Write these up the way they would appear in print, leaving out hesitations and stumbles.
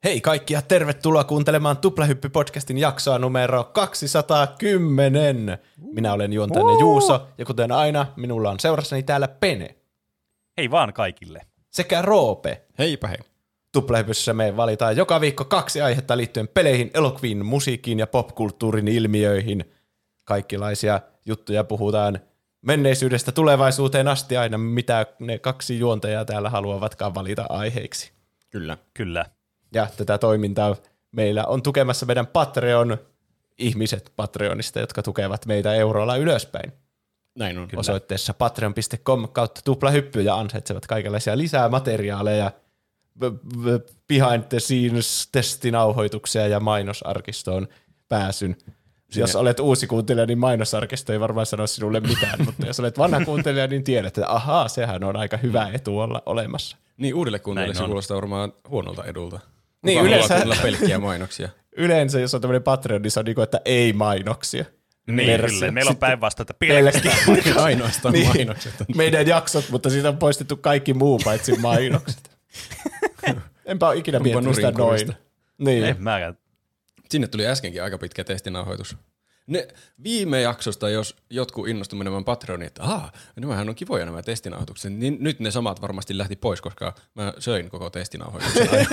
Hei kaikki ja tervetuloa kuuntelemaan Tuplahyppy-podcastin jaksoa numero 210. Minä olen juontajanne Juuso ja kuten aina minulla on seurassani täällä Pene. Hei vaan kaikille. Sekä Roope. Heipä hei. Tuplahypyssä me valitaan joka viikko 2 aihetta liittyen peleihin, elokuviin, musiikkiin ja popkulttuurin ilmiöihin. Kaikenlaisia juttuja puhutaan menneisyydestä tulevaisuuteen asti aina, mitä ne 2 juontajaa täällä haluavatkaan valita aiheiksi. Kyllä. Ja tätä toimintaa meillä on tukemassa meidän Patreon-ihmiset Patreonista, jotka tukevat meitä eurolla ylöspäin. Näin on. Osoitteessa patreon.com/tuplahyppy ja ansaitsevat kaikenlaisia lisää materiaaleja, behind the scenes testinauhoituksia ja mainosarkistoon pääsyn. Jos olet uusi kuuntelija, niin mainosarkisto ei varmaan sano sinulle mitään, mutta jos olet vanha kuuntelija, niin tiedät, että ahaa, sehän on aika hyvä etu olla olemassa. Niin, uudelle kuuntelijalle se kuulostaa varmaan huonolta edulta. Niin, yleensä pelkkiä mainoksia. Yleensä, jos on tämmöinen Patreon, niin se on niin kuin, että ei mainoksia. Niin, kyllä. Meillä on päinvastoin, että pelkästään ainoastaan niin, mainokset. Meidän jaksot, mutta siitä on poistettu kaikki muu paitsi mainokset. Enpä ole ikinä miettinyt sitä noin. Niin. En mäkään. Sinne tuli äskenkin aika pitkä testinauhoitus. Ne viime jaksosta, jos jotkut innostu menemään Patreoniin, että nämähän on kivoja nämä testinauhoitukset, niin nyt ne samat varmasti lähti pois, koska mä söin koko testinauhoituksen ajan.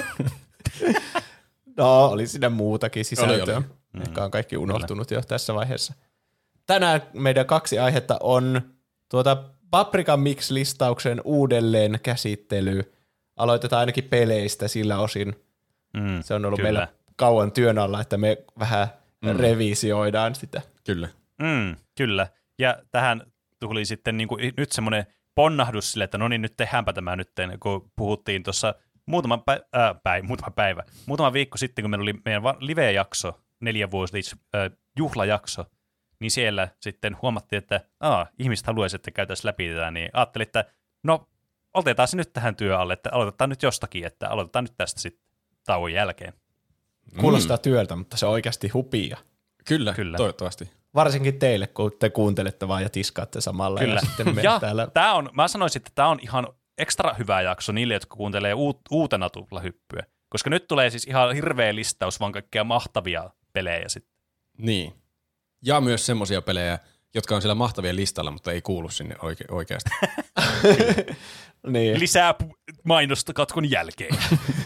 No, oli siinä muutakin sisältöä. Oli. Ehkä on kaikki unohtunut jo tässä vaiheessa. Tänään meidän 2 aihetta on Paprika Mix-listauksen uudelleen käsittely. Aloitetaan ainakin peleistä sillä osin. Se on ollut meillä kauan työn alla, että me vähän revisioidaan sitä. Kyllä. Kyllä. Ja tähän tuli sitten niin kuin nyt semmoinen ponnahdus sille, että no niin, nyt tehdäänpä tämä nyt, kun puhuttiin tuossa muutama viikko sitten, kun meillä oli meidän live-jakso, 4-vuotis juhlajakso, niin siellä sitten huomattiin, että ihmiset haluaisivat, että käytäisiin läpi tätä, niin ajattelin, että no otetaan se nyt tähän työ alle, että aloitetaan nyt jostakin, että aloitetaan nyt tästä sitten tauon jälkeen. Kuulostaa työltä, mutta se on oikeasti hupia. Kyllä, toivottavasti. Varsinkin teille, kun te kuuntelette vaan ja tiskaatte samalla. Kyllä. Ja sitten me ja täällä... mä sanoisin, että tämä on ihan ekstra hyvä jakso niille, jotka kuuntelee uutena tuplahyppyä. Koska nyt tulee siis ihan hirveä listaus vaan kaikkea mahtavia pelejä sitten. Niin. Ja myös semmoisia pelejä, jotka on siellä mahtavien listalla, mutta ei kuulu sinne oikeasti. Niin. Lisää mainosta katkon jälkeen.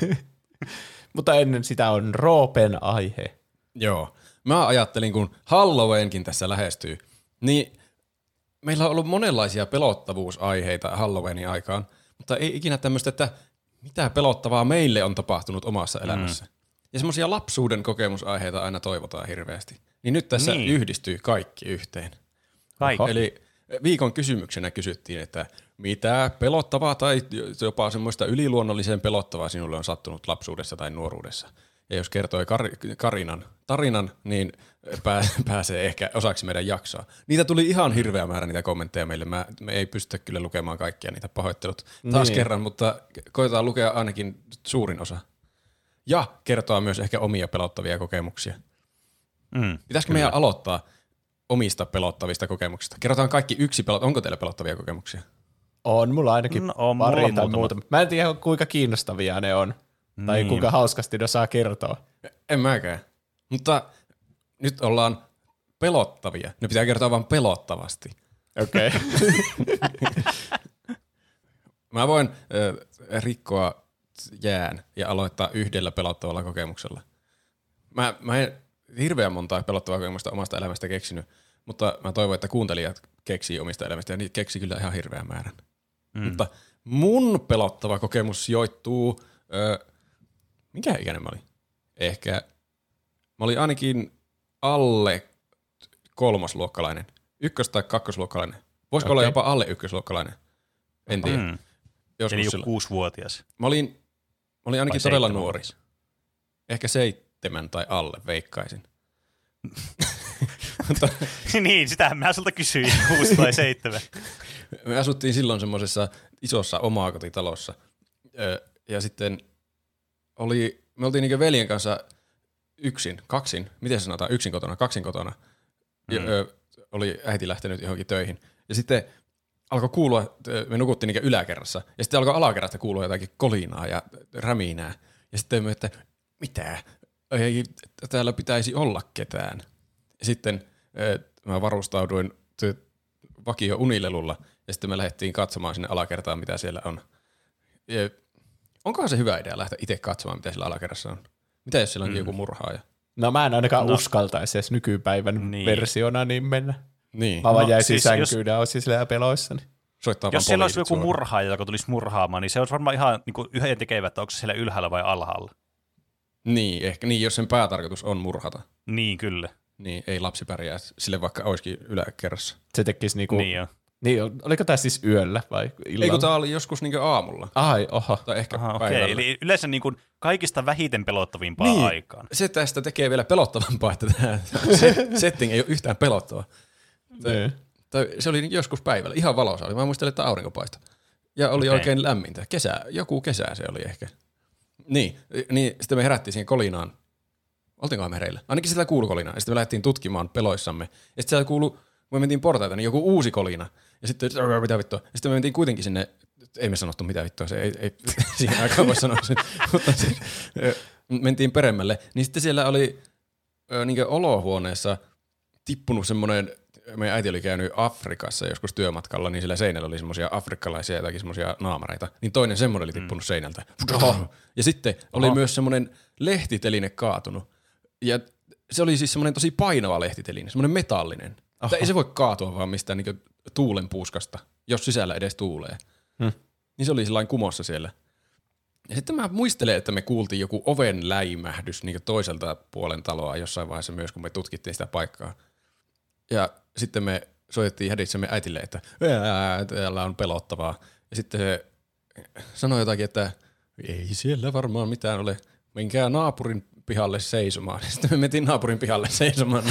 Mutta ennen sitä on Roopen aihe. Joo. Mä ajattelin, kun Halloweenkin tässä lähestyy, niin meillä on ollut monenlaisia pelottavuusaiheita Halloweenin aikaan, mutta ei ikinä tämmöistä, että mitä pelottavaa meille on tapahtunut omassa elämässä. Ja semmoisia lapsuuden kokemusaiheita aina toivotaan hirveästi. Niin nyt tässä yhdistyy kaikki yhteen. Eli viikon kysymyksenä kysyttiin, että mitä pelottavaa tai jopa semmoista yliluonnollisen pelottavaa sinulle on sattunut lapsuudessa tai nuoruudessa. Ja jos kertoi tarinan, niin pääsee ehkä osaksi meidän jaksoa. Niitä tuli ihan hirveä määrä niitä kommentteja meille. Me ei pystytä kyllä lukemaan kaikkia niitä, pahoittelut taas kerran, mutta koetaan lukea ainakin suurin osa. Ja kertoa myös ehkä omia pelottavia kokemuksia. Pitäisikö meidän aloittaa omista pelottavista kokemuksista? Kerrotaan kaikki onko teillä pelottavia kokemuksia? On mulla ainakin pari tai muuta. Mä en tiedä, kuinka kiinnostavia ne on. Tai kuinka hauskasti ne saa kertoa. En mäkään. Mutta nyt ollaan pelottavia. Ne pitää kertoa vaan pelottavasti. Okei. Okay. Mä voin rikkoa jään ja aloittaa yhdellä pelottavalla kokemuksella. Mä en hirveän montaa pelottavaa kokemusta omasta elämästä keksinyt, mutta mä toivon, että kuuntelijat keksii omista elämästä ja niitä keksii kyllä ihan hirveän määrän. Mutta mun pelottava kokemus sijoittuu... Mikä ikäinen mä olin? Ehkä mä olin ainakin alle 3-luokkalainen. 1- tai 2-luokkalainen. Voisiko olla jopa alle 1-luokkalainen? En tiedä. Eli jo 6-vuotias. Mä olin ainakin todella nuori. Ehkä 7 tai alle, veikkaisin. Niin, sitähän mä sulta kysyin, 6 tai 7. Me asuttiin silloin semmoisessa isossa omakotitalossa. Ja sitten me oltiin niinku veljen kanssa kaksin kotona. Oli äiti lähtenyt johonkin töihin. Ja sitten alkoi kuulua, me nukuttiin niinku yläkerrassa. Ja sitten alkoi alakerrasta kuulua jotakin kolinaa ja räminää. Ja sitten me, että mitä? Ei, täällä pitäisi olla ketään. Sitten mä varustauduin vakio unilelulla ja sitten me lähdettiin katsomaan sinne alakertaan, mitä siellä on. Ja onkohan se hyvä idea lähteä itse katsomaan, mitä siellä alakerrassa on? Mitä jos siellä onkin joku murhaaja? No mä en ainakaan uskaltaisi edes nykypäivän versiona niin mennä. Niin. Mä vaan jäisin sänkyyn ja olisin siellä peloissani. Jos siellä olisi joku murhaaja, joka tulisi murhaamaan, niin se olisi varmaan ihan niin yhden tekevä, että onko se siellä ylhäällä vai alhaalla. Niin, ehkä niin, jos sen päätarkoitus on murhata. Niin, kyllä. Niin, ei lapsi pärjää sille vaikka olisikin yläkerrassa. Se tekisi niinku... Niin jo. Niin, oliko tämä siis yöllä vai illalla? Eikö tämä oli joskus niinku aamulla? Ai, oho. Tai ehkä Aha, päivällä. okay. Eli yleensä niin kuin kaikista vähiten pelottavimpaa niin, aikaan. Se tästä tekee vielä pelottavampaa, että tämä setting ei ole yhtään pelottava. Se oli joskus päivällä, ihan valoisa oli. Mä muistelin, että aurinko paistoi. Ja oli oikein lämmintä. Joku kesä se oli ehkä. Niin, sitten me herättiin siihen kolinaan. Oltiinkohan me hereillä? Ainakin sitä kuului kolinaa. Ja sitten me lähdettiin tutkimaan peloissamme. Ja sitten siellä kuului, kun me mentiin portaita, niin joku uusi kolina. Ja sitten, mitä vittua. Ja sitten me mentiin kuitenkin sinne, ei me sanottu mitä vittua, se ei siihen aikaan voi sanoa sen. Mutta mentiin peremmälle. Niin sitten siellä oli niin olohuoneessa tippunut semmoinen, meidän äiti oli käynyt Afrikassa joskus työmatkalla, niin sillä seinällä oli semmoisia afrikkalaisia jotakin semmoisia naamareita. Niin toinen semmoinen oli tippunut seinältä. Ja sitten oli myös semmoinen lehtiteline kaatunut. Ja se oli siis semmoinen tosi painava lehtiteline, semmoinen metallinen. Että ei se voi kaatua vaan mistään niin tuulen puuskasta, jos sisällä edes tuulee. Niin se oli sellainen kumossa siellä. Ja sitten mä muistelen, että me kuultiin joku oven läimähdys niin toiselta puolen taloa jossain vaiheessa myös, kun me tutkittiin sitä paikkaa. Ja sitten me soitettiin hädissämme äitille, että täällä on pelottavaa. Ja sitten se sanoi jotakin, että ei siellä varmaan mitään ole. Menkää naapurin pihalle seisomaan. Sitten me mentiin naapurin pihalle seisomaan.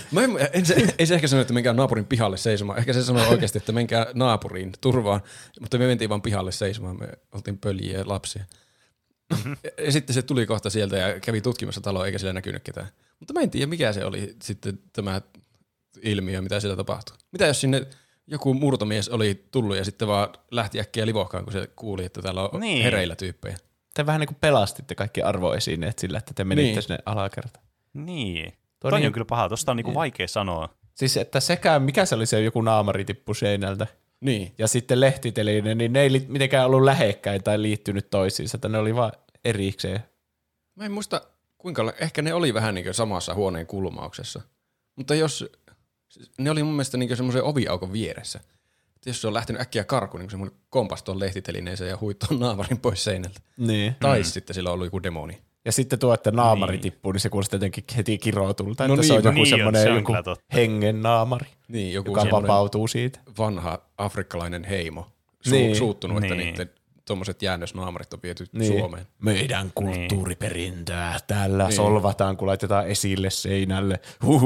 Ei se ehkä sano, että menkää naapurin pihalle seisomaan. Ehkä se sanoi oikeasti, että menkää naapuriin turvaan. Mutta me mentiin vaan pihalle seisomaan. Me oltiin pöljiä ja lapsia. Ja sitten se tuli kohta sieltä ja kävi tutkimassa taloa, eikä siellä näkynyt ketään. Mutta mä en tiedä, mikä se oli sitten tämä ilmiö, mitä siellä tapahtui. Mitä jos sinne joku murtomies oli tullut ja sitten vaan lähti äkkiä livohkaan, kun se kuuli, että täällä on hereillä tyyppejä. Te vähän niin kuin pelastitte kaikki arvoesineet sillä, että te menitte sinne alakertaan. Niin. Toi on kyllä paha. Tuosta on niinku vaikea sanoa. Siis, että sekä, mikä se oli se joku naamari tippu seinältä. Niin. Ja sitten lehtiteline, niin ne ei mitenkään ollut lähekkäin tai liittynyt toisiinsa, että ne oli vaan erikseen. Mä en muista, kuinka, ehkä ne oli vähän niin kuin samassa huoneen kulmauksessa. Mutta jos, ne oli mun mielestä niin semmoisen oviaukon vieressä. Että jos se on lähtenyt äkkiä karkuun, niin semmoinen kompas tuon lehtitelineeseen ja huittoon naamarin pois seinältä. Niin. Tai sitten sillä on ollut joku demoni. Ja sitten tuo, että naamari tippuu, niin se kuulostaa jotenkin heti kiroutulta, No että se on joku semmoinen joku kyllä totta. hengen naamari, Niin, joku joka vapautuu siitä. vanha afrikkalainen heimo. Suuttunut, että niiden tuommoiset jäännösnaamarit on viety Suomeen. Meidän kulttuuriperintöä täällä Niin. solvataan, kun laitetaan esille seinälle.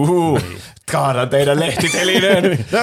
Kaadan teidän lehtitelineen.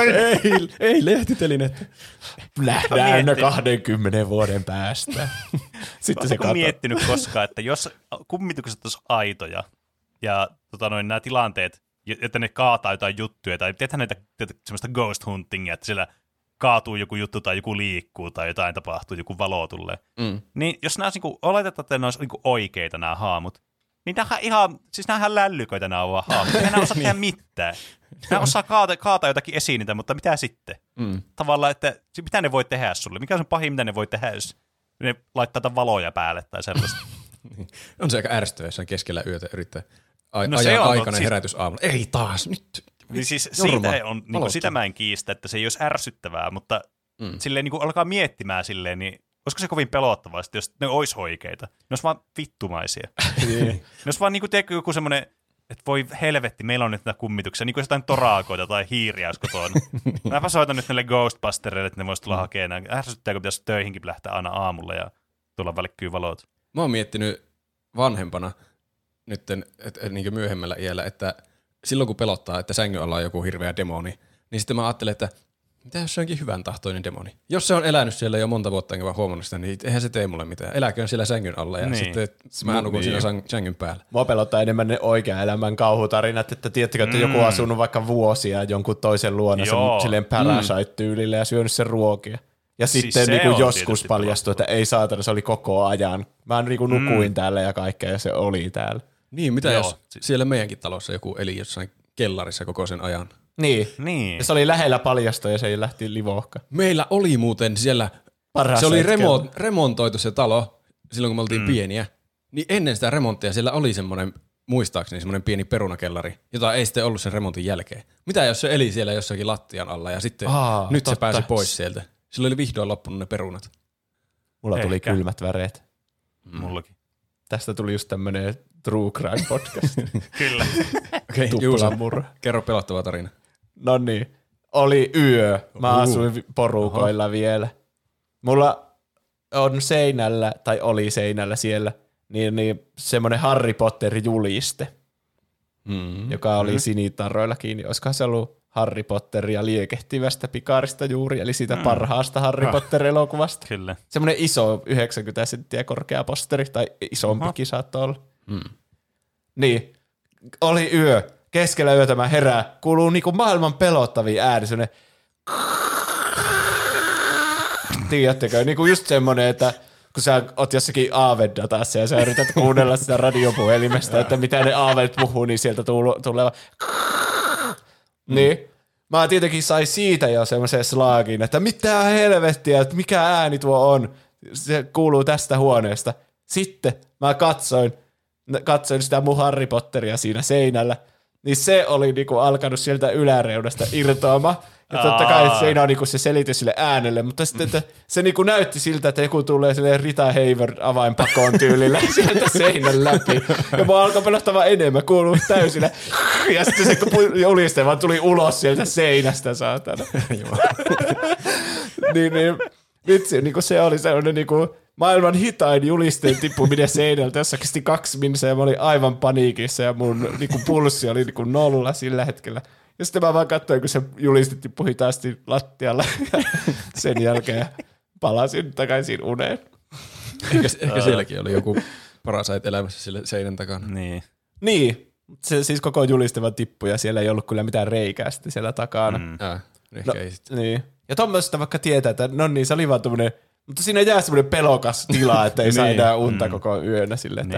Ei lehtitelinettä. Nähdään 20 vuoden päästä. Sitten se Oletko miettinyt koskaan, että jos kummitukset olisi aitoja ja nämä tilanteet, että ne kaataa jotain juttuja, tai teethän näitä semmoista ghost huntingia, että siellä kaatuu joku juttu tai joku liikkuu tai jotain tapahtuu, joku valo tulee. Niin jos nämä olisi, oletetaan, että ne olisi oikeita nämä haamut, niin nämähän lällyköitä nämä ovat haamut. Eihän nämä osaa tehdä mitään. Nämä osaa kaataa jotakin esineitä, mutta mitä sitten? Tavallaan, että mitä ne voi tehdä sulle? Mikä on se pahin, mitä ne voi tehdä, jos ne laittaa valoja päälle tai sellaista? On se aika ärsyttävää, jos on keskellä yötä yrittää se on, aikainen herätys aamulla. Ei taas, nyt. Niin siis siitä on, niin sitä mä en kiistä, että se ei olisi ärsyttävää, mutta silleen niin alkaa miettimään silleen, niin olisiko se kovin pelottavaa, jos ne olisi oikeita? Ne olisi vaan vittumaisia. Ne olisi vaan niin kuin joku semmoinen, että voi helvetti, meillä on nyt näitä kummituksia, niin kuin jotain toraakoita tai hiiriä olisi kotona. Mäpä soitan nyt näille Ghostbustereille, että ne voisi tulla hakemaan. Ärsyttääkö pitäisi töihinkin lähteä aina aamulla ja tulla välkkyy valot? Mä oon miettinyt vanhempana, nytten, niin myöhemmällä iällä, että silloin kun pelottaa, että sängyn alla on joku hirveä demoni, niin sitten mä ajattelen, että mitä jos se onkin hyvän tahtoinen demoni? Jos se on elänyt siellä jo monta vuotta enkä vaan huomannut sitä, niin eihän se tee mulle mitään. Eläköön siellä sängyn alla ja sitten mä nukun siinä sängyn päällä. Mua pelottaa enemmän ne oikean elämän kauhutarinat, että tiedättekö, että joku on asunut vaikka vuosia jonkun toisen luona silleen Parasite-tyylillä ja syönyt sen ruokia. Ja Siis sitten se niinku on joskus tietysti paljastui, että ei saatana, se oli koko ajan. Mä niinku nukuin täällä ja kaikkea ja se oli täällä. Niin, mitä Joo, jos siellä meidänkin talossa joku eli jossain kellarissa koko sen ajan? Niin. Ja se oli lähellä paljasta ja se lähti livohka. Meillä oli muuten siellä, se oli remontoitu se talo silloin, kun me oltiin pieniä. Niin ennen sitä remonttia siellä oli semmoinen, muistaakseni semmoinen pieni perunakellari, jota ei sitten ollut sen remontin jälkeen. Mitä jos se eli siellä jossakin lattian alla ja sitten nyt se pääsi pois sieltä. Sillä oli vihdoin loppunut ne perunat. Mulla tuli kylmät väreet. Mullakin. Tästä tuli just tämmönen True Crime podcast. Kyllä. Okei, Juuso, kerro pelottava tarina. No niin, oli yö. Mä asuin porukoilla vielä. Mulla on seinällä, tai oli seinällä siellä, niin semmoinen Harry Potter-juliste, joka oli sinitarroilla kiinni. Olisikohan se ollut Harry Potteria liekehtivästä pikaarista juuri, eli siitä parhaasta Harry Potter-elokuvasta. Kyllä. Semmoinen iso 90 senttiä korkea posteri, tai isompikin saattoi olla. Niin, oli yö. Keskellä yötä mä herään. Kuuluu niinku maailman pelottavin ääni, semmoinen tiedättekö, niinku just semmoinen, että kun sä oot jossakin aavedatassa ja sä yrität kuunnella sitä radiopuhelimesta, että mitä ne aaveet puhuu, niin sieltä tulee Niin, mä tietenkin sain siitä jo semmoisen slaagin, että mitä helvettiä, että mikä ääni tuo on. Se kuuluu tästä huoneesta. Sitten mä katsoin sitä mun Harry Potteria siinä seinällä, niin se oli niinku alkanut sieltä yläreunasta irtoamaan. Ja totta kai seinä on niinku se selitys sille äänelle, mutta sitten että se niinku näytti siltä, että joku tulee silleen Rita Hayworth avainpakoon tyylillä sieltä seinän läpi. Ja mä alkoi pelottamaan enemmän, kuuluu täysillä. Ja sitten se juliste vaan tuli ulos sieltä seinästä, saatana. niin, vitsi, niinku se oli sellainen niinku maailman hitain julisteen tippuminen seinältä, jossa kesti 2 minsaa ja mä olin aivan paniikissa ja mun niinku pulssi oli niinku 0 sillä hetkellä. Ja sitten mä vaan katsoin, kun se juliste tippui hitaasti lattialle ja sen jälkeen palasin takaisin uneen. Ehkä sielläkin oli joku parasait elämässä sille seinän takana. Niin. Se siis koko juliste vaan tippui ja siellä ei ollut kyllä mitään reikää sitten siellä takana. Ehkä ei sitten. Niin. Ja tuommoista vaikka tietää, että no niin, se oli vaan tommonen, mutta siinä jää semmoinen pelokas tila, että ei saa enää unta koko yönä sille, että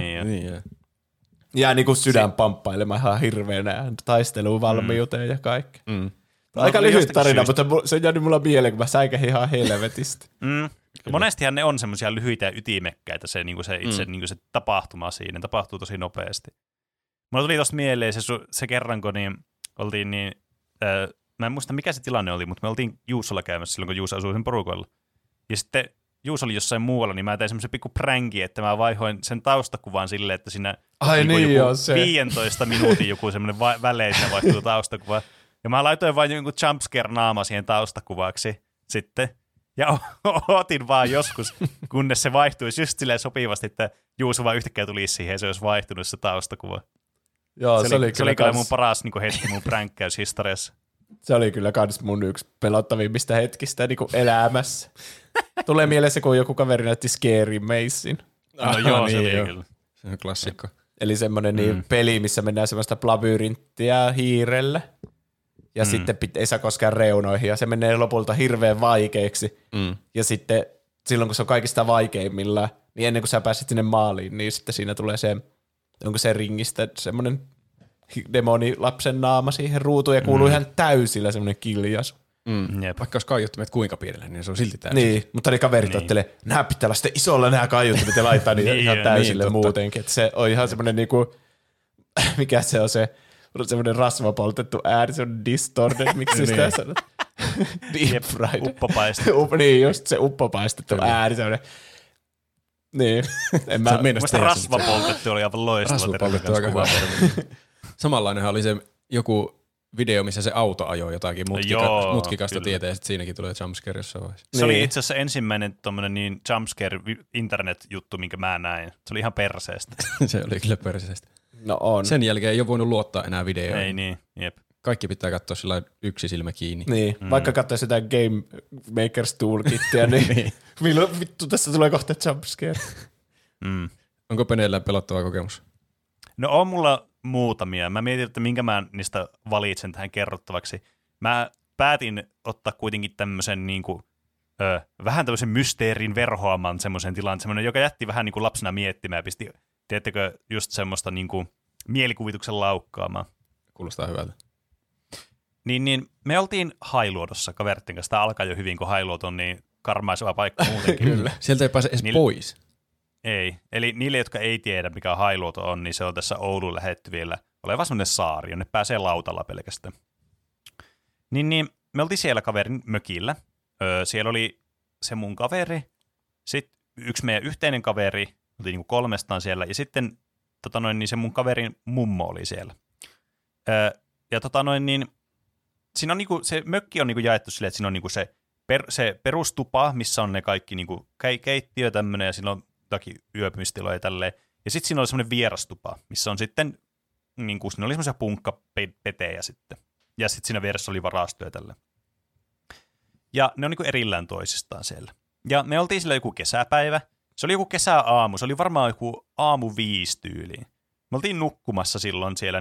jää niinku sydän pamppailemaan ihan hirveänä taisteluvalmiuteen ja kaikki. Aika lyhyt tarina, mutta se on jäänyt mulla mieleen, kun mä säikähin ihan helvetistä. Monestihan ne on semmoisia lyhyitä ja ytimekkäitä, se itse niinku se tapahtuma siinä, tapahtuu tosi nopeasti. Mulla tuli tosta mieleen se kerran, kun oltiin mä en muista mikä se tilanne oli, mutta me oltiin Juusolla käymässä silloin, kun Juuso asui sen porukoilla. Ja sitten Juuso oli jossain muualla, niin mä tein semmoisen pikku pränki, että mä vaihoin sen taustakuvan silleen, että siinä joku 15 minuutin joku semmoinen välein, siinä vaihtuu taustakuva. Ja mä laitoin vain jonkun jumpscare-naama siihen taustakuvaksi sitten. Ja otin vaan joskus, kunnes se vaihtuisi just silleen sopivasti, että Juuso vaan yhtäkkiä tulisi siihen ja se olisi vaihtunut se taustakuva. Joo, se oli kyllä mun paras hetki mun pränkkäyshistoriassa. Se oli kyllä kans mun yksi pelottavimmista hetkistä niin kuin elämässä. Tulee mieleen se, kun joku kaveri näytti Scary Macein. Joo, se oli kyllä. Se on klassikko. Eli semmoinen peli, missä mennään semmoista labyrinttiä hiirellä. Ja sitten ei saa koskaan reunoihin. Ja se menee lopulta hirveän vaikeaksi. Ja sitten silloin, kun se on kaikista vaikeimmillaan, niin ennen kuin sä pääset sinne maaliin, niin sitten siinä tulee se, onko se ringistä semmoinen demonilapsen naama siihen ruutuun ja kuuluu ihan täysillä semmoinen kiljasu. Vaikka olisi kaiuttimet kuinka pienellä, niin se on silti täysillä. Niin, mutta ne kaverit ottelee, nämä pitää olla sitten isolla nämä kaiuttimet ja laittaa niitä ihan täysille muutenkin. Että se on ihan semmoinen niinku, mikä se on se, semmoinen rasvapoltettu ääni, se on distorted, miksi sitä sanot? Deep fried. Uppopaistettu. Niin, just se uppopaistettu ääni, semmoinen. Niin. Mielestäni rasvapoltettu oli aivan loistava. Rasvapoltettu aika hyvä. Samanlainenhan oli se joku video, missä se auto ajoi jotakin mutkikasta tietä ja sitten siinäkin tulee jumpscare jossain vaiheessa. Se oli itse asiassa ensimmäinen tommonen jumpscare internet-juttu, minkä mä näin. Se oli ihan perseestä. Se oli kyllä perseestä. No on. Sen jälkeen ei ole voinut luottaa enää videoon. Ei niin, jep. Kaikki pitää katsoa sillä yksi silmä kiinni. Niin, vaikka katsoisi sitä Game Maker's Toolkittia, niin milloin vittu tässä tulee kohta jumpscare. Onko Peneellä pelottava kokemus? No on mulla muutamia. Mä mietin, että minkä mä niistä valitsen tähän kerrottavaksi. Mä päätin ottaa kuitenkin tämmöisen niinku vähän tämmöisen mysteerin verhoaman semmoisen tilan, semmoinen, joka jätti vähän niin kuin lapsena miettimään ja pisti, tiedättekö, just semmoista niin kuin mielikuvituksen laukkaamaan. Kuulostaa hyvältä. Niin me oltiin Hailuodossa kaveritten kanssa. Tämä alkaa jo hyvin, kun Hailuot on niin karmaiseva paikka muutenkin. Kyllä. Sieltä ei pääse edes pois. Ei. Eli niille, jotka ei tiedä, mikä Hailuoto on, niin se on tässä Oulun lähettyvillä oleva semmoinen saari, jonne pääsee lautalla pelkästään. Niin, me oltiin siellä kaverin mökillä. Siellä oli se mun kaveri, sitten yksi meidän yhteinen kaveri, oltiin niin kuin 3 siellä, ja sitten niin se mun kaverin mummo oli siellä. Ja siinä on niinku, se mökki on niinku jaettu silleen, että siinä on niinku se perustupa, missä on ne kaikki niinku keittiö tämmöinen, ja siinä on jotakin yöpymistiloja ja tälleen. Ja sitten siinä oli semmoinen vierastupa, missä on sitten, niinku, siinä oli semmoisia punkkapetejä sitten. Ja sitten siinä vieressä oli varastoja tälleen. Ja ne on niinku erillään toisistaan siellä. Ja me oltiin sillä joku kesäpäivä. Se oli joku kesäaamu, se oli varmaan joku aamu 5 tyyliin. Me oltiin nukkumassa silloin siellä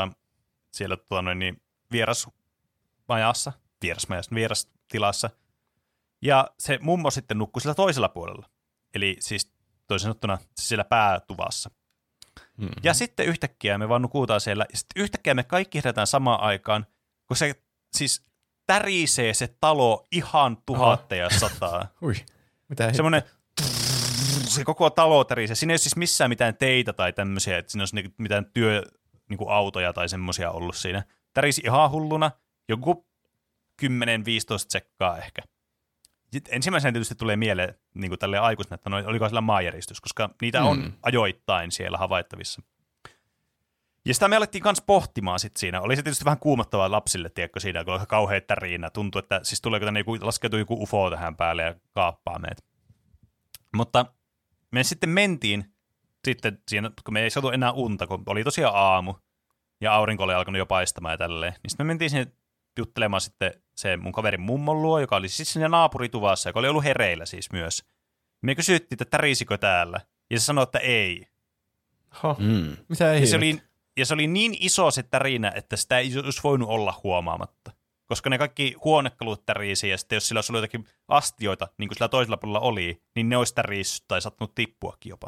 vierastilassa. Ja se mummo sitten nukkui sillä toisella puolella. Eli siis toisin sanottuna siellä päätuvassa. Mm-hmm. Ja sitten yhtäkkiä me vaan nukutaan siellä. Ja sitten yhtäkkiä me kaikki herätään samaan aikaan, kun se siis tärisee se talo ihan 1000 ja 100. Semmoinen se koko talo tärisee. Siinä ei ole siis missään mitään teitä tai tämmöisiä, että siinä olisi mitään autoja tai semmoisia ollut siinä. Tärisi ihan hulluna, joku 10-15 sekkaa ehkä. Sitten ensimmäisenä tietysti tulee mieleen niin kuin tälleen aikuisena, että oliko sillä maanjäristys, koska niitä on ajoittain siellä havaittavissa. Ja sitä me alettiin kanssa pohtimaan sitten siinä. Oli se tietysti vähän kuumottavaa lapsille, tiedätkö, siinä, kun oli kauhean tärinä. Tuntui, että siis tuleeko tänne laskeutuu joku UFO tähän päälle ja kaappaa meitä. Mutta me sitten mentiin sitten siinä, kun me ei saatu enää unta, kun oli tosiaan aamu ja aurinko oli alkanut jo paistamaan ja tälleen. Niin sitten me mentiin sinne juttelemaan sitten se mun kaverin mummon luo, joka oli siis siinä naapurituvassa, joka oli ollut hereillä siis myös. Me kysyttiin, että tärisikö täällä, ja se sanoi, että ei. Mitä ei? Ja se oli niin iso se tärinä, että sitä ei olisi voinut olla huomaamatta. Koska ne kaikki huonekalut tärisi, ja sitten jos sillä olisi ollut jotakin astioita, niin kuin sillä toisella puolella oli, niin ne olisi tärissyt tai sattunut tippuakin jopa.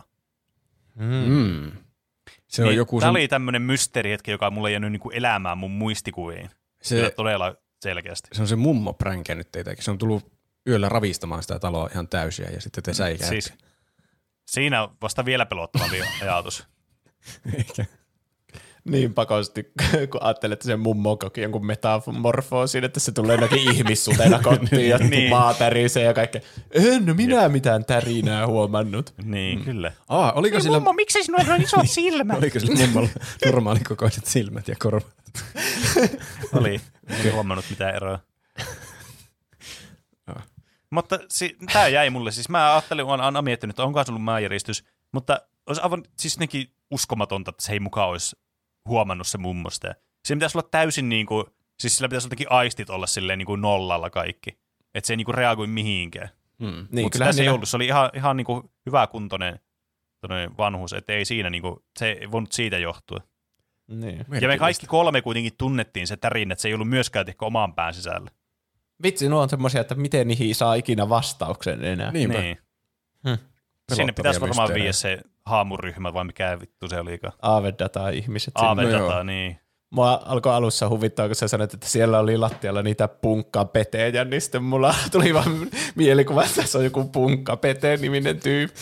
Se on joku tämä oli tämmöinen mysteerihetki, joka mulle ei jäänyt niin kuin elämään mun muistikuviin. Se todella selkeästi. Se on se mummo pränkännyt teitäkin. Se on tullut yöllä ravistamaan sitä taloa ihan täysiä ja sitten te säikäytte. Siis, siinä on vasta vielä pelottavampi ajatus. Eikä. Niin pakosti, kun ajattelet, että se mummo koki jonkun metamorfoosin, että se tulee jonakin ihmissutena kotiin ja niin. Maa tärisee ja kaikkea. En minä mitään tärinää huomannut. Niin, kyllä. Oliko sillä... Mummo, miksei sinulla on isot silmät? Oliko sillä mummolla normaalikokoiset silmät ja korvat? Oli. En huomannut mitään eroa. Mutta tämä jäi mulle. Siis mä ajattelin, olen miettinyt, että onkohan se ollut maanjäristys, mutta olisi aivan siis jotenkin uskomatonta, että se ei mukaan olisi huomannut se mummosta. Siinä pitäisi olla täysin niin kuin, siis sillä pitäisi jotenkin aistit olla silleen niin kuin nollalla kaikki. Että se ei niin kuin reagoi mihinkään. Niin, mutta tässä ei ollut. Se oli ihan niin kuin hyväkuntoinen vanhuus, että ei siinä niin kuin, se ei voinut siitä johtua. Niin. Ja me kaikki 3 kuitenkin tunnettiin se tärinä, että se ei ollut myöskään ehkä oman pään sisällä. Vitsi, nuo on semmoisia, että miten niihin saa ikinä vastauksen enää. Niinpä. Niin. Sinne pitäisi varmaan viedä se haamuryhmä, vai mikä vittu se olikaan. Aavedata-ihmiset. Aavedata, niin. Mua alkoi alussa huvittaa, kun sä sanoit, että siellä oli lattialla niitä punkkapetejä, niin sitten mulla tuli vaan mielikuva, että se on joku punkkapete-niminen tyyppi.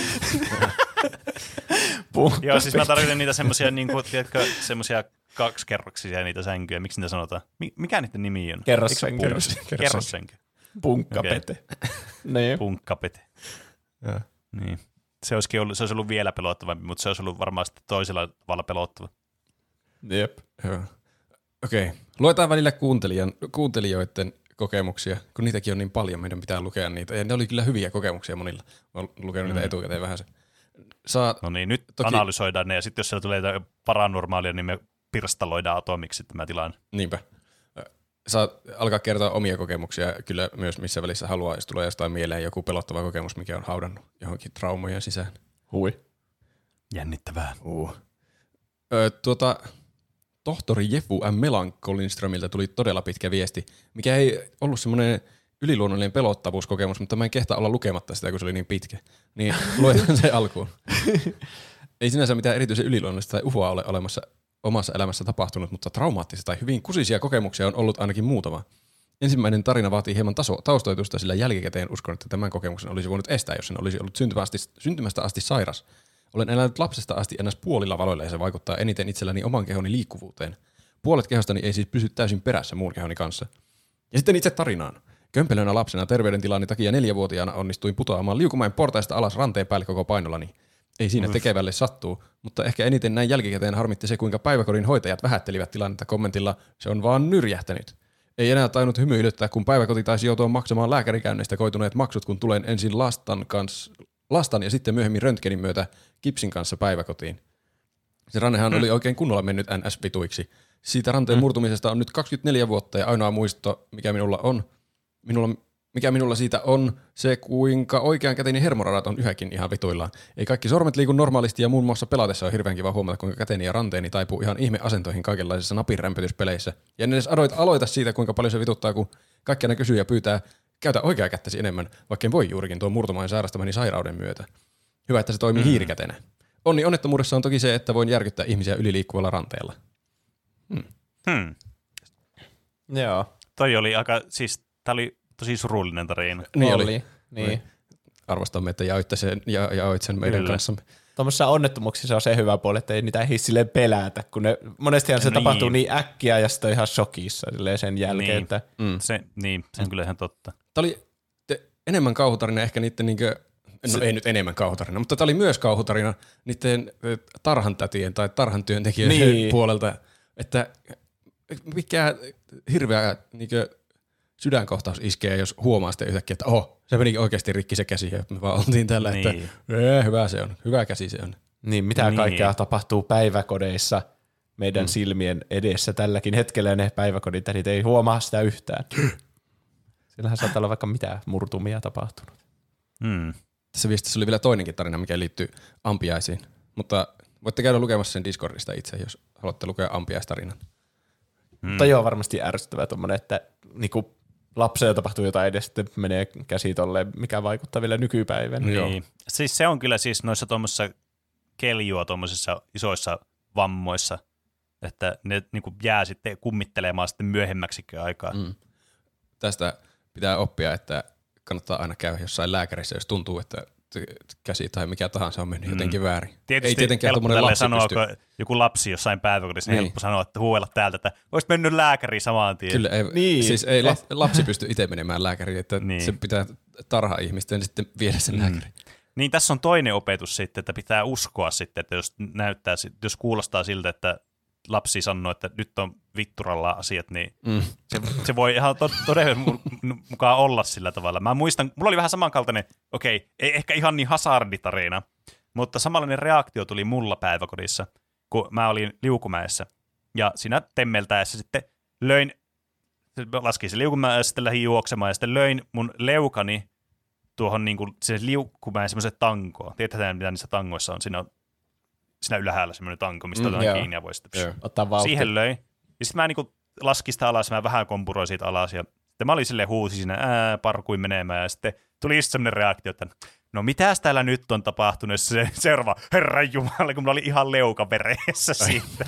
Joo, siis mä tarkoitan niitä semmosia, niinku, tiedätkö, semmosia 2-kerroksisia niitä sänkyjä. Miksi niitä sanotaan? Mikä niiden nimi on? Kerrossänky. Punkkapete. Okay. Punkkapete. Niin. Se olisi ollut vielä pelottavampi, mutta se olisi ollut varmaan sitten toisella tavalla pelottava. Jep. Okei. Luetaan välillä kuuntelijoiden kokemuksia, kun niitäkin on niin paljon, meidän pitää lukea niitä. Ja ne oli kyllä hyviä kokemuksia monilla. Mä oon lukenut niitä etukäteen vähän. No niin, nyt analysoidaan ne, ja sitten jos siellä tulee jotain paranormaalia, niin me pirstaloidaan atomiksi tämä tilanne. Niinpä. Saat alkaa kertoa omia kokemuksia kyllä myös missä välissä haluaa, jos tulee jostain mieleen joku pelottava kokemus, mikä on haudannut johonkin traumojen sisään. Hui. Jännittävää. Tohtori Jefu M. Melancholinströmiltä tuli todella pitkä viesti, mikä ei ollut semmoinen yliluonnollinen pelottavuuskokemus, mutta mä en kehtaa olla lukematta sitä, kun se oli niin pitkä. Niin luetaan se alkuun. Ei sinänsä mitään erityisen yliluonnollista tai ufoa ole olemassa omassa elämässä tapahtunut, mutta traumaattisia tai hyvin kusisia kokemuksia on ollut ainakin muutama. Ensimmäinen tarina vaatii hieman taustoitusta, sillä jälkikäteen uskon, että tämän kokemuksen olisi voinut estää, jos sen olisi ollut syntymästä asti sairas. Olen elänyt lapsesta asti ennäs puolilla valoilla ja se vaikuttaa eniten itselläni oman kehoni liikkuvuuteen. Puolet kehostani ei siis pysy täysin perässä muun kehoni kanssa. Ja sitten itse tarinaan. Kömpelönä lapsena terveydentilani takia 4-vuotiaana onnistuin putoamaan liukumäen portaista alas ranteen päälle koko painollani. Ei siinä tekevälle sattuu, mutta ehkä eniten näin jälkikäteen harmitti se, kuinka päiväkodin hoitajat vähättelivät tilannetta kommentilla, se on vaan nyrjähtänyt. Ei enää tainnut hymyilyttää, kun päiväkoti taisi joutua maksamaan lääkärikäynneistä koituneet maksut, kun tulen ensin lastan ja sitten myöhemmin röntgenin myötä kipsin kanssa päiväkotiin. Se rannehan oli oikein kunnolla mennyt NS-vituiksi. Siitä ranteen murtumisesta on nyt 24 vuotta ja ainoa muisto, mikä minulla siitä on, se kuinka oikean käteni hermoradat on yhäkin ihan vituillaan. Ei kaikki sormet liiku normaalisti ja muun muassa pelatessa on hirveän kiva huomata, kuinka käteni ja ranteeni taipuu ihan ihmeasentoihin kaikenlaisissa napinrämpötyspeleissä. Ja en edes aloita siitä, kuinka paljon se vituttaa, kun kaikki aina kysyy ja pyytää, käytä oikeaa kättäsi enemmän, vaikka en voi juurikin tuon murtumaan sairastamani sairauden myötä. Hyvä, että se toimii hiirikätenä. Onni onnettomuudessa on toki se, että voin järkyttää ihmisiä yliliikkuvalla ranteella. Joo. Toi oli aika, siis tää oli tosi surullinen tarina. Niin oli. Niin. Arvostamme, että jaoit sen meidän kanssamme. Tuommoisissa onnettomuuksissa on se hyvä puoli, että ei niitä silleen pelätä, kun ne, monestihan se tapahtuu niin äkkiä ja sitten on ihan shokissa sen jälkeen. Niin. Että... Se on kyllä ihan totta. Tämä oli enemmän kauhutarina ehkä niiden ei nyt enemmän kauhutarina, mutta tämä oli myös kauhutarina niiden tarhantätien tai tarhantyöntekijöiden puolelta, että mikä hirveä sydänkohtaus iskee, jos huomaa sitten yhtäkkiä, että se menikin oikeasti rikki se käsi, ja me vaan oltiin tällä, että hyvä se on, hyvä käsi se on. Niin, mitä kaikkea tapahtuu päiväkodeissa meidän silmien edessä tälläkin hetkellä, ja ne päiväkodintädit ei huomaa sitä yhtään. Siellähän saattaa olla vaikka mitä murtumia tapahtunut. Tässä viestissä oli vielä toinenkin tarina, mikä liittyy ampiaisiin, mutta voitte käydä lukemassa sen Discordista itse, jos haluatte lukea ampiaistarinan. Mutta joo, varmasti ärsyttävää tuommoinen, että niinku lapsella tapahtuu jotain edes, sitten menee käsi tolleen, mikä vaikuttaa vielä nykypäivänä. Niin. Joo. Siis se on kyllä siis noissa tuommoisissa keljua tuommoisissa isoissa vammoissa, että ne niinku jää sitten kummittelemaan sitten myöhemmäksikin aikaa. Tästä pitää oppia, että kannattaa aina käydä jossain lääkärissä, jos tuntuu, että käsi tai mikä tahansa on mennyt jotenkin väärin. Tietysti ei tietenkään tuommoinen lapsi sanoa, kun joku lapsi jossain päiväkodissa, niin helppo sanoa, että huuella täältä, että olisit mennyt lääkäriin samaan tien. Kyllä, siis ei lapsi pysty itse menemään lääkäriin, että se pitää tarha-ihmisten sitten viedä sen lääkäriin. Niin tässä on toinen opetus sitten, että pitää uskoa sitten, että jos kuulostaa siltä, että lapsi sanoo, että nyt on vitturalla asiat, niin se voi ihan todella mukaan olla sillä tavalla. Mä muistan, mulla oli vähän samankaltainen, ei ehkä ihan niin hazarditarina, mutta samanlainen reaktio tuli mulla päiväkodissa, kun mä olin Liukumäessä. Ja siinä temmeltäessä sitten laskin se Liukumäen ja sitten lähdin juoksemaan ja sitten löin mun leukani tuohon niin kuin se Liukumäen semmoisen tankoon. Tiedätkö mitä niissä tangoissa on? Siinä ylhäällä semmoinen tanko, mistä otetaan kiinni ja voi sitten siihen löin. Ja sitten mä niinku laskin sitä alas, mä vähän kompuroin siitä alas ja sitten mä olin silleen huusi siinä, parkuin menemään ja sitten tuli just semmoinen reaktio, että no mitäs täällä nyt on tapahtunut, se seuraava, herranjumala, kun mulla oli ihan leuka veressä siitä.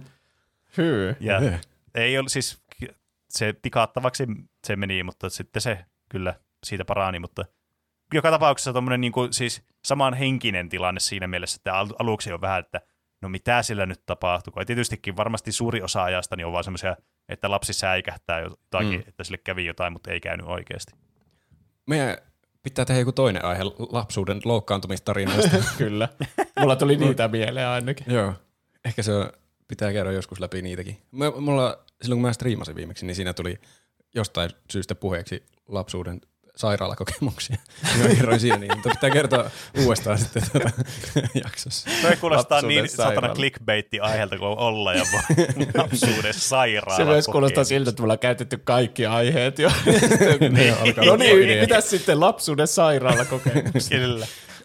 Ja ei ollut siis, se tikattavaksi se meni, mutta sitten se kyllä siitä parani, mutta joka tapauksessa tommoinen niinku siis samanhenkinen tilanne siinä mielessä, että aluksi on vähän, että no mitä sillä nyt tapahtuu. Ja tietystikin varmasti suuri osa ajasta niin on vaan semmoisia, että lapsi säikähtää jotakin, että sille kävi jotain, mutta ei käynyt oikeasti. Meidän pitää tehdä joku toinen aihe lapsuuden loukkaantumistarinoista. Kyllä. Mulla tuli niitä mieleen ainakin. Joo. Ehkä se pitää käydä joskus läpi niitäkin. Silloin kun mä striimasin viimeksi, niin siinä tuli jostain syystä puheeksi lapsuuden sairaalakokemuksia. Mä kerroin siinä niin, mutta pitää kertoa uudestaan sitten jaksossa. Toi kuulostaa niin satana clickbait-aiheelta kuin olla ja lapsuuden sairaala. Se myös kuulostaa siltä, että mulla on käytetty kaikki aiheet jo. No niin, mitäs sitten lapsuuden sairaalakokemuksia? Kyllä.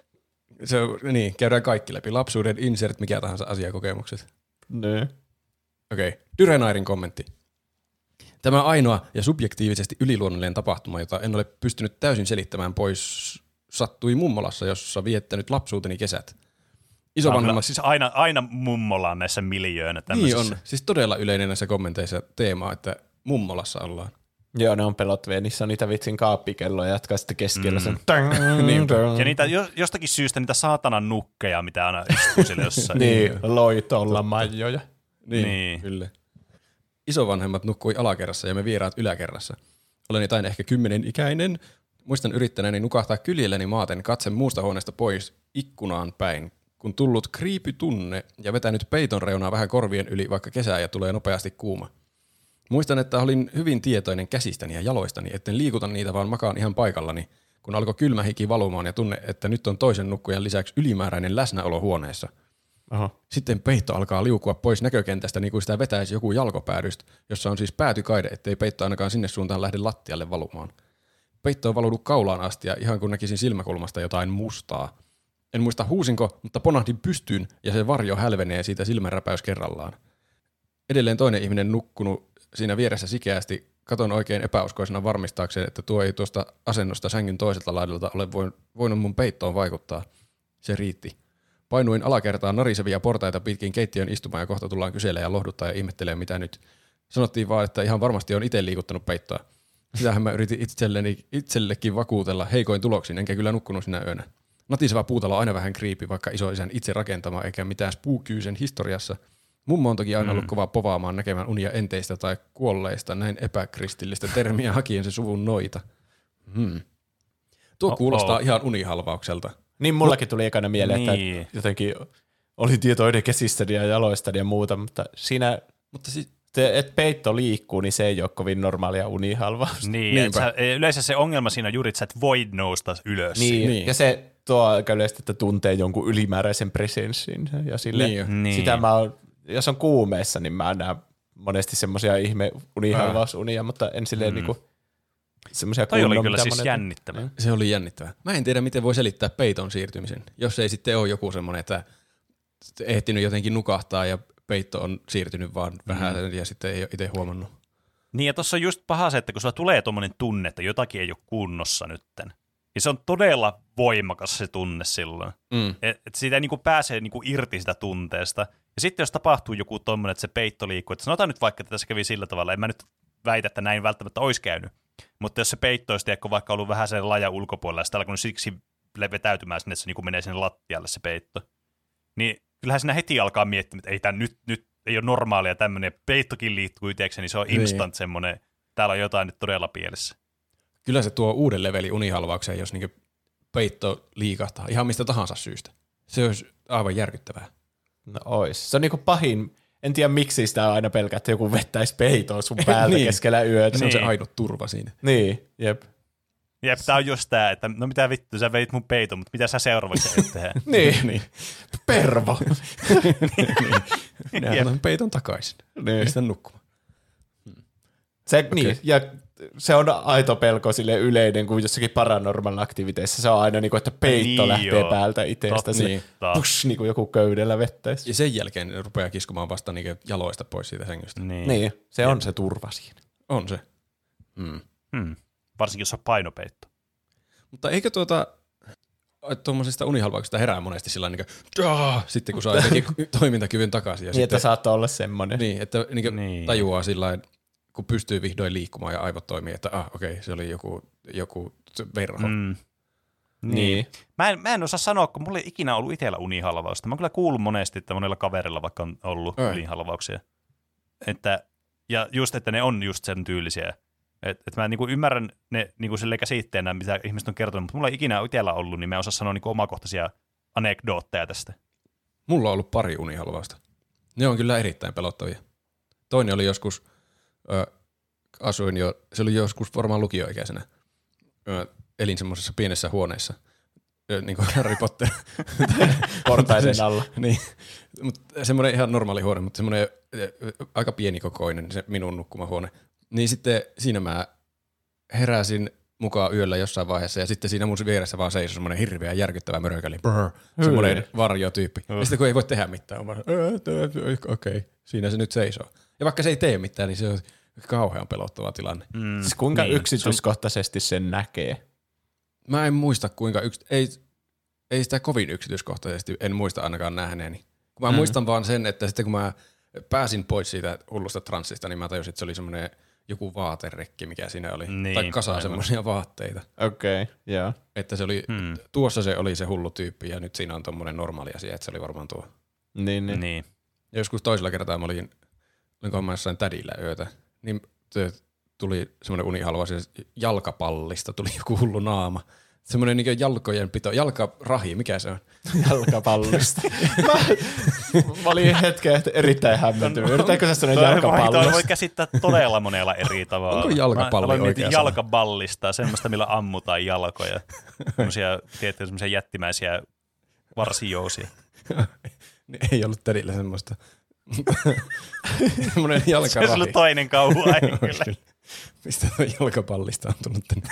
Niin, käydään kaikki läpi. Lapsuuden insert, mikä tahansa asiakokemukset. Okei. Dyrenairin kommentti. Tämä ainoa ja subjektiivisesti yliluonnollinen tapahtuma, jota en ole pystynyt täysin selittämään pois, sattui mummolassa, jossa viettänyt lapsuuteni kesät. Isovanhemmat... Siis aina mummola on näissä miljöönä tämmöisissä. Niin on. Siis todella yleinen näissä kommenteissa teema, että mummolassa ollaan. Joo, ne on pelottavia. Niissä on niitä vitsin kaappikelloja, jotka sitten keskellä sen... Ja niitä jostakin syystä niitä saatanan nukkeja, mitä aina istuu sille jossain. Niin, loitolla majoja. Niin, kyllä. Isovanhemmat nukkui alakerrassa ja me vieraat yläkerrassa. Olen jotain ehkä 10-ikäinen. Muistan yrittäneeni nukahtaa kyljelleni maaten katse muusta huoneesta pois ikkunaan päin, kun tullut kriipy-tunne ja vetänyt peiton reunaa vähän korvien yli, vaikka kesää ja tulee nopeasti kuuma. Muistan, että olin hyvin tietoinen käsistäni ja jaloistani, etten liikuta niitä, vaan makaan ihan paikallani, kun alkoi kylmä hiki valumaan ja tunne, että nyt on toisen nukkujan lisäksi ylimääräinen läsnäolo huoneessa. Aha. Sitten peitto alkaa liukua pois näkökentästä, niin kuin sitä vetäisi joku jalkopäädystä, jossa on siis päätykaide, ettei peitto ainakaan sinne suuntaan lähde lattialle valumaan. Peitto on valunut kaulaan asti ja ihan kun näkisin silmäkulmasta jotain mustaa. En muista huusinko, mutta ponahdin pystyyn ja se varjo hälvenee siitä silmänräpäys kerrallaan. Edelleen toinen ihminen nukkunut siinä vieressä sikeästi. Katon oikein epäuskoisena varmistaakseen, että tuo ei tuosta asennosta sängyn toiselta laidalta ole voinut mun peittoon vaikuttaa. Se riitti. Painuin alakertaan narisevia portaita pitkin keittiön istumaan ja kohta tullaan kyselemään ja lohduttaa ja ihmettelee mitä nyt. Sanottiin vaan, että ihan varmasti on itse liikuttanut peittoa. Sitähän mä yritin itsellekin vakuutella heikoin tuloksin, enkä kyllä nukkunut sinä yönä. Natiseva puutalo aina vähän kriipi, vaikka isoisän itse rakentama eikä mitään spookyysen historiassa. Mummo on toki aina ollut kova povaamaan näkemään unia enteistä tai kuolleista, näin epäkristillistä termiä hakien se suvun noita. Tuo kuulostaa ihan unihalvaukselta. Niin mullakin tuli ekana mieleen, että jotenkin oli tietoinen käsistäni ja jaloistani ja muuta, mutta siinä, että peitto liikkuu, niin se ei ole kovin normaalia unihalvausta. Niin, yleensä se ongelma siinä on juuri, että sä et voi nousta ylös. Niin. Ja se tuo aika yleisesti, että tuntee jonkun ylimääräisen presenssin. Ja sitä mä oon, jos on kuumeessa, niin mä näen monesti semmoisia ihme unihalvausunia, mutta en silleen niinku semmoisia kunnon. Toi oli kyllä siis jännittävä. Se oli jännittävä. Mä en tiedä, miten voi selittää peiton siirtymisen, jos ei sitten ole joku semmoinen, että ehtinyt jotenkin nukahtaa ja peitto on siirtynyt vaan vähän ja sitten ei ole itse huomannut. Niin ja tuossa on just paha se, että kun sulla tulee tommonen tunne, että jotakin ei ole kunnossa nytten, niin se on todella voimakas se tunne silloin. Että siitä ei niinku pääse niinku irti sitä tunteesta. Ja sitten jos tapahtuu joku tommonen, että se peitto liikkuu, että sanotaan nyt vaikka, että tässä kävi sillä tavalla, en mä nyt väitä, että näin välttämättä olisi käynyt, mutta jos se peitto olisi vaikka ollut vähän sen lajan ulkopuolella ja sitä alkanut siksi vetäytymään sinne, että se niinku menee sinne lattialle se peitto, niin kyllähän siinä heti alkaa miettiä, että ei tämä nyt ei ole normaalia tämmöinen, peittokin liittyy itsekseen, niin se on instant semmoinen, täällä on jotain nyt todella pielessä. Kyllä se tuo uuden levelin unihalvaukseen, jos niinku peitto liikahtaa ihan mistä tahansa syystä. Se olisi aivan järkyttävää. No ois. Se on niinku pahin, en tiedä miksi sitä aina pelkää, että joku vettäisi peitoon sun päältä keskellä yötä. Se on se ainut turva siinä. Niin, jep. Jep, tää on just tää, että no mitä vittu, sä veit mun peiton, mutta mitä sä seuraavaksi et tehdä? niin. Pervo. Minä otan peiton takaisin. Niin. Sitä nukkumaan. Niin, ja se on aito pelko sille yleinen kuin jossakin paranormal aktiviteissa. Se on aina niin kuin, että peitto lähtee päältä itsestä. Push, niin kuin joku köydellä vettäisi. Ja sen jälkeen rupeaa kiskumaan vasta niin jaloista pois siitä sängystä. Niin, se on se turva siinä. On se. Varsinkin jos on painopeitto. Mutta eikö tuommoisesta unihalvauksesta herää monesti sillä tavalla, sitten kun saa jotenkin toimintakyvyn takaisin. Ja niin, sitten, että saattaa olla semmoinen. Niin, että tajuaa sillä tavalla, kun pystyy vihdoin liikkumaan ja aivot toimii, että okei, se oli joku verho. Niin. Mä en osaa sanoa, kun mulla ei ikinä ollut itsellä unihalvausta. Mä oon kyllä kuullut monesti, että monella kaverilla vaikka on ollut unihalvauksia. Ja just, että ne on just sen tyylisiä. Että mä niinku ymmärrän ne niinku silleen käsitteenä, mitä ihmiset on kertonut, mutta mulla ei ikinä itsellä ollut, niin mä en osaa sanoa niinku omakohtaisia anekdootteja tästä. Mulla on ollut pari unihalvausta. Ne on kyllä erittäin pelottavia. Toinen oli joskus, se oli joskus varmaan lukioikäisenä. Elin semmoisessa pienessä huoneessa, niin kuin Harry Potter. Portaiden alla. Niin, mutta semmoinen ihan normaali huone, mutta semmoinen aika pienikokoinen se minun nukkumahuone. Niin sitten siinä mä heräsin mukaan yöllä jossain vaiheessa ja sitten siinä mun vieressä vaan seisoi semmoinen hirveä järkyttävä mörökäli. Semmoinen varjotyyppi. Ja sitten kun ei voi tehdä mitään, on vaan okei, siinä se nyt seisoo. Ja vaikka se ei tee mitään, niin se on kauhean pelottava tilanne. Siis kuinka yksityiskohtaisesti sen näkee? Mä en muista kuinka ei sitä kovin yksityiskohtaisesti, en muista ainakaan nähneeni. Mä muistan vaan sen, että sitten kun mä pääsin pois siitä hullusta transsista, niin mä tajusin, että se oli semmoinen joku vaaterekki, mikä siinä oli. Niin, tai kasa semmoisia vaatteita. Okei, joo. Että se oli, tuossa se oli se hullu tyyppi ja nyt siinä on tommonen normaali asia, että se oli varmaan tuo. Niin. Ja joskus toisella kertaa mä olinkohan mä jossain tädillä yötä, niin tuli semmoinen unihalvaus ja jalkapallista tuli joku hullu naama. Semmoinen niin jalkojen pito, jalkarahi, mikä se on? Jalkapallista. mä olin hetken erittäin hämmentynyt. Yritätkö sä sanoa jalkapallosta? Voi käsittää todella monella eri tavalla. Onko jalkapalli oikea sana? Jalkaballista, semmoista, millä ammutaan jalkoja. Semmoisia jättimäisiä varsijousia. Ei ollut tädillä semmoista. Semmoinen jalkarahi. Se on ollut toinen kauhuaihe kyllä. Mistä tuo jalkapallista on tullut tänne?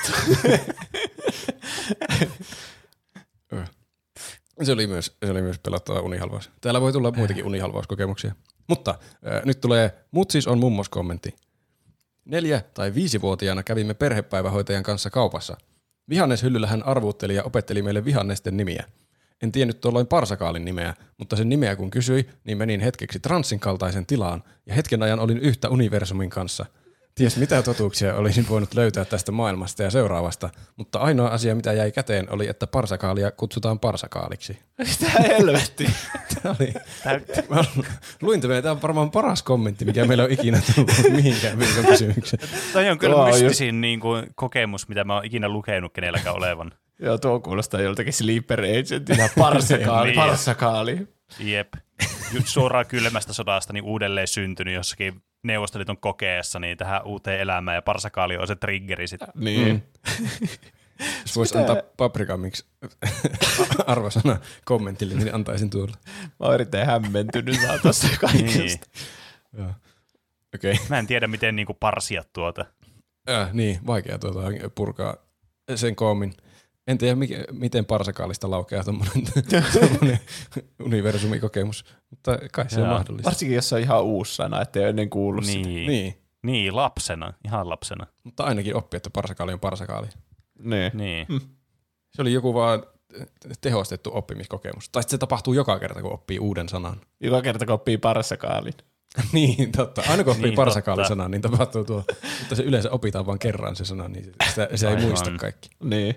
Se oli myös pelottava unihalvaus. Täällä voi tulla muitakin unihalvauskokemuksia. Mutta nyt tulee mut siis on mummos kommentti. 4- tai 5-vuotiaana kävimme perhepäivähoitajan kanssa kaupassa. Vihanneshyllyllä hän arvuutteli ja opetteli meille vihannesten nimiä. En tiennyt tuolloin parsakaalin nimeä, mutta sen nimeä kun kysyi, niin menin hetkeksi transsin kaltaisen tilaan ja hetken ajan olin yhtä universumin kanssa. Ties mitä totuuksia olisin voinut löytää tästä maailmasta ja seuraavasta, mutta ainoa asia mitä jäi käteen oli, että parsakaalia kutsutaan parsakaaliksi. Mitä helvetti? Mä luin tämän, tämä on varmaan paras kommentti, mikä meillä on ikinä tullut mihinkään viikon kysymykseen. Toi on kyllä mystisin niin kuin, kokemus, mitä mä oon ikinä lukenut kenelläkään olevan. Joo, tuo kuulostaa joltakin Sleeper Agentilta. Parsakaali. Jep. Just suoraan kylmästä sodasta niin uudelleen syntynyt jossakin Neuvostoliiton kokeessa niin tähän uuteen elämään ja parsakaali on se triggeri sitten. Niin. Jos voisi antaa Paprika miksi arvosana kommentille, niin antaisin tuolla. Mä oon erittäin hämmentynyt vaan tuossa kaikesta. Niin. Okay. Mä en tiedä, miten niinku parsia tuota. Niin, vaikea purkaa sen koomin. En tiedä, miten parsakaalista laukeaa tommonen universumikokemus, mutta kai se on mahdollista. Varsinkin, jos se on ihan uusi sana, ettei ole ennen kuullut sitä. Niin, lapsena, ihan lapsena. Mutta ainakin oppi, että parsakaali on parsakaali. Niin. Se oli joku vaan tehostettu oppimiskokemus. Tai se tapahtuu joka kerta, kun oppii uuden sanan. Joka kerta, kun oppii parsakaalin. Niin, totta. Aina kun oppii parsakaalisanan, niin tapahtuu tuo. Mutta se yleensä opitaan vain kerran se sana, niin se ei muista kaikki. Niin.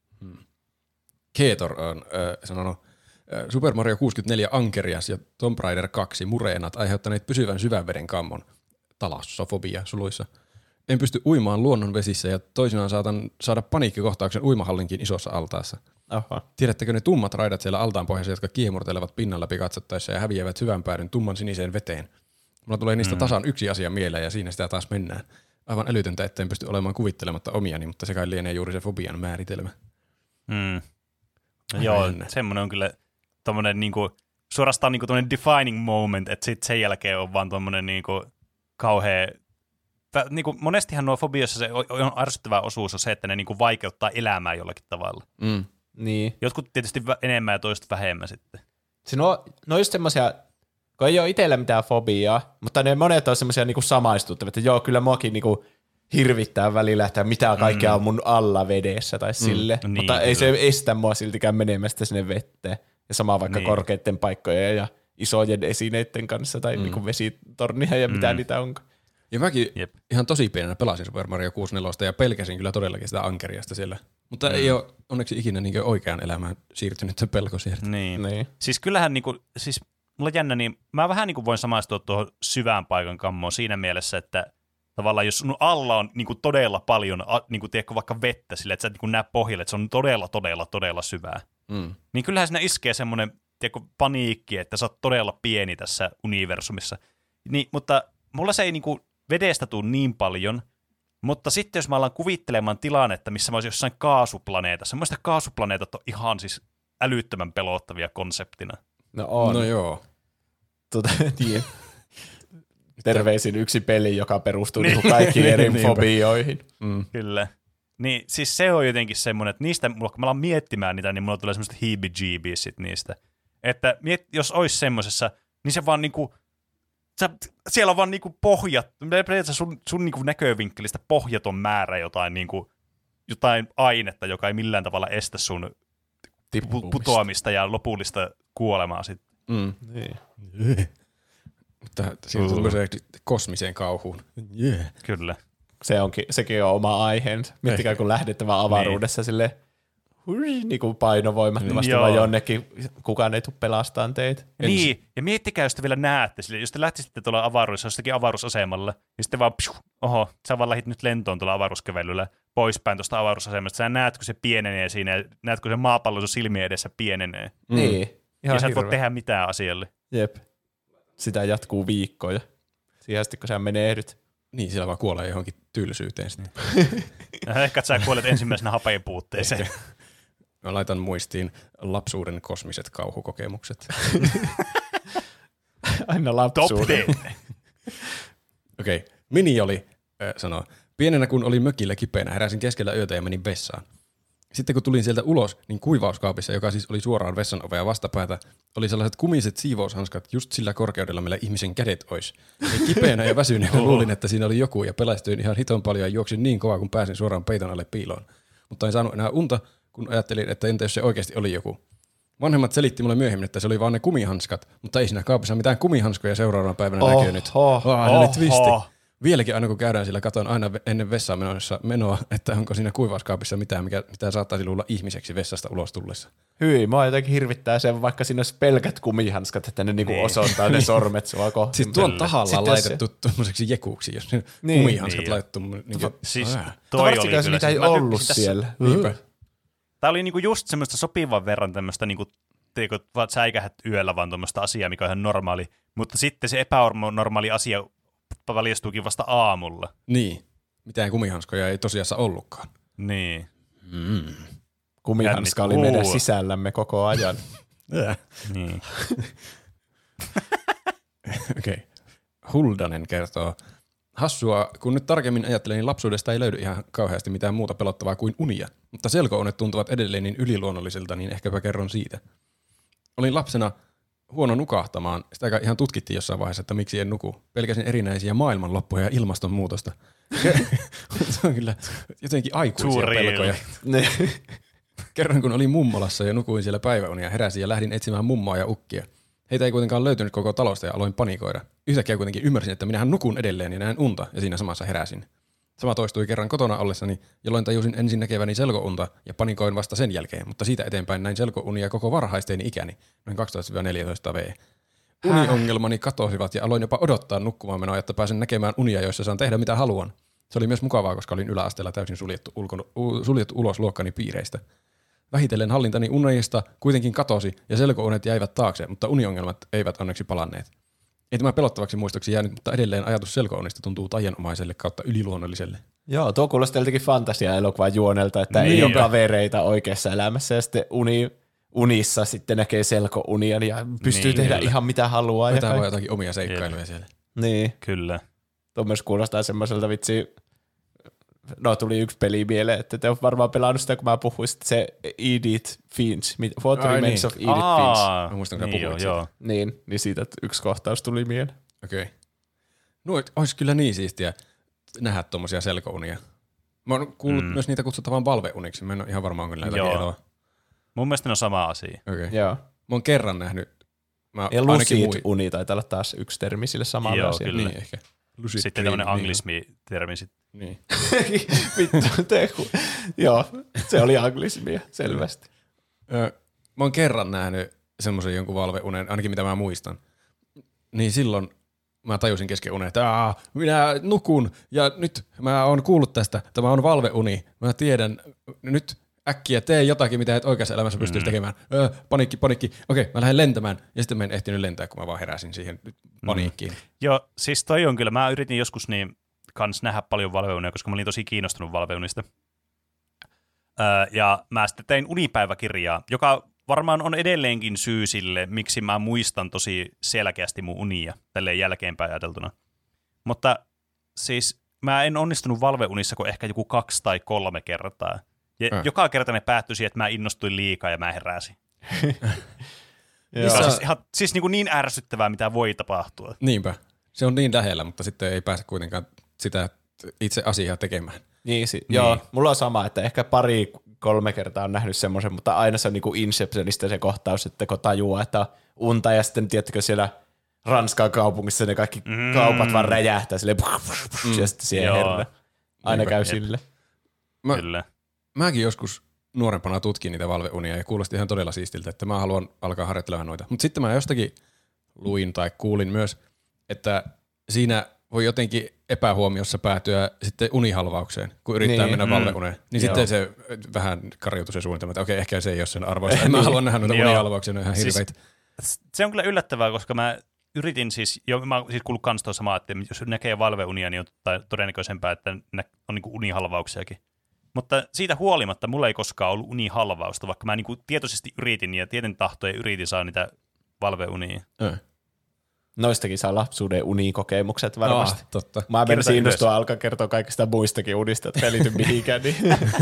Keetor on sanonut, Super Mario 64 Ankerias ja Tomb Raider 2 Mureenat aiheuttaneet pysyvän syvänveden kammon. Talassofobia suluissa. En pysty uimaan luonnonvesissä ja toisinaan saatan saada paniikkikohtauksen uimahallinkin isossa altaassa. Aha. Tiedättekö ne tummat raidat siellä altaan pohjassa, jotka kiemurtelevat pinnan läpi katsottaessa ja häviävät syvän päädyn tumman siniseen veteen? Mulla tulee niistä tasan yksi asia mieleen ja siinä sitä taas mennään. Aivan älytöntä, etten pysty olemaan kuvittelematta omiani, mutta se kai lienee juuri se fobian määritelmä. Joo, semmoinen on kyllä tommonen niinku, suorastaan niinku tommonen defining moment, että sit sen jälkeen on vaan tommonen niinku kauhea. Niinku, monestihan nuo fobioissa se on ärsyttävä osuus on se, että ne niinku vaikeuttaa elämää jollakin tavalla. Niin. Jotkut tietysti enemmän ja toiset vähemmän sitten. Ne on just semmosia, kun ei ole itsellä mitään fobiaa, mutta ne monet on semmosia niinku samaistuttavia, että joo, kyllä muakin niinku hirvittää välillä, että mitä kaikkea on mun alla vedessä tai sille, niin, mutta ei se estä mua siltikään menemästä sinne vetteen. Ja sama vaikka korkeiden paikkojen ja isojen esineiden kanssa tai niinku vesitornia ja mitä niitä onkaan. Ja mäkin ihan tosi pienenä pelasin Super Mario 64 ja pelkäsin kyllä todellakin sitä ankeriasta siellä. Mutta ei ole onneksi ikinä niin oikeaan elämään siirtynyt se pelko sieltä. Niin. Siis kyllähän niinku, siis mulla jännä, niin mä vähän niinku voin samaistua tuohon syvään paikan kammoon siinä mielessä, että tavallaan jos sun alla on niinku todella paljon, niinku tiedätkö, vaikka vettä sille, että sä et niinku näe pohjalle, että se on todella syvää. Niin kyllähän siinä iskee semmoinen paniikki, että sä oot todella pieni tässä universumissa. Niin, mutta mulla se ei niinku vedestä tule niin paljon, mutta sitten jos mä alan kuvittelemaan tilannetta, missä mä olisin jossain kaasuplaneetassa, mun mielestä kaasuplaneetat on ihan siis älyttömän pelottavia konseptina. No on. No joo. Niin. Terveisin yksi peli, joka perustuu niin kaikkiin eri fobioihin. Kyllä. Niin siis se on jotenkin semmoinen, että niistä, kun mä alan miettimään niitä, niin mulla tulee semmoiset heebie-jeebies niistä. Että jos olisi semmosessa, niin se vaan niinku siellä on vaan niinku pohjat, sun niinku näkövinkkelistä pohjaton määrä jotain ainetta, joka ei millään tavalla estä sun putoamista ja lopullista kuolemaa sitten. Niin. Mutta siinä tulee se kosmiseen kauhuun. Kyllä. Sekin on oma aiheensa. Miettikää, kun lähdette vaan avaruudessa silleen niin kuin painovoimattomasti vaan jonnekin, kukaan ei tule pelastamaan teitä. Niin, ja miettikää, jos te vielä näette, sille, jos te lähtisitte tuolla avaruudessa jostakin avaruusasemalla, ja sitten vaan, sä vaan lähdit nyt lentoon tuolla avaruuskävelyllä poispäin tuosta avaruusasemasta, sä näet, kun se pienenee siinä, ja näet, kun se maapallo sun silmien edessä pienenee. Niin. Ja sä et voi tehdä mitään asialle. Jep. Sitä jatkuu viikkoja. Siihen asti, kun sä menehdyt. Niin, siellä vaan kuolee johonkin tylsyyteen sitten. Ehkä sä kuolet ensimmäisenä hapen puutteeseen. Mä laitan muistiin lapsuuden kosmiset kauhukokemukset. Aina lapsuuden. Okei. Mini oli, sanoo, pienenä kun oli mökillä kipeänä, heräsin keskellä yötä ja menin vessaan. Sitten kun tulin sieltä ulos, niin kuivauskaapissa, joka siis oli suoraan vessan ovea vastapäätä, oli sellaiset kumiset siivoushanskat just sillä korkeudella, millä ihmisen kädet ois. Ja kipeänä ja väsyneenä luulin, että siinä oli joku ja pelästyin ihan hiton paljon ja juoksin niin kovaa, kun pääsin suoraan peiton alle piiloon. Mutta en saanut enää unta, kun ajattelin, että entä jos se oikeasti oli joku. Vanhemmat selitti mulle myöhemmin, että se oli vaan ne kumihanskat, mutta ei siinä kaapissa mitään kumihanskoja seuraavana päivänä näkynyt. Oli twisti. Vieläkin aina kun käydään sillä, katon aina ennen vessaan menoa, että onko siinä kuivauskaapissa mitään, mitä saattaisi luulla ihmiseksi vessasta ulos tullessa. Hyi, mua jotenkin hirvittää sen, vaikka siinä olisi pelkät kumihanskat, että ne niinku osoittaa ne sormet sua kohti. Siis tuon tahallaan laitettu tuommoiseksi jekuuksi, jos ne kumihanskat laitettu. Siis Toivottavasti niitä ei ollut siellä. Tämä oli niinku just semmoista sopivan verran tämmöistä, niinku, vaan säikähät yöllä vaan tuommoista asiaa, mikä on ihan normaali. Mutta sitten se epänormaali asia valjastuukin vasta aamulla. Niin. Mitään kumihanskoja ei tosiassa ollutkaan. Niin. Kumihanska oli meidän sisällämme koko ajan. Niin. Okei. Huldanen kertoo. Hassua, kun nyt tarkemmin ajattelen, niin lapsuudesta ei löydy ihan kauheasti mitään muuta pelottavaa kuin unia. Mutta selko-unet tuntuvat edelleen niin yliluonnollisilta, niin ehkäpä kerron siitä. Olin lapsena huono nukahtamaan. Sitä ihan tutkittiin jossain vaiheessa, että miksi en nuku. Pelkäsin erinäisiä maailmanloppuja ja ilmastonmuutosta. Se on kyllä jotenkin aikuisia pelkoja. Kerran kun olin mummolassa ja nukuin siellä päiväunia, heräsin ja lähdin etsimään mummoa ja ukkia. Heitä ei kuitenkaan löytynyt koko talosta ja aloin panikoida. Yhtäkkiä kuitenkin ymmärsin, että minähän nukun edelleen ja näen unta ja siinä samassa heräsin. Sama toistui kerran kotona ollessani, jolloin tajusin ensin näkeväni selkounta ja panikoin vasta sen jälkeen, mutta siitä eteenpäin näin selkounia koko varhaisteini ikäni, noin 12-14 V. Uniongelmani katosivat ja aloin jopa odottaa nukkumaan menoa, että pääsen näkemään unia, joissa saan tehdä mitä haluan. Se oli myös mukavaa, koska olin yläasteella täysin suljettu ulos luokkani piireistä. Vähitellen hallintani unista kuitenkin katosi ja selkounet jäivät taakse, mutta uniongelmat eivät onneksi palanneet. Ei tämä pelottavaksi muistoksi jäänyt, mutta edelleen ajatus selkounista tuntuu taianomaiselle kautta yliluonnolliselle. Joo, tuo kuulostaa jotenkin fantasia-elokuvan juonelta, että ei ole kavereita oikeassa elämässä ja sitten unissa sitten näkee selkounia ja pystyy tehdä ihan mitä haluaa. Vetää vaan jotakin omia seikkailuja siellä. Niin. Kyllä. Tuo myös kuulostaa semmoiselta No, tuli yksi peli mieleen, että te on varmaan pelannut sitä, kun mä puhuin se Edith Finch. What Remains of Edith Finch. Mä muistan, kun puhuit siitä. Niin siitä yksi kohtaus tuli mieleen. Okei. No, olisi kyllä niin siistiä nähdä tuommoisia selkounia. Mä oon kuullut myös niitä kutsuttavan valveuniksi. Mä en ole ihan varma, onko näitä eroa. Mun mielestä ne on sama asia. Okay. Joo. Mä oon kerran nähnyt. Ja lucid uni taitaa olla taas yksi termi sille samalle asialle. Kyllä. Niin, ehkä. Lucid sitten tämmöinen anglismi-termi sitten. Niin. Vittu, joo, se oli anglismia, selvästi. Mä oon kerran nähnyt semmoisen jonkun valveunen, ainakin mitä mä muistan. Niin silloin mä tajusin kesken unen, että minä nukun ja nyt mä oon kuullut tästä, tämä on valveuni. Mä tiedän, nyt äkkiä tee jotakin, mitä et oikeassa elämässä pystyisi tekemään. Panikki. Okei, mä lähden lentämään. Ja sitten mä en ehtinyt lentää, kun mä vaan heräsin siihen paniikkiin. Joo, siis toi on kyllä. Mä yritin joskus kans nähdä paljon valveunia, koska mä olin tosi kiinnostunut valveunista. Ja mä sitten tein unipäiväkirjaa, joka varmaan on edelleenkin syy sille, miksi mä muistan tosi selkeästi mun unia, tälleen jälkeenpäin ajateltuna. Mutta siis mä en onnistunut valveunissa kuin ehkä joku 2 tai 3 kertaa. Ja joka kerta ne päättyi siihen, että mä innostuin liikaa ja mä heräsin. Se on siis niin ärsyttävää, mitä voi tapahtua. Niinpä. Se on niin lähellä, mutta sitten ei pääse kuitenkaan sitä itse asiaa tekemään. Niin. Joo, mulla on sama, että ehkä 2-3 kertaa on nähnyt semmoisen, mutta aina se on niinku Inceptionista se kohtaus, että kun tajuaa, että unta ja sitten tiedättekö siellä Ranskan kaupungissa ne kaikki kaupat vaan räjähtää silleen ja sitten siihen herra. Aina käy sille. Kyllä. Mäkin joskus nuorempana tutkin niitä valveunia ja kuulosti ihan todella siistiltä, että mä haluan alkaa harjoittelemaan noita. Mutta sitten mä jostakin luin tai kuulin myös, että siinä voi jotenkin epähuomiossa päätyä sitten unihalvaukseen, kun yrittää mennä valveuneen. Niin sitten se vähän karjoutui se suunnitelma, että okei, ehkä se ei ole sen arvoista. En mä halua nähdä noita unihalvauksia, ne on ihan hirveitä. Se on kyllä yllättävää, koska mä yritin mä oon siis kuullut kans tuo samaa, että jos näkee valveunia, niin on todennäköisempää, että on niinku unihalvauksiakin. Mutta siitä huolimatta mulla ei koskaan ollut unihalvausta, vaikka mä niinku tietoisesti yritin ja tieten tahtoja yritin saa niitä valveunia. Noistakin saa lapsuuden unikokemukset varmasti. Totta. Mä menisin innostua alkaa kertoa kaikista muistakin unista, että pelity mihinkään. Niin.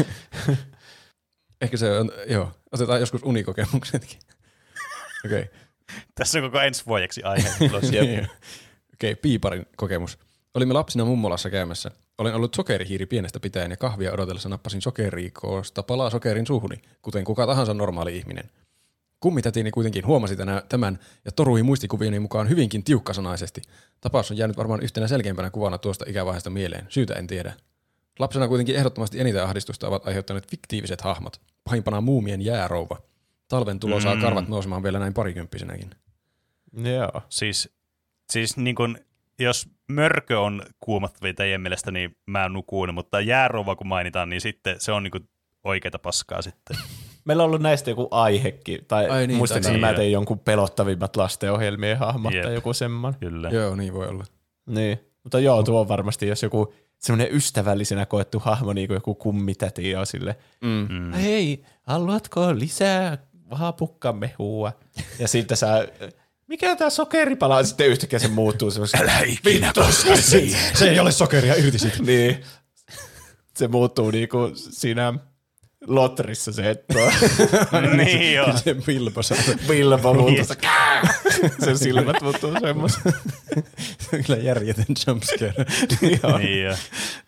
Ehkä se on, otetaan joskus unikokemuksetkin. Okei. Okay. Tässä on koko ensi vuodeksi aihe. Okei, piiparin kokemus. Olimme lapsina mummolassa käymässä. Olen ollut sokerihiiri pienestä pitäen ja kahvia odotellessa nappasin sokerikoosta palaa sokerin suuhuni, kuten kuka tahansa normaali ihminen. Kummitätini kuitenkin huomasi tämän ja torui muistikuvieni mukaan hyvinkin tiukkasanaisesti. Tapaus on jäänyt varmaan yhtenä selkeimpänä kuvana tuosta ikävaiheesta mieleen. Syytä en tiedä. Lapsena kuitenkin ehdottomasti eniten ahdistusta ovat aiheuttaneet fiktiiviset hahmot. Pahimpana muumien jäärouva. Talven tulo saa karvat nousemaan vielä näin parikymppisenäkin. Joo. Siis niin kun, jos mörkö on kuumottavia teidän mielestä, niin mä nukuun, mutta jäärouva kun mainitaan, niin sitten se on niin kuin oikeata paskaa sitten. Meillä on ollut näistä joku aihekin, tai niin, muistaakseni mä tein jonkun pelottavimmat lastenohjelmien hahmot tai joku semmoinen. Kyllä. Joo, niin voi olla. Niin, mutta joo, tuo on varmasti, jos joku semmoinen ystävällisenä koettu hahmo, niin kuin joku kummitäti on sille, hei, haluatko lisää hapukkamehua? Ja sitten sä, mikä tää sokeripala? Sitten yhtäkkiä se muuttuu semmoisen, älä ikinä koska siihen. Se ei ole sokeria, irti siitä. Niin, se muuttuu niinku siinä Lotrissa se, että niin joo. Se Bilbo muuttuu, sen silmät muuttuu semmoisen. Se on kyllä järjetön jumpscare. Niin joo.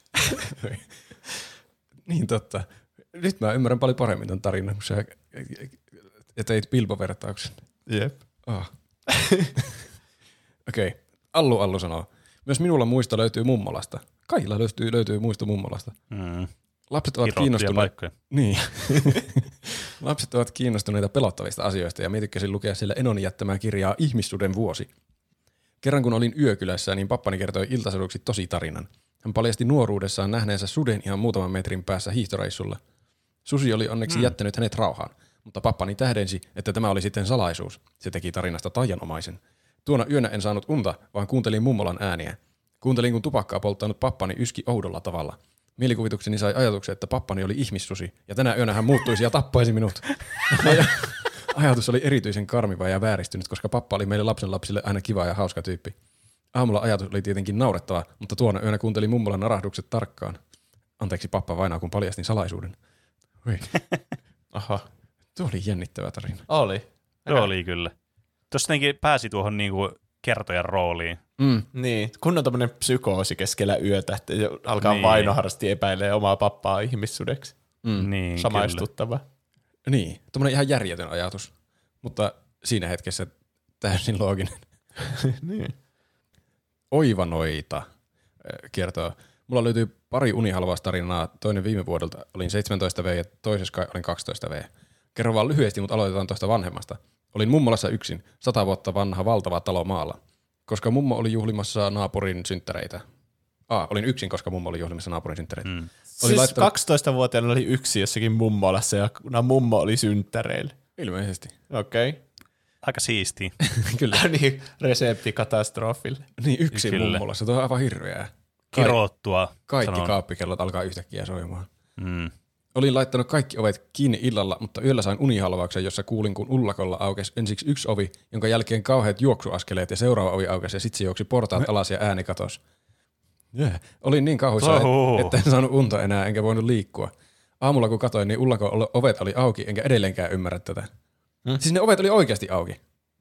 Niin totta. Nyt mä ymmärrän paljon paremmin ton tarinan, kun sä teit Bilbo-vertauksen. Jep. Okei. Allu sanoo. Myös minulla muisto löytyy mummolasta. Kaikilla löytyy muisto mummolasta. Lapset ovat kiinnostuneita. Niin. Lapset ovat kiinnostuneita pelottavista asioista ja minä tykkäsin lukea siellä Enoni jättämää kirjaa Ihmissuden vuosi. Kerran kun olin yökylässä, niin pappani kertoi iltasaduksi tosi tarinan. Hän paljasti nuoruudessaan nähneensä suden ihan muutaman metrin päässä hiihtoreissulla. Susi oli onneksi jättänyt hänet rauhaan, mutta pappani tähdensi, että tämä oli sitten salaisuus. Se teki tarinasta taianomaisen. Tuona yönä en saanut unta, vaan kuuntelin mummolan ääniä. Kuuntelin, kun tupakkaa polttanut pappani yski oudolla tavalla. Mielikuvitukseni sai ajatuksen, että pappani oli ihmissusi, ja tänä yönä hän muuttuisi ja tappaisi minut. Ajatus oli erityisen karmiva ja vääristynyt, koska pappa oli meille lapsenlapsille aina kiva ja hauska tyyppi. Aamulla ajatus oli tietenkin naurettava, mutta tuona yönä kuuntelin mummolan narahdukset tarkkaan. Anteeksi pappa vainaa, kun paljastin salaisuuden. Aha. Tuo oli jännittävä tarina. Oli. Tuo oli kyllä. Tuossa jotenkin pääsi tuohon niinku kertojan rooliin. Niin, kun on tämmöinen psykoosi keskellä yötä, että alkaa vainoharrasti epäilee omaa pappaa ihmissudeksi. Niin, samaistuttava. Niin, tuommoinen ihan järjetön ajatus, mutta siinä hetkessä täysin looginen. Niin. Oivanoita kertoo. Mulla löytyy pari unihalvaustarinaa, toinen viime vuodelta olin 17V ja toisessa olin 12V. Kerron vaan lyhyesti, mutta aloitetaan tuosta vanhemmasta. Olin mummolassa yksin, 100 vuotta vanha valtava talo maalla, koska mummo oli juhlimassa naapurin synttäreitä. Olin yksin, koska mummo oli juhlimassa naapurin synttäreitä. Siis 12-vuotiaana oli yksi jossakin mummolassa ja mummo oli synttäreillä. Ilmeisesti. Okei. Okay. Aika siistiä. Kyllä. Niin, resepti katastrofille. Niin, yksin mummolassa. Tuo on aivan hirveää. Kirottua. Kaikki kaappikellot alkaa yhtäkkiä soimaan. Olin laittanut kaikki ovet kiinni illalla, mutta yöllä sain unihalvauksen, jossa kuulin, kun ullakolla aukesi ensiksi yksi ovi, jonka jälkeen kauheat juoksuaskeleet ja seuraava ovi aukesi ja sitten se juoksi portaat alas ja ääni katosi. Olin niin kauhuissaan, että en saanut unta enää enkä voinut liikkua. Aamulla kun katoin, niin ullakon ovet oli auki enkä edelleenkään ymmärrä tätä. Siis ne ovet oli oikeasti auki.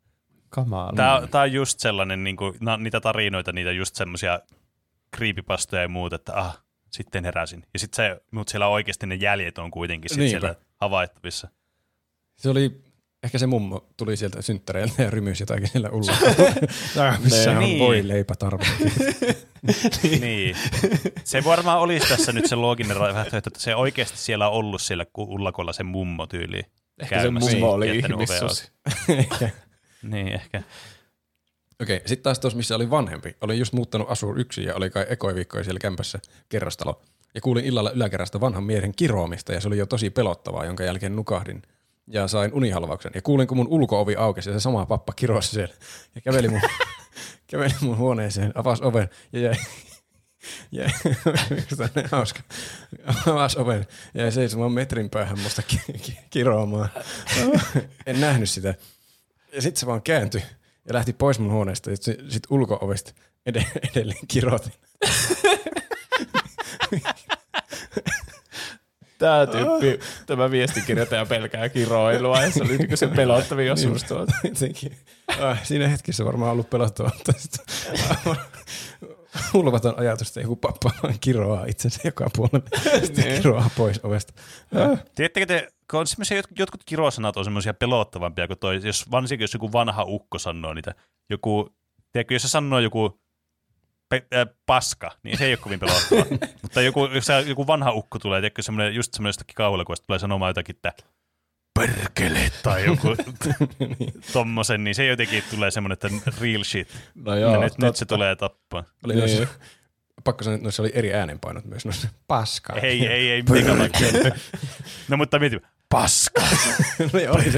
Kamala. Tää on just sellainen, niinku, niitä tarinoita, niitä just semmoisia creepypastoja ja muut, että sitten heräsin. Ja sitten mutta siellä oikeasti ne jäljet on kuitenkin sit siellä havaittavissa. Se oli, ehkä se mummo tuli sieltä synttäreiltä ja rymysi jotakin siellä ulla. Missä on voileipä tarvittiin. Niin. Se varmaan olisi tässä nyt se looginen vaihtoehto, että se oikeasti siellä on ollut siellä ullakolla se mummo tyyli. Ehkä se mummo oli ihmissusi. Niin, ehkä. Okei, sitten taas tuossa, missä oli vanhempi. Olin just muuttanut asuun yksin ja oli kai ekoiviikkoja siellä kämpässä kerrostalo. Ja kuulin illalla yläkerrasta vanhan miehen kiroamista ja se oli jo tosi pelottavaa, jonka jälkeen nukahdin. Ja sain unihalvauksen. Ja kuulin, kun mun ulko-ovi aukesi ja se sama pappa kirosi siellä. Ja käveli mun huoneeseen, avasi oven ja jäi hauska. Avasi oven ja jäi seisomaan metrin päähän musta kiroamaan. En nähnyt sitä. Ja sitten se vaan kääntyi ja lähti pois mun huoneesta. Ja sit ulko-ovesta edelleen kirotin. Tämä viestikirjoitaja pelkää kiroilua ja se oli niin se pelottavin osuus tuolta. Siinä hetkessä varmaan ollut pelottavaa, mutta hulvaton ajatus, että joku pappa kiroaa itsensä joka puolelle. Sitten kiroaa pois ovesta. Tiedättekö te, kun jotkut kirosanat on semmoisia pelottavampia kuin toi, varsinkin jos joku vanha ukko sanoo niitä. Tiedätkö, jos se sanoo joku paska, niin se ei ole kovin pelottava. Mutta jos joku vanha ukko tulee, tiedätkö, just semmoinen jostakin kauhulokuvasta tulee sanomaan jotakin, että perkele tai joku tommosen, niin se jotenkin tulee semmoinen, että real shit. No joo, nyt se tulee tappaa. Pakko sanoa, että noissa oli eri äänenpainot myös. Noissa paska. Ei. No mutta mieti, paska. Oli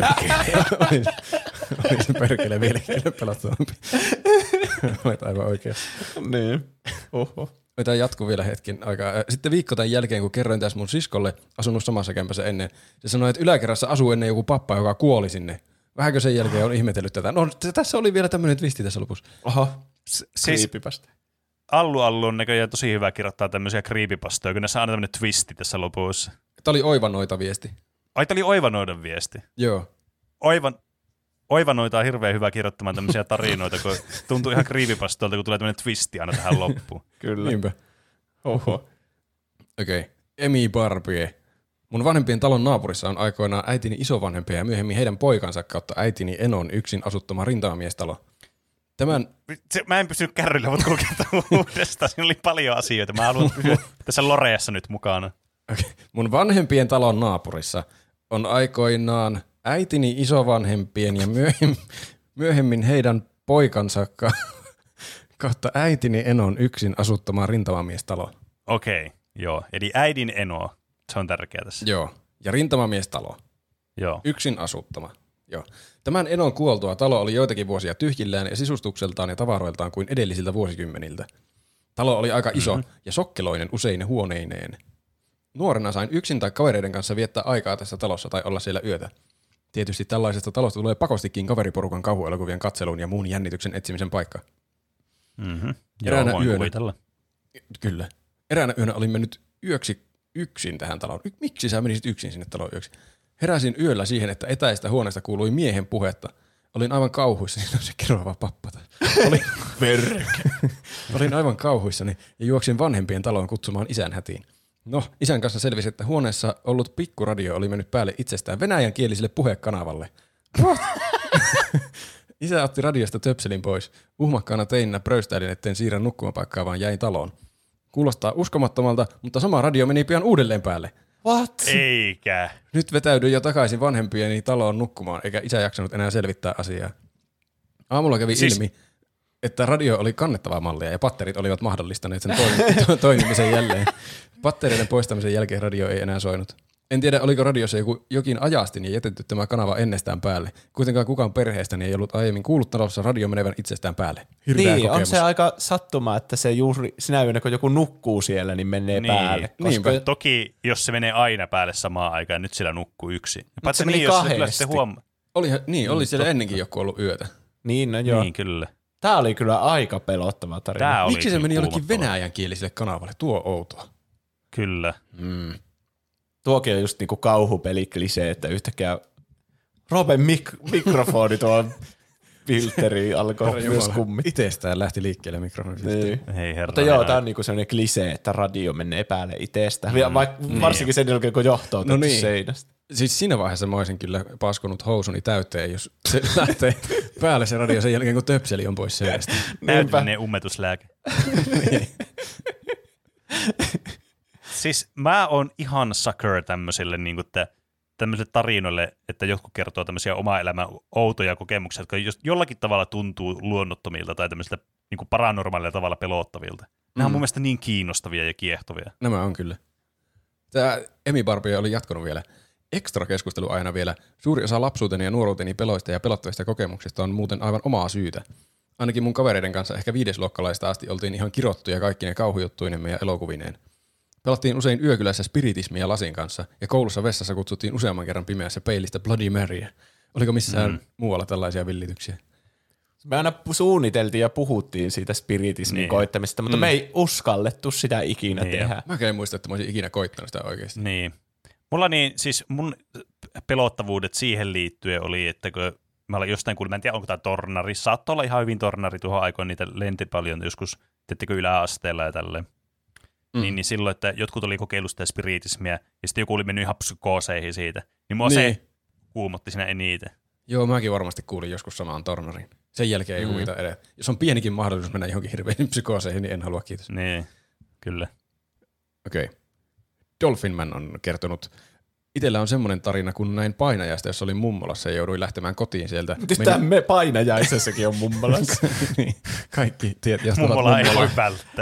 se perkele vieläkin pelottavampi. Olet aivan oikeassa. Niin. Oho. Tämä jatkuu vielä hetken aikaa. Sitten viikko tämän jälkeen, kun kerroin tässä mun siskolle, asunut samassa kämpässä ennen, se sanoi, että yläkerrassa asuu ennen joku pappa, joka kuoli sinne. Vähänkö sen jälkeen on ihmetellyt tätä? No tässä oli vielä tämmöinen twisti tässä lopussa. Oho, creepypasta. Allu on näköjään tosi hyvä kirjoittaa tämmöisiä creepypastoja, kun näissä on aina tämmöinen twisti tässä lopussa. Tämä oli oivanoita viesti. Ai, tämä oli oivanoiden viesti? Joo. Oivanoita on hirveän hyvä kirjoittamaan tämmöisiä tarinoita, kun tuntuu ihan creepypastolta, kun tulee tämmöinen twisti aina tähän loppuun. Kyllä. Niinpä. Oho. Okei. Emi Barbie. Mun vanhempien talon naapurissa on aikoinaan äitini isovanhempia ja myöhemmin heidän poikansa kautta äitini Enon yksin asuttama rintamamiestalo. Mä en pysynyt kärryllä, mutta kulketaan uudestaan. Siinä oli paljon asioita. Mä haluan pysyä tässä Loreassa nyt mukana. Okay. Mun vanhempien talon naapurissa on aikoinaan äitini isovanhempien ja myöhemmin heidän poikansa kautta äitini Enon yksin asuttama rintamamiestalo. Okei, joo. Eli äidin Eno, se on tärkeää tässä. Joo, ja rintamamiestalo. Joo. Yksin asuttama. Joo. Tämän Enon kuoltua talo oli joitakin vuosia tyhjillään ja sisustukseltaan ja tavaroiltaan kuin edellisiltä vuosikymmeniltä. Talo oli aika iso ja sokkeloinen useine huoneineen. Nuorena sain yksin tai kavereiden kanssa viettää aikaa tässä talossa tai olla siellä yötä. Tietysti tällaisesta talosta tulee pakostikin kaveriporukan kauhuelokuvien katseluun ja muun jännityksen etsimisen paikka. Mm-hmm. Eräänä Joo, yönä, kyllä. Eräänä yönä olin mennyt yöksi yksin tähän taloon. Miksi sä menisit yksin sinne taloon yöksi? Heräsin yöllä siihen, että etäistä huoneesta kuului miehen puhetta. Olin aivan kauhuissani, se kiroava pappa. Olin aivan kauhuissani ja juoksin vanhempien taloon kutsumaan isän hätiin. No, isän kanssa selvisi, että huoneessa ollut pikkuradio oli mennyt päälle itsestään venäjänkieliselle puhekanavalle. Isä otti radiosta töpselin pois. Uhmakkaana teininä pröystäilin, etten siirrä nukkumapaikkaa, vaan jäin taloon. Kuulostaa uskomattomalta, mutta sama radio meni pian uudelleen päälle. What? Eikä. Nyt vetäydyin jo takaisin vanhempieni taloon nukkumaan, eikä isä jaksanut enää selvittää asiaa. Aamulla kävi ilmi, että radio oli kannettavaa mallia ja patterit olivat mahdollistaneet sen toimimisen jälleen. Pattereiden poistamisen jälkeen radio ei enää soinut. En tiedä, oliko radiossa jokin ajastin ja jätetty tämä kanava ennestään päälle. Kuitenkaan kukaan perheestäni ei ollut aiemmin kuullut talossa radio menevän itsestään päälle. Hirveä niin, kokemus. on se aika sattuma, että se juuri sinä yönä, kun joku nukkuu siellä, niin menee päälle. Koska toki, jos se menee aina päälle samaan aikaan, nyt siellä nukkuu yksin. Mutta se meni kahdesti. Oli siellä ennenkin joku ollut yötä. Niin, no joo. Niin, kyllä. Tämä oli kyllä aika pelottava tarina. Miksi se meni jollekin venäjänkieliselle kanavalle? Tuo outoa. Kyllä. Tuokin on just niinku kauhupeliklisee, että yhtäkkiä Roben mikrofoni tuo filteri alkoi myös kummit. Itestään lähti liikkeelle mikrofonifilteri. Niin. Ei herra. Mutta joo, tää on niinku sellainen klisee, että radio menee päälle itsestä. Varsinkin sen jälkeen, kun johto on seinästä. Siis siinä vaiheessa mä olisin kyllä paskonut housuni täyteen, jos se lähtee päälle se radio sen jälkeen, kun töpseli on pois seinästä. Täydellinen ummetuslääke. Siis mä oon ihan sucker tämmöisille tämmöisille tarinoille, että jotkut kertoo tämmöisiä omaa elämän outoja kokemuksia, jotka jollakin tavalla tuntuu luonnottomilta tai tämmöisiltä niin paranormaalilla tavalla pelottavilta. Nämä on mun mielestä niin kiinnostavia ja kiehtovia. Nämä on kyllä. Tämä Emi Barbie oli jatkunut vielä. Ekstra keskustelu aina vielä. Suuri osa lapsuuteni ja nuoruuteni peloista ja pelottavista kokemuksista on muuten aivan omaa syytä. Ainakin mun kavereiden kanssa ehkä 5-luokkalaista asti oltiin ihan kirottuja kaikkine kauhujuttuinemme ja elokuvineen. Pelattiin usein yökylässä spiritismia lasin kanssa ja koulussa vessassa kutsuttiin useamman kerran pimeässä peilistä Bloody Maryä. Oliko missään muualla tällaisia villityksiä? Me aina suunniteltiin ja puhuttiin siitä spiritismin koittamisesta, mutta me ei uskallettu sitä ikinä tehdä. Mä en muista, että mä olisin ikinä koittanut sitä oikeasti. Niin. Siis mun pelottavuudet siihen liittyen oli, että kun mä olen jostain kuullut, mä en tiedä onko tämä tornari, saattoi olla ihan hyvin tornari tuohon aikoin, niitä lenti paljon joskus, teettekö yläasteella ja tälleen. Niin silloin, että jotkut oli kokeillut sitä spiritismiä ja sitten joku oli mennyt ihan psykooseihin siitä, niin mua se kuumotti siinä eniten. Joo, mäkin varmasti kuulin joskus samaan tornariin. Sen jälkeen ei huvita edes. Jos on pienikin mahdollisuus mennä johonkin hirveän psykooseihin, niin en halua, kiitos. Niin, kyllä. Okei. Dolphinman on kertonut, itsellä on semmoinen tarina, kun näin painajaista, jossa olin mummolassa ja jouduin lähtemään kotiin sieltä. Mutta me painajaisessakin on mummolassa. Niin, kaikki tiet mummola ei voi välttää.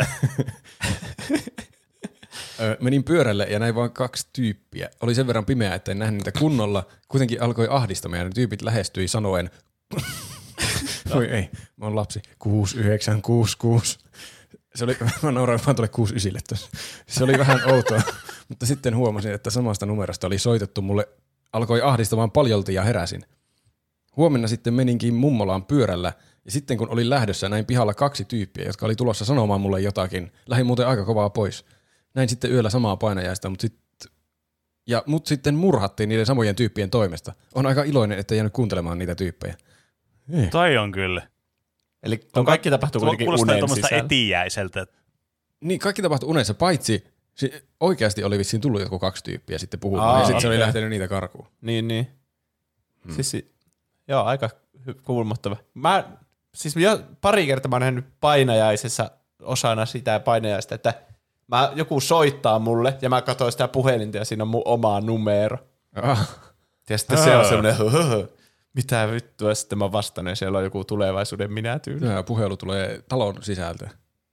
Menin pyörälle ja näin vaan 2 tyyppiä. Oli sen verran pimeää, että en nähnyt niitä kunnolla. Kuitenkin alkoi ahdistamaan ja ne tyypit lähestyi sanoen, voi ei, mä oon lapsi, 6966. Se oli, mä nauroin vaan tuolle 69 tuossa. Se oli vähän outoa, mutta sitten huomasin, että samasta numerosta oli soitettu mulle, alkoi ahdistamaan paljolti ja heräsin. Huomenna sitten meninkin mummolaan pyörällä ja sitten kun olin lähdössä näin pihalla 2 tyyppiä, jotka oli tulossa sanomaan mulle jotakin. Lähdin muuten aika kovaa pois. Näin sitten yöllä samaa painajaista, mut sitten murhattiin niiden samojen tyyppien toimesta. On aika iloinen, että jäänyt kuuntelemaan niitä tyyppejä. Toi on kyllä. Eli kaikki tapahtuu kuitenkin unen sisällä. Kuulostaa tuommoista etiäiseltä. Niin, kaikki tapahtui unessa, paitsi oikeasti oli vissiin tullut joku 2 tyyppiä sitten puhumaan, ja sitten se oli lähtenyt niitä karkuun. Niin. Siis, joo, aika kuulmottava. Siis jo pari kertaa mä oon nähnyt painajaisessa osana sitä painajaista, että joku soittaa mulle, ja mä katsoin sitä puhelinta, ja siinä on mun oma numero. Ja sitten se on semmoinen, mitä vittua, sitten mä vastaan, ja siellä on joku tulevaisuuden minä-tyyli. Ja puhelu tulee talon sisältä.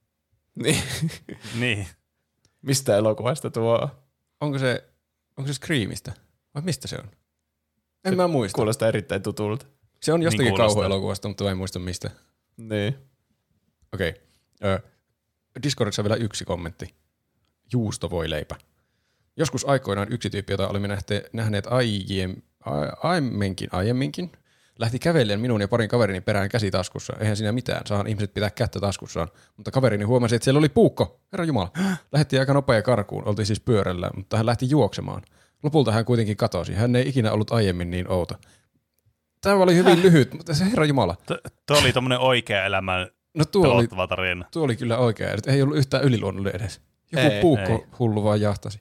Niin. Mistä elokuvasta tuo on? Onko se Screamista? Vai mistä se on? En mä muista. Kuulostaa erittäin tutulta. Se on jostakin niin kauhuelokuvasta, mutta en muista mistä. Niin. Okei. Discordissa vielä 1 kommentti. Juustovoileipä. Joskus aikoinaan yksi tyyppi, jota olimme nähneet aiemminkin, lähti kävellen minun ja parin kaverini perään käsitaskussa. Eihän siinä mitään, saan ihmiset pitää kättä taskussaan. Mutta kaverini huomasi, että siellä oli puukko. Herra Jumala. Lähti aika nopea karkuun, oltiin siis pyörällä, mutta hän lähti juoksemaan. Lopulta hän kuitenkin katosi. Hän ei ikinä ollut aiemmin niin outo. Tämä oli hyvin lyhyt, mutta se Herra Jumala. Tuo oli tommonen oikea elämän pelottava tarina. Tuo oli kyllä oikea. Ei ollut yhtään yliluonnollinen edes. Joku puukko hullu vaan jahtasi.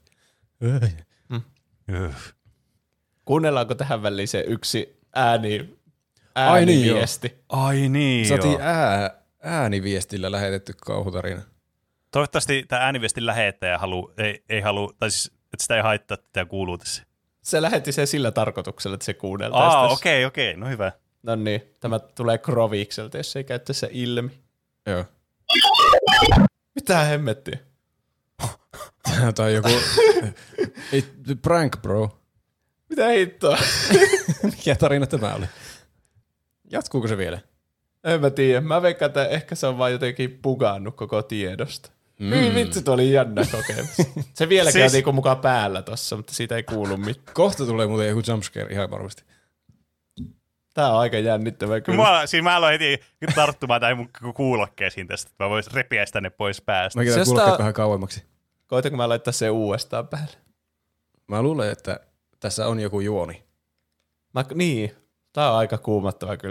Kuunnellaanko tähän väliin se yksi ääniviesti? Ai niin, saatiin ääniviestillä lähetetty kauhutarina. Toivottavasti tämä ääniviestin lähettäjä ei halua, tai siis, että sitä ei haittaa, että tämä kuuluu tässä. Se lähetti sen sillä tarkoituksella, että se kuunneltaisiin. Okei, no hyvä. No niin, tämä tulee Krovikselta, jos ei käyttä se ilmi. Joo. Mitä hemmettiä? Tämä on joku prank, bro. Mitä hittoa? Mikä tarina tämä oli? Jatkuuko se vielä? En mä tiedä. Mä veikkaan, että ehkä se on vaan jotenkin bugannut koko tiedosta. Vitsi, tuo oli jännä kokemus. Se vieläkin siis on mukaan päällä tossa, mutta siitä ei kuulu mitään. Kohta tulee muuten joku jumpscare ihan varmasti. Tää on aika jännittävää kyllä. Mä aloin heti tarttumaan tähän mun kuulokkeisiin tästä, että mä vois repiä sitä ne pois päästä. Mä kitän kuulokkeet vähän kauemmaksi. Koitanko mä laittaa se uudestaan päälle? Mä luulen, että tässä on joku juoni. Niin, tää on aika kuumottava kyllä.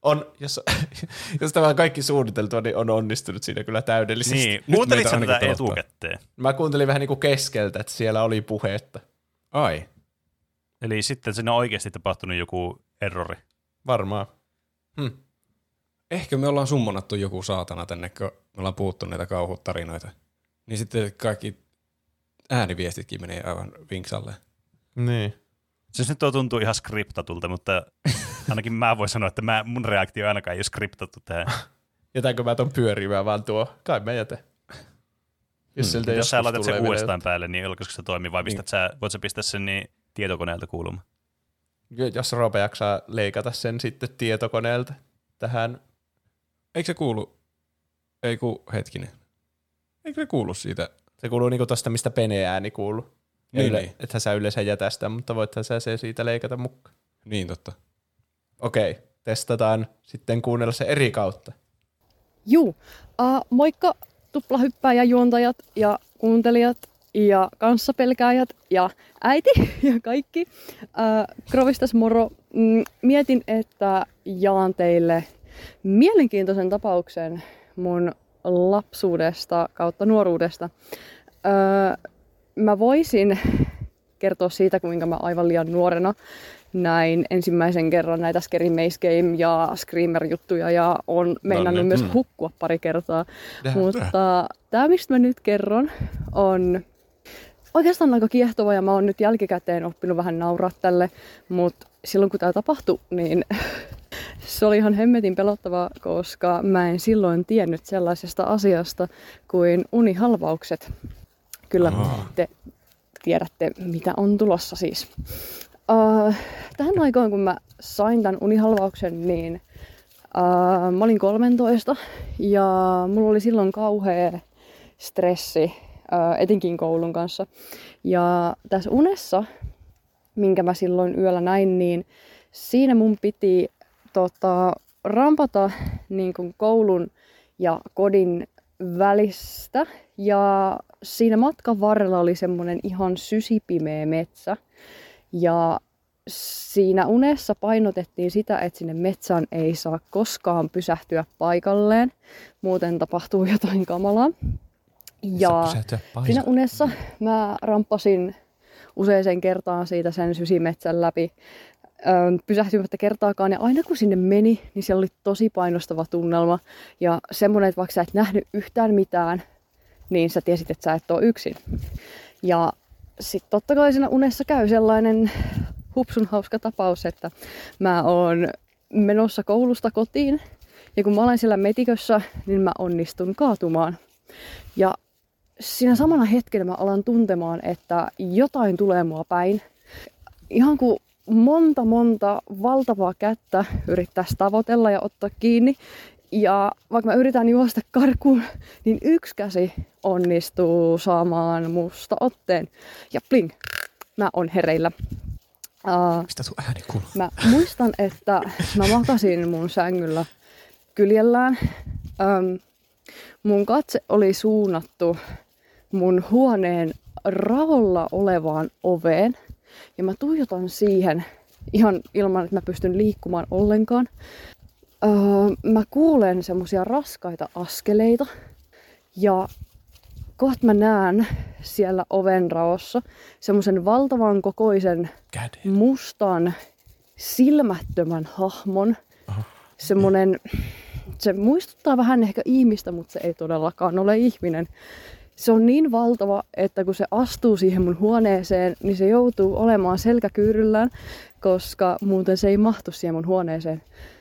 jos tämä on kaikki suunniteltua, niin on onnistunut siinä kyllä täydellisesti. Niin, kuuntelit sä meitä tätä ainakin etukäteen? Mä kuuntelin vähän niin kuin keskeltä, että siellä oli puhetta. Ai. Eli sitten siinä on oikeasti tapahtunut joku errori. Varmaan. Ehkä me ollaan summonattu joku saatana tänne, kun me ollaan puhuttu näitä kauhutarinoita. Niin sitten kaikki ääniviestitkin menee aivan vinksalle. Niin. Se nyt tuntuu ihan skriptatulta, mutta ainakin mä voin sanoa, että mun reaktio ainakaan ei ole skriptattu tähän. Jätänkö mä ton pyörimään vaan tuo? Kai mä jätän. Jos sä laitat sen uudestaan päälle, niin olisiko se toimii vai voit sä pistää sen niin tietokoneelta kuulumaan? Jos Roope jaksaa leikata sen sitten tietokoneelta tähän. Eikö se kuulu? Ei ku hetkinen. Eikö se kuulu siitä? Se kuuluu niinku tosta, mistä Pene-ääni kuuluu. Niin. Ethän sä yleensä jätä sitä, mutta voithan sä se siitä leikata mukaan. Niin totta. Okei, testataan sitten kuunnella se eri kautta. Juu, moikka tuplahyppääjä juontajat ja kuuntelijat ja kanssapelkääjät ja äiti ja kaikki. Krovistas moro. Mietin, että jaan teille mielenkiintoisen tapauksen mun lapsuudesta kautta nuoruudesta. Mä voisin kertoa siitä, kuinka mä aivan liian nuorena näin ensimmäisen kerran näitä Scary Maze Game ja Screamer-juttuja ja on meinannut myös hukkua pari kertaa. Mutta tämä, mistä mä nyt kerron, on oikeastaan aika kiehtova ja mä oon nyt jälkikäteen oppinut vähän nauraa tälle, mutta silloin kun tämä tapahtui, niin se oli ihan hemmetin pelottavaa, koska mä en silloin tiennyt sellaisesta asiasta kuin unihalvaukset. Kyllä te tiedätte, mitä on tulossa siis. Tähän aikaan, kun mä sain tämän unihalvauksen, niin mä olin 13 ja mulla oli silloin kauhea stressi, etenkin koulun kanssa. Ja tässä unessa, minkä mä silloin yöllä näin, niin siinä mun piti rampata niin kuin koulun ja kodin välistä. Ja siinä matkan varrella oli semmonen ihan sysipimeä metsä. Ja siinä unessa painotettiin sitä, että sinne metsään ei saa koskaan pysähtyä paikalleen. Muuten tapahtuu jotain kamalaa. Ja siinä unessa mä ramppasin useaseen kertaan siitä sen sysimetsän läpi pysähtymättä kertaakaan. Ja aina kun sinne meni, niin siellä oli tosi painostava tunnelma. Ja semmoinen, että vaikka sä et nähnyt yhtään mitään, niin sä tiesit, että sä et ole yksin. Ja sitten totta kai siinä unessa käy sellainen hupsun hauska tapaus, että mä oon menossa koulusta kotiin. Ja kun mä olen siellä metikössä, niin mä onnistun kaatumaan. Ja siinä samana hetkenä mä alan tuntemaan, että jotain tulee mua päin. Ihan kuin monta valtavaa kättä yrittäisi tavoitella ja ottaa kiinni. Ja vaikka mä yritän juosta karkuun, niin yksi käsi onnistuu saamaan musta otteen. Ja pling, mä oon hereillä. Mistä sun ääni kuuluu? Mä muistan, että mä makasin mun sängyllä kyljellään. Mun katse oli suunnattu mun huoneen raolla olevaan oveen. Ja mä tuijotan siihen ihan ilman, että mä pystyn liikkumaan ollenkaan. Mä kuulen semmosia raskaita askeleita ja kohta mä näen siellä oven raossa semmosen valtavan kokoisen mustan silmättömän hahmon. Semmonen, se muistuttaa vähän ehkä ihmistä, mutta se ei todellakaan ole ihminen. Se on niin valtava, että kun se astuu siihen mun huoneeseen, niin se joutuu olemaan selkäkyyryllään, koska muuten se ei mahtu siihen mun huoneeseen.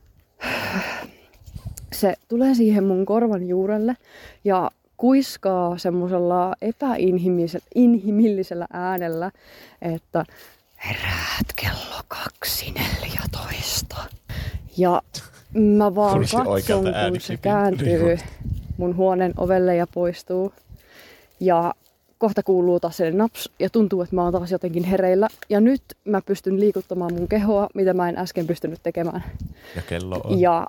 Se tulee siihen mun korvan juurelle ja kuiskaa semmoisella epäinhimillisellä äänellä, että heräät kello 2.14. Ja mä vaan katson, kun se kääntyy mun huoneen ovelle ja poistuu. Ja kohta kuuluu taas se naps ja tuntuu, että mä oon taas jotenkin hereillä. Ja nyt mä pystyn liikuttamaan mun kehoa, mitä mä en äsken pystynyt tekemään. Ja kello on. Ja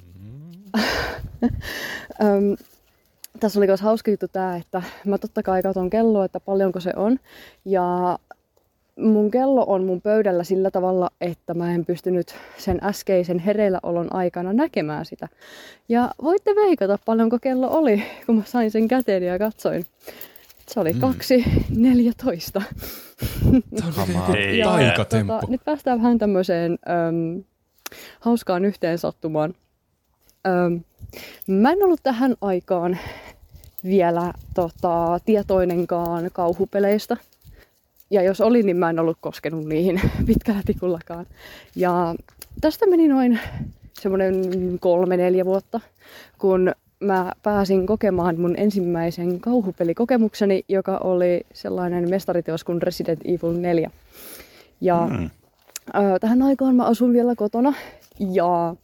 tässä oli myös hauska juttu tää, että mä totta kai katon kelloa, että paljonko se on. Ja mun kello on mun pöydällä sillä tavalla, että mä en pystynyt sen äskeisen hereilläolon aikana näkemään sitä. Ja voitte veikata, paljonko kello oli, kun mä sain sen käteen ja katsoin. Se oli 2:14. Taikatemppu. Nyt päästään vähän tämmöiseen hauskaan yhteensattumaan. Mä en ollut tähän aikaan vielä tietoinenkaan kauhupeleistä. Ja jos oli, niin mä en ollut koskenut niihin pitkällä tikullakaan. Ja tästä meni noin semmoinen 3-4 vuotta, kun mä pääsin kokemaan mun ensimmäisen kauhupelikokemukseni, joka oli sellainen mestariteos kuin Resident Evil 4. Ja tähän aikaan mä asun vielä kotona ja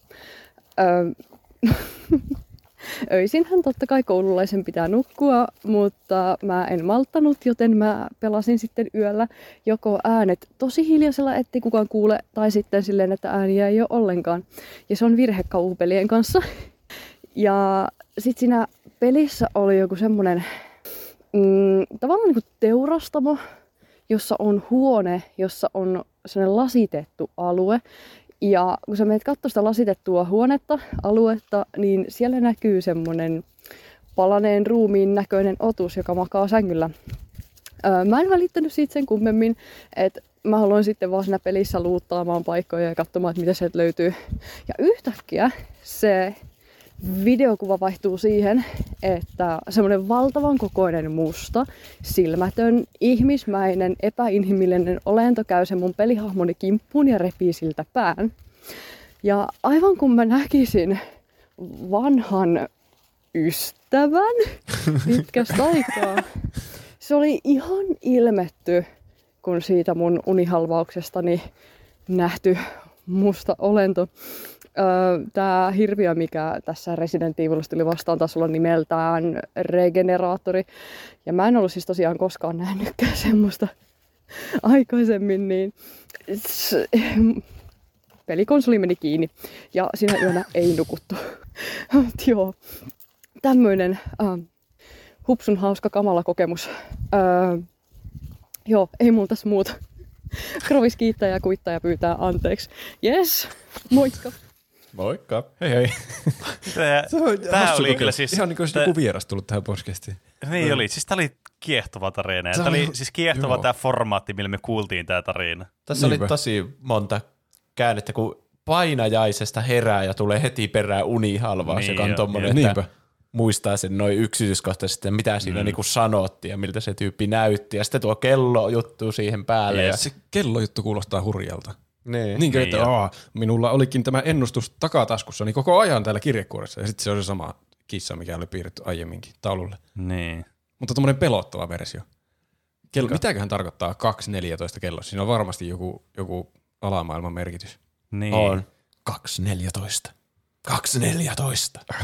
öisinhän totta kai koululaisen pitää nukkua, mutta mä en malttanut, joten mä pelasin sitten yöllä joko äänet tosi hiljaisella, ettei kukaan kuule, tai sitten silleen, että ääniä ei ole ollenkaan. Ja se on virhe kauhupelien kanssa. Ja sit siinä pelissä oli joku semmonen tavallaan niin kuin teurastamo, jossa on huone, jossa on sellainen lasitettu alue. Ja kun sä menet katsomaan sitä lasitettua aluetta, niin siellä näkyy semmonen palaneen ruumiin näköinen otus, joka makaa sängyllä. Mä en välittänyt siitä sen kummemmin, että mä haluan sitten vaan siinä pelissä luuttaamaan paikkoja ja katsomaan, että mitä sieltä löytyy. Ja yhtäkkiä se videokuva vaihtuu siihen, että semmoinen valtavan kokoinen musta, silmätön, ihmismäinen, epäinhimillinen olento käy sen mun pelihahmoni kimppuun ja repii siltä pään. Ja aivan kun mä näkisin vanhan ystävän pitkästä aikaa, se oli ihan ilmetty, kun siitä mun unihalvauksestani nähty musta olento. Tämä hirviö, mikä tässä Resident Evilissa tuli vastaan, taas olla nimeltään Regeneraattori. Ja mä en ollut siis tosiaan koskaan nähnytkään semmoista aikaisemmin, niin pelikonsoli meni kiinni ja siinä yönä ei nukuttu. Joo, tämmöinen hupsun hauska kamala kokemus. Joo, ei mulla tässä muuta. Krovis kiittää ja kuittaa ja pyytää anteeksi. Yes, moikka! Moikka. Hei hei. Tämä oli kyllä siis... Ihan niin kuin joku vieras tullut tähän podcastiin. Niin oli. Siis tämä oli kiehtova tarina. Tämä oli siis kiehtova tämä formaatti, millä me kuultiin tämä tarina. Tässä oli tosi monta käännettä, kun painajaisesta herää ja tulee heti perään unihalvaus, niin, joka on tommonen, että muistaa sen noin yksityiskohtaisesti, mitä siinä niinku sanottiin ja miltä se tyyppi näytti. Ja sitten tuo kellojuttu siihen päälle. Ja se kellojuttu kuulostaa hurjalta. Niin että minulla olikin tämä ennustus takataskussa niin koko ajan täällä kirjekuoressa. Ja sitten se on se sama kissa, mikä oli piirretty aiemminkin taululle. Niin. Mutta tommonen pelottava versio. Mitäköhän tarkoittaa 2.14 kello? Siinä on varmasti joku alamaailman merkitys. Niin. On. 2.14. 2.14.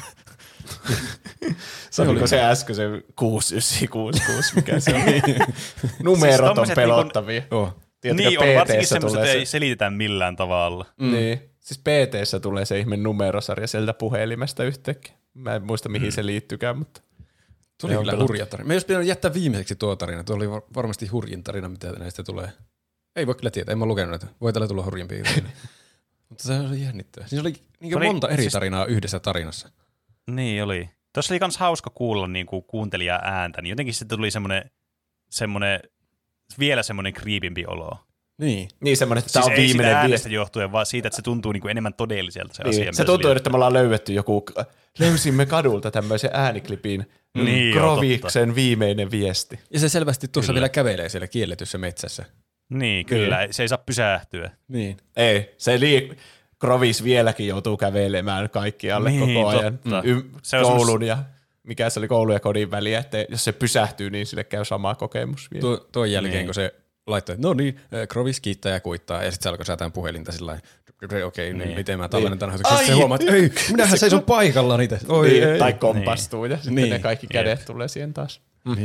Se oli se äsken se 6966, mikä se oli. Numerot on pelottavia. Tiedätkö, niin on, varsinkin semmoiset ei selitetä millään tavalla. Niin. Siis PT:ssä tulee se ihme numerosarja sieltä puhelimesta yhtäkkiä. Mä en muista mihin se liittykään, mutta... Tuli kyllä hurja tarina. Me ei olisi pitänyt jättää viimeiseksi tuo tarina. Tuo oli varmasti hurjin tarina, mitä näistä tulee. Ei voi kyllä tietää, en mä lukenut näitä. Voi tällä tulla hurjempia. Mutta se oli jännittävää. Siinä oli niin monta eri tarinaa yhdessä tarinassa. Niin oli. Tuossa oli myös hauska kuulla niin kuin kuuntelijan ääntä, niin jotenkin sitten tuli semmoinen vielä semmoinen kriipimpi olo. Niin semmoinen, että siis tämä on viimeinen äänestä viesti johtuen, vaan siitä, että se tuntuu niin kuin enemmän todelliselta se asia. Se tuntuu, että me ollaan löysimme kadulta tämmöisen ääniklipin Kroviksen viimeinen viesti. Ja se selvästi tuossa vielä kävelee siellä kielletyssä metsässä. Niin, kyllä. Se ei saa pysähtyä. Niin. Ei, Krovis vieläkin joutuu kävelemään kaikkialle koko ajan. Koulun ja mikä se oli koulun ja kodin väliä, että jos se pysähtyy, niin sille käy sama kokemus vielä. Tuon jälkeen, kun se laittoi, että no niin, Krovis kiittää ja kuittaa, ja sitten se alkoi säätään puhelinta sillä lailla, okei, niin miten mä tallennan tämän hoitoksi. Se huomaa, että ei, minähän seison paikalla niitä. Tai kompastuu, ja sitten ne kaikki kädet tulee siihen taas.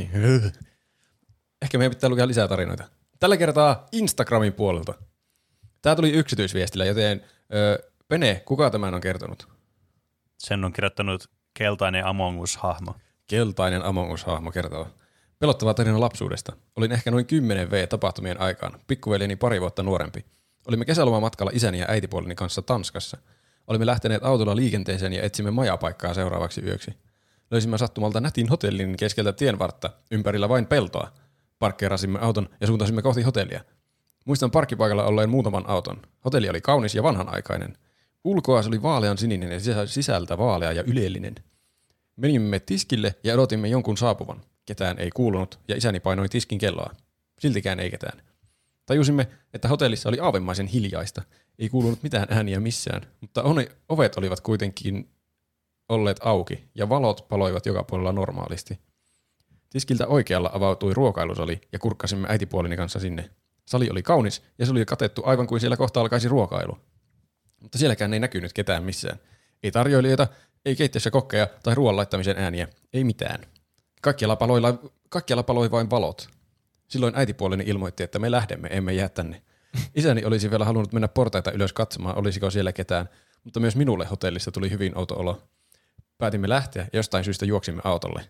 Ehkä meidän pitää lukea lisää tarinoita. Tällä kertaa Instagramin puolelta. Tämä tuli yksityisviestillä, joten Pene, kuka tämän on kertonut? Sen on kirjoittanut keltainen Among Us-hahmo. Keltainen Among Us-hahmo kertoo. Pelottava tarina lapsuudesta. Olin ehkä noin 10 V-tapahtumien aikaan, pikkuveljeni 2 vuotta nuorempi. Olimme kesälomamatkalla isäni ja äitipuoleni kanssa Tanskassa. Olimme lähteneet autolla liikenteeseen ja etsimme majapaikkaa seuraavaksi yöksi. Löysimme sattumalta nätin hotellin keskeltä tienvartta, ympärillä vain peltoa. Parkkeerasimme auton ja suuntasimme kohti hotellia. Muistan parkkipaikalla olleen muutaman auton. Hotelli oli kaunis ja vanhanaikainen. Ulkoa se oli vaalean sininen ja sisältä vaalea ja ylellinen. Menimme tiskille ja odotimme jonkun saapuvan. Ketään ei kuulunut ja isäni painoi tiskin kelloa. Siltikään ei ketään. Tajusimme, että hotellissa oli aavemaisen hiljaista. Ei kuulunut mitään ääniä missään, mutta ovet olivat kuitenkin olleet auki ja valot paloivat joka puolella normaalisti. Tiskiltä oikealla avautui ruokailusali ja kurkkasimme äitipuolini kanssa sinne. Sali oli kaunis ja se oli katettu aivan kuin siellä kohta alkaisi ruokailu. Mutta sielläkään ei näkynyt ketään missään. Ei tarjoilijoita, ei keittiössä kokkeja tai ruoan laittamisen ääniä, ei mitään. Kaikkialla paloi vain valot. Silloin äitipuoleni ilmoitti, että me lähdemme, emme jää tänne. Isäni olisi vielä halunnut mennä portaita ylös katsomaan, olisiko siellä ketään, mutta myös minulle hotellissa tuli hyvin outo olo. Päätimme lähteä ja jostain syystä juoksimme autolle.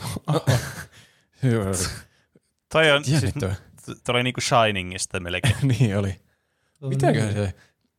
Toi on, siis, toi oli niinku Shiningista melkein. Niin oli. Mitäköhän se?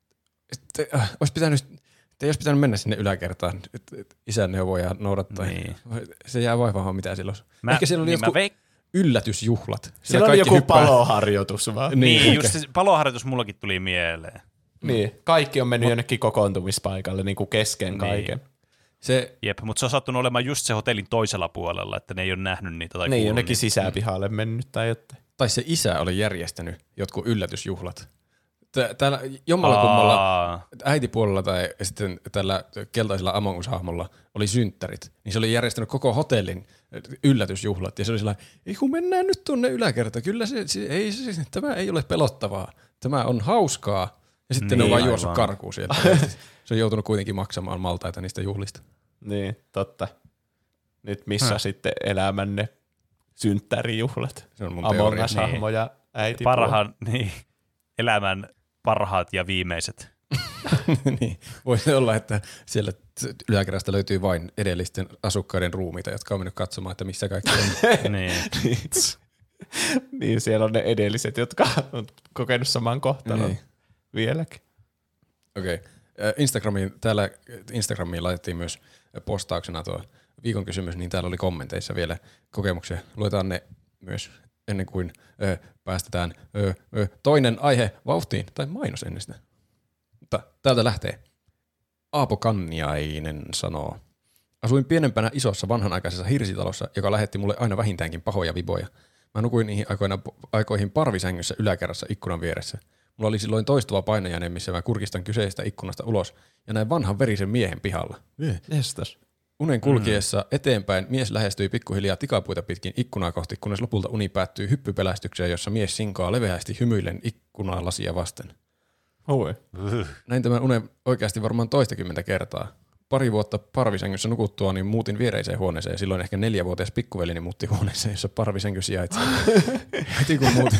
Olisi pitänyt mennä sinne yläkertaan, isän neuvoja noudattaa. Niin. Se jää vaivaamaan mitä silloin. Ehkä siellä oli jotkut yllätysjuhlat. Siellä oli joku paloharjoitus vaan. Niin, just se paloharjoitus mullakin tuli mieleen. Niin, kaikki on mennyt jonnekin kokoontumispaikalle niin kuin kesken kaiken. Jep, mutta se on sattunut olemaan just se hotellin toisella puolella, että ne ei ole nähnyt niitä tai niin, jonnekin sisäpihalle mennyt tai jotain. Tai se isä oli järjestänyt jotkut yllätysjuhlat. Täällä jommalla kummalla äitipuolella tai sitten tällä keltaisella Among Us-hahmolla oli synttärit, niin se oli järjestänyt koko hotellin yllätysjuhlat. Ja se oli sellainen, ei kun mennään nyt tuonne yläkertaan, kyllä tämä ei ole pelottavaa, tämä on hauskaa. Ja sitten ne on vaan juossut karkuun sieltä. Se on joutunut kuitenkin maksamaan maltaita niistä juhlista. Niin, totta. Nyt missä sitten elämänne synttärijuhlat? Se on mun Among Us-hahmo ja äitipuolella. Elämän parhaat ja viimeiset. Niin. Voisi olla, että siellä yläkerrasta löytyy vain edellisten asukkaiden ruumiita, jotka on mennyt katsomaan, että missä kaikki on. Niin, siellä on ne edelliset, jotka on kokenut saman kohtalon vieläkin. Okei. Instagramiin laitettiin myös postauksena tuo viikon kysymys, niin täällä oli kommenteissa vielä kokemuksia. Luetaan ne myös ennen kuin päästetään toinen aihe vauhtiin, tai mainos ennen sitä. Mutta täältä lähtee. Aapo Kanniainen sanoo. Asuin pienempänä isossa vanhanaikaisessa hirsitalossa, joka lähetti mulle aina vähintäänkin pahoja viboja. Mä nukuin niihin aikoihin parvisängyssä yläkerrassa ikkunan vieressä. Mulla oli silloin toistuva painajainen, missä mä kurkistan kyseistä ikkunasta ulos ja näin vanhan verisen miehen pihalla. Jestas. Unen kulkiessa eteenpäin mies lähestyi pikkuhiljaa tikapuita pitkin ikkunaa kohti, kunnes lopulta uni päättyi hyppypelästykseen, jossa mies sinkaa leveästi hymyillen ikkunaa lasia vasten. Näin tämän unen oikeasti varmaan 20 kertaa. 2 vuotta parvisängyssä nukuttua, niin muutin viereiseen huoneeseen. Silloin ehkä 4-vuotias pikkuvelini muutti huoneeseen, jossa parvisänky sijaitsi. Heti kun muutin...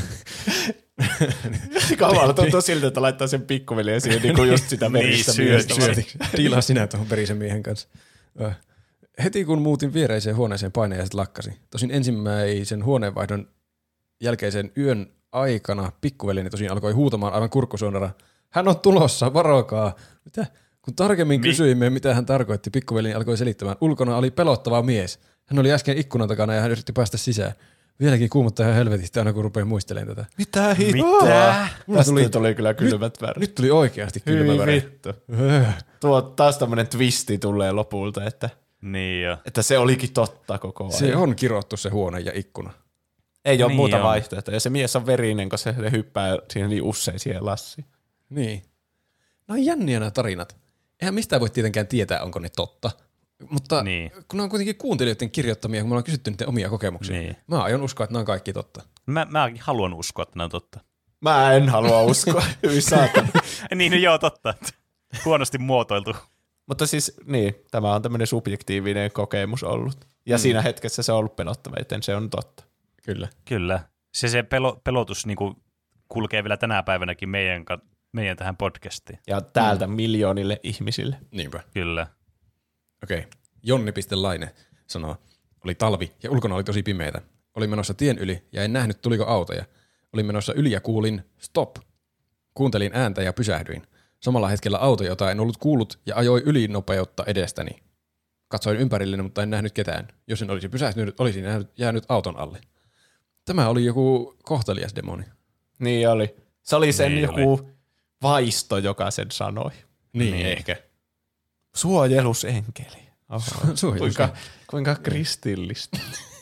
Kamala, tuntuu siltä, että laittaa sen pikkuveljen siihen niin kuin just sitä veristä miestä. Diilaa sinä tuohon verisen miehen kanssa. Heti kun muutin viereiseen huoneeseen, painajaiset lakkasi. Tosin ensimmäisen huoneenvaihdon jälkeisen yön aikana pikkuveljeni tosin alkoi huutamaan aivan kurkkusuonara. Hän on tulossa, varokaa. Mitä? Kun tarkemmin kysyimme, mitä hän tarkoitti, pikkuveljeni alkoi selittämään. Ulkona oli pelottava mies. Hän oli äsken ikkunan takana ja hän yritti päästä sisään. Vieläkin kuumottaa ihan helvetistä aina kun rupeaa muistelemaan tätä. Mitä hittoa? Tästä tuli kyllä kylmät värit. Nyt tuli oikeasti kylmä väri. Vittu. Tuo taas tämmönen twisti tulee lopulta, että se olikin totta koko ajan. Se on kirottu se huone ja ikkuna. Ei ole muuta vaihtoehtoa. Ja se mies on verinen, kun se hyppää siihen niin usein siihen lassiin. Niin. No on jänniä nämä tarinat. Eihän mistään voi tietenkään tietää, onko ne totta. Mutta kun ne on kuitenkin kuuntelijoiden kirjoittamia, kun me ollaan kysytty niiden omia kokemuksia, mä aion uskoa, että nämä on kaikki totta. Mäkin haluan uskoa, että nämä on totta. Mä en halua uskoa. Hyvin saatana. Niin, no joo, totta. Huonosti muotoiltu. Mutta siis niin, tämä on tämmöinen subjektiivinen kokemus ollut. Ja siinä hetkessä se on ollut pelottava, joten se on totta. Kyllä. Se pelotus niinku kulkee vielä tänä päivänäkin meidän tähän podcastiin. Ja täältä miljoonille ihmisille. Niinpä. Kyllä. Okei. Jonni.Laine sanoo, oli talvi ja ulkona oli tosi pimeätä. Olin menossa tien yli ja en nähnyt tuliko autoja. Olin menossa yli ja kuulin stop. Kuuntelin ääntä ja pysähdyin. Samalla hetkellä auto, jota en ollut kuullut ja ajoi ylinopeutta edestäni. Katsoin ympärilleni, mutta en nähnyt ketään. Jos en olisi pysähtynyt, olisin jäänyt auton alle. Tämä oli joku kohtelias demoni. Niin oli. Se oli sen Niin joku vaisto, joka sen sanoi. Niin, ehkä. Suojelusenkeli. Oho. Suojelusenkeli. Kuinka kristillistä.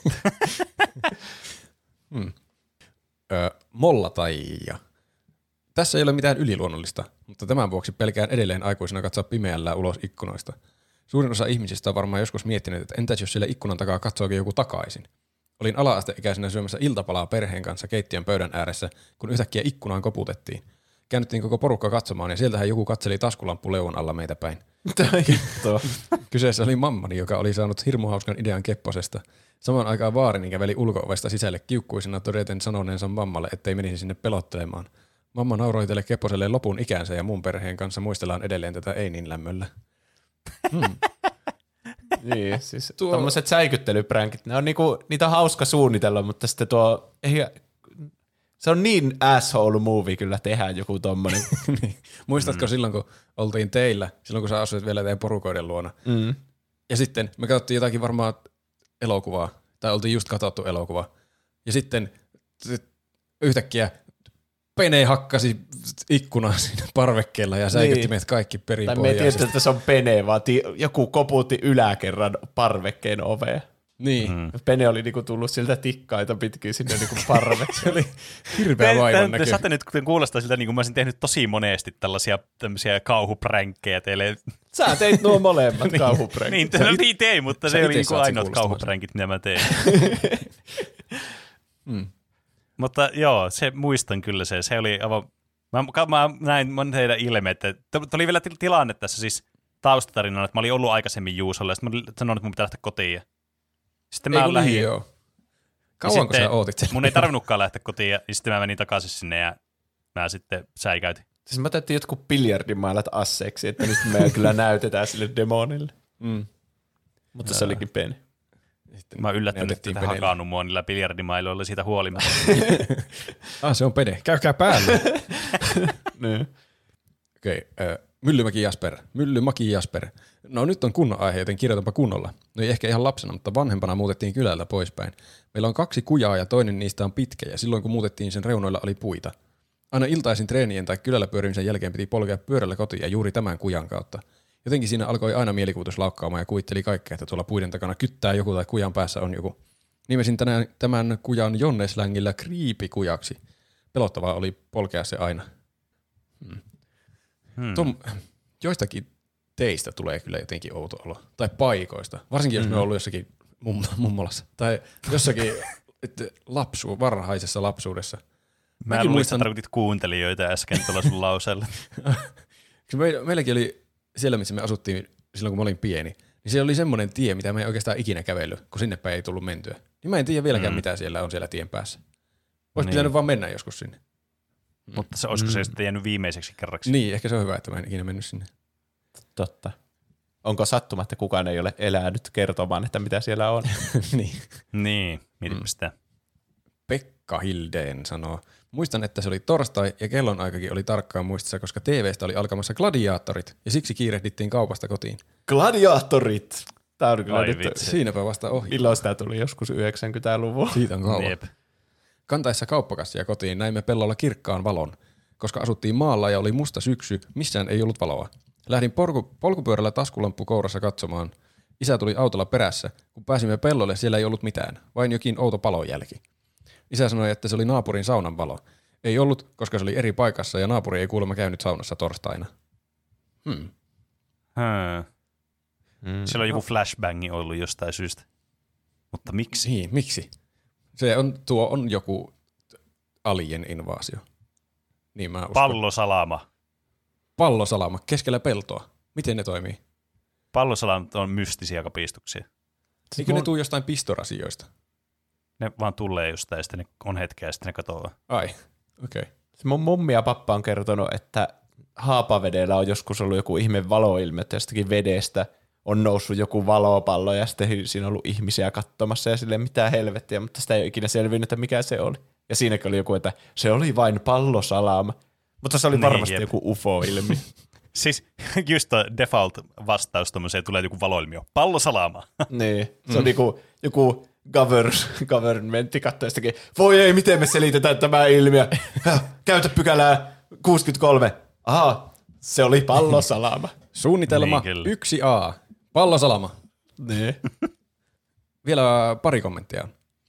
Mollataija. Tässä ei ole mitään yliluonnollista, mutta tämän vuoksi pelkään edelleen aikuisena katsoa pimeällä ulos ikkunoista. Suurin osa ihmisistä on varmaan joskus miettinyt, että entäs jos siellä ikkunan takaa katsookin joku takaisin. Olin ala-asteikäisenä syömässä iltapalaa perheen kanssa keittiön pöydän ääressä, kun yhtäkkiä ikkunaan koputettiin. Käännyttiin koko porukka katsomaan ja sieltähän joku katseli taskulamppu leuan alla meitä päin. Mitä hittoa? Kyseessä oli mammani, joka oli saanut hirmuhauskan idean Kepposesta. Samaan aikaan vaarini käveli ulko-ovesta sisälle kiukkuisena todeten sanoneensa mammalle, ettei menisi sinne pelottelemaan. Mamma nauroi tälle Kepposelle lopun ikänsä ja mun perheen kanssa muistellaan edelleen tätä ei niin lämmöllä. Niin, siis tommoset säikyttelypränkit, ne on niitä on hauska suunnitella, mutta sitten se on niin asshole movie kyllä tehdä joku tommonen. Niin. Muistatko silloin, kun oltiin teillä, silloin kun sä asuit vielä teidän porukoiden luona, ja sitten me katsottiin jotakin varmaan elokuvaa, tai oltiin just katsottu elokuvaa, ja sitten yhtäkkiä Pene hakkasi ikkunaa siinä parvekkeella ja säikytti meidät kaikki perinpohjaisesti. Tai me tiedämme, että se on Pene, vaan joku koputti yläkerran parvekkeen oveen. Niin. Pene oli tullut siltä tikkaita pitkin sinne parvekkeen. Se oli hirveä vaivan näkö. Te saatte nyt kuulostaa siltä, niin kuin mä olisin tehnyt tosi monesti tämmöisiä kauhupränkkejä teille. Sä teit nuo molemmat kauhupränkit. Niin tein, mutta se oli ainoat kauhupränkit, mitä mä tein. Mutta joo, se muistan kyllä se oli aivan, mä näin teidän ilmeet, että tuli vielä tilanne tässä siis taustatarinana, että mä olin ollut aikaisemmin Juusolla ja sitten mä sanoin, että mun pitää lähteä kotiin. Sitten mä lähdin. Joo. Kauanko sä ootit sen? Mun ei tarvinnutkaan lähteä kotiin ja sitten mä menin takaisin sinne ja mä sitten säikäytin. Siis mä otettiin jotkut biljardimailat asseeksi, että nyt me kyllä näytetään sille demonille. Mutta se olikin Pene. Mä oon yllättynyt, että te hakannut mua niillä biljardimailoilla siitä huolimatta. Se on Pene. Käykää päälle. Okei, Myllymäki Jasper. No nyt on kunnon aihe, joten kirjoitanpa kunnolla. No ei ehkä ihan lapsena, mutta vanhempana muutettiin kylältä poispäin. Meillä on 2 kujaa ja toinen niistä on pitkä ja silloin kun muutettiin sen reunoilla oli puita. Aina iltaisin treenien tai kylällä pyörimisen jälkeen piti polkea pyörällä kotiin ja juuri tämän kujan kautta. Jotenkin siinä alkoi aina mielikuvitus laukkaamaan ja kuvitteli kaikkea, että tuolla puiden takana kyttää joku tai kujan päässä on joku. Nimesin tämän kujan Jonne-slängillä kriipikujaksi. Pelottavaa oli polkea se aina. Joistakin teistä tulee kyllä jotenkin outo olo. Tai paikoista. Varsinkin jos me on ollut jossakin mummolassa. Tai jossakin varhaisessa lapsuudessa. Mä en muista, että tarkoitit kuuntelijoita äsken tuolla sun lauseella. Meilläkin oli siellä, missä me asuttiin silloin, kun mä olin pieni, niin siellä oli semmoinen tie, mitä mä en oikeastaan ikinä kävellyt, kun sinne päin ei tullut mentyä. Niin mä en tiedä vieläkään, mitä siellä on siellä tien päässä. Olisi pitänyt vaan mennä joskus sinne. Mutta olisiko se sitten jäänyt viimeiseksi kerraksi? Niin, ehkä se on hyvä, että mä en ikinä mennyt sinne. Totta. Onko sattuma, että kukaan ei ole elänyt kertomaan, että mitä siellä on? Niin, mietipä sitä. Pekka Hildeen sanoo. Muistan, että se oli torstai ja kellonaikakin oli tarkkaan muistissa, koska TV:stä oli alkamassa Gladiaattorit ja siksi kiirehdittiin kaupasta kotiin. Gladiaattorit! Tämä on kyllä nyt. Siinäpä vasta ohi. Milloin sitä tuli joskus 90-luvulla? Siitä on kauan. Kantaessa kauppakassia kotiin näimme pellolla kirkkaan valon. Koska asuttiin maalla ja oli musta syksy, missään ei ollut valoa. Lähdin polkupyörällä taskulamppu kourassa katsomaan. Isä tuli autolla perässä. Kun pääsimme pellolle, siellä ei ollut mitään, vain jokin outo palonjälki. Isä sanoi, että se oli naapurin saunan valo. Ei ollut, koska se oli eri paikassa ja naapuri ei kuulemma käynyt saunassa torstaina. Siellä on joku flashbangi ollut jostain syystä. Mutta miksi? Niin, miksi? Tuo on joku alien invaasio. Niin mä uskon. Pallosalama keskellä peltoa. Miten ne toimii? Pallosalamat on mystisiä kapistuksia. Eikö ne tuu jostain pistorasioista? Ne vaan tulee jostain ja sitten ne on hetkeä ja sitten ne katoaa. Ai, okei. Okay. Mun mummi ja pappa on kertonut, että Haapavedellä on joskus ollut joku ihme valoilme jostakin vedestä. on noussut joku valopallo ja sitten siinä on ollut ihmisiä katsomassa ja silleen mitä helvettiä, mutta sitä ei ole ikinä selvinnyt, että mikä se oli. Ja siinäkin oli joku, että se oli vain pallosalama. Mutta se oli varmasti joku UFO-ilmi. Siis just default-vastaus tuommoiseen tulee joku valoilmiö. Pallosalama. Niin, se on joku governmentti katsoo jostakin, voi ei, miten me selitetään tämä ilmiö. Käytä pykälää 63. Aha, se oli pallosalama. Suunnitelma Niin, 1A. Pallosalama. Niin. Vielä pari kommenttia.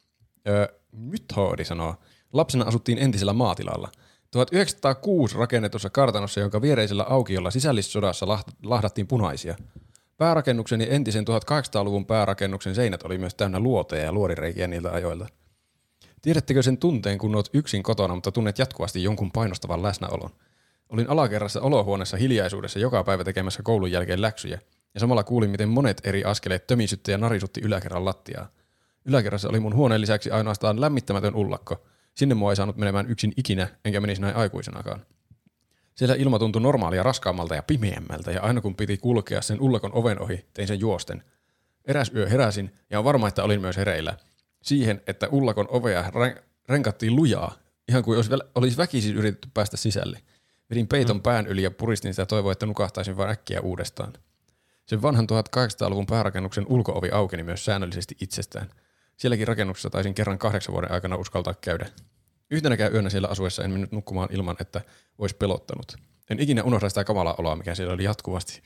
Mythoodi sanoo, lapsena asuttiin entisellä maatilalla. 1906 rakennetussa kartanossa, jonka viereisellä aukiolla sisällissodassa lahdattiin punaisia. Päärakennuksen ja entisen 1800-luvun päärakennuksen seinät oli myös täynnä luoteja ja luorireikiä niiltä ajoilta. Tiedättekö sen tunteen, kun olet yksin kotona, mutta tunnet jatkuvasti jonkun painostavan läsnäolon? Olin alakerrassa olohuoneessa hiljaisuudessa joka päivä tekemässä koulun jälkeen läksyjä, ja samalla kuulin, miten monet eri askeleet tömisytti ja narisutti yläkerran lattiaa. Yläkerrassa oli mun huoneen lisäksi ainoastaan lämmittämätön ullakko. Sinne mua ei saanut menemään yksin ikinä, enkä menisi näin aikuisenakaan. Siellä ilma tuntui normaalia raskaammalta ja pimeämmältä, ja aina kun piti kulkea sen ullakon oven ohi, tein sen juosten. Eräs yö heräsin, ja on varma, että olin myös hereillä. Siihen, että ullakon ovea renkattiin lujaa, ihan kuin olisi väkisin yritetty päästä sisälle. Vedin peiton pään yli ja puristin sitä toivoa, että nukahtaisin vain äkkiä uudestaan. Sen vanhan 1800-luvun päärakennuksen ulko-ovi aukeni myös säännöllisesti itsestään. Sielläkin rakennuksessa taisin kerran 8 vuoden aikana uskaltaa käydä. Yhtenäkään yönä siellä asuessa en mennyt nukkumaan ilman, että olisi pelottanut. En ikinä unohda sitä kamalaa oloa, mikä siellä oli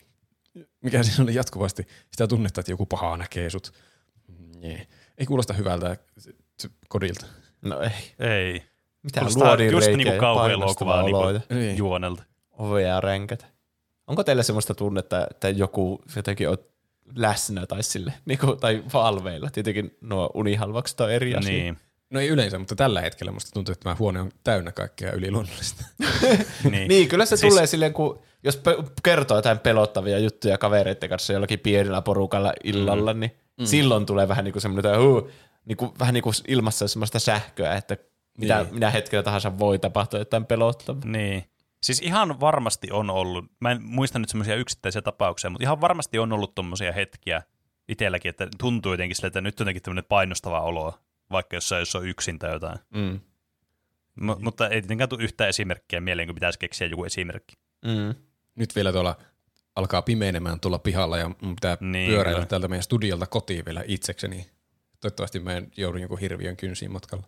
jatkuvasti. Sitä tunnetta, että joku pahaa näkee sut. Ei kuulosta hyvältä kodilta. No ei. Ei. Mitään just niinku kauhean elokuvaa niinku juonelta. Ovea ja ränkätä. Onko teillä semmoista tunnetta, että joku jotenkin on läsnä tai sille, niinku, tai valveilla? Tietenkin nuo unihalvaukset on eri asia. Niin. No ei yleensä, mutta tällä hetkellä musta tuntuu, että tämä huone on täynnä kaikkea yliluonnollista. Niin, kyllä se tulee silleen, kun jos kertoo jotain pelottavia juttuja kavereiden kanssa jollakin pienellä porukalla illalla, niin silloin tulee vähän niin kuin semmoinen, vähän niin kuin ilmassa semmoista sähköä, että minä hetkellä tahansa voi tapahtua jotain pelottavaa. Niin. Siis ihan varmasti on ollut, mä en muista nyt semmoisia yksittäisiä tapauksia, mutta ihan varmasti on ollut tommosia hetkiä itselläkin, että tuntuu jotenkin sille, että nyt on jotenkin tämmöinen painostava olo, vaikka jos on yksin tai jotain. Mutta ei tietenkään tule yhtään esimerkkiä mieleen, kun pitäisi keksiä joku esimerkki. Nyt vielä tuolla alkaa pimeinemään tuolla pihalla ja mun pitää pyöräillä täältä meidän studiolta kotiin vielä itsekseni. Toivottavasti mä en joudun joku hirviön kynsiin matkalla.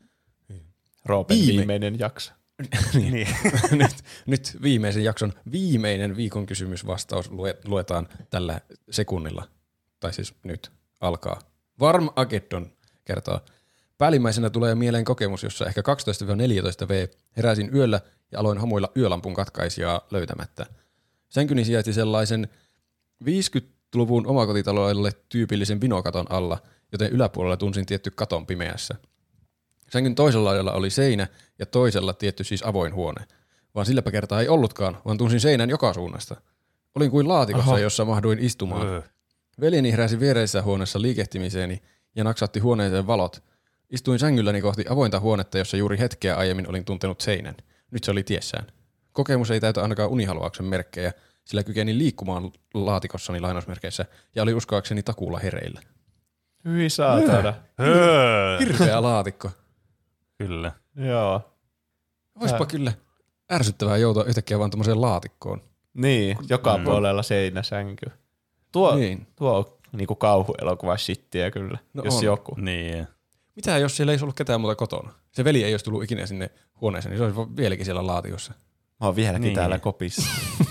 Roopen viimeinen jakso. Niin. nyt viimeisen jakson viimeinen viikon kysymysvastaus luetaan tällä sekunnilla. Tai siis nyt alkaa. Varmageddon kertoo. Päällimmäisenä tulee mieleen kokemus, jossa ehkä 12-14 V heräsin yöllä ja aloin hamuilla yölampun katkaisijaa löytämättä. Sänkyni sijaitsi sellaisen 50-luvun omakotitaloille tyypillisen vinokaton alla, joten yläpuolella tunsin tietty katon pimeässä. Sängyn toisella laidalla oli seinä ja toisella tietty siis avoin huone. Vaan silläpä kertaa ei ollutkaan, vaan tunsin seinän joka suunnasta. Olin kuin laatikossa, jossa mahduin istumaan. Veljeni heräsi viereisessä huoneessa liikehtimiseeni ja naksatti huoneeseen valot. Istuin sängylläni kohti avointa huonetta, jossa juuri hetkeä aiemmin olin tuntenut seinän. Nyt se oli tiessään. Kokemus ei täytä ainakaan unihalvauksen merkkejä, sillä kykeni liikkumaan laatikossani lainausmerkeissä ja oli uskoakseni takuulla hereillä. Hyi saatana. Hirveä laatikko. Kyllä. Joo. Oispa kyllä ärsyttävää joutua yhtäkkiä vaan tommoseen laatikkoon. Niin, joka puolella seinäsänky. Tuo on niinku kauhuelokuva shittiä kyllä, jos on joku. Niin. Mitä jos siellä ei ollut ketään muuta kotona? Se veli ei olisi tullut ikinä sinne huoneeseen, niin se olisi vieläkin siellä laatikossa. Mä oon vieläkin täällä kopissa.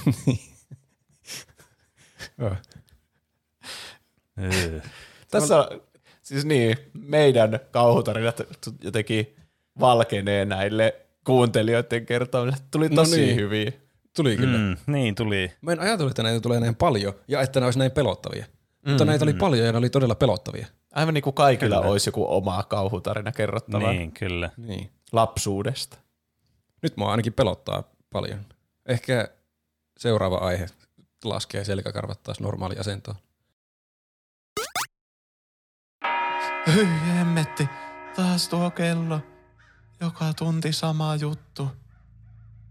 Tässä on, siis niin, meidän kauhutarinat jotenkin valkenee näille kuuntelijoiden kertoimille. Tuli tosi hyviä. Tuli kyllä. Niin tuli. Mä en ajatellut, että näitä tulee näin paljon ja että ne olisi näin pelottavia. Mutta näitä oli paljon ja ne oli todella pelottavia. Aivan niin kuin kaikilla olisi joku oma kauhutarina kerrottava. Niin, kyllä. Niin. Lapsuudesta. Nyt mua ainakin pelottaa paljon. Ehkä seuraava aihe laskee selkäkarvat taas normaali asentoon. Hyi hemmetti, taas tuo kello. Joka tunti sama juttu.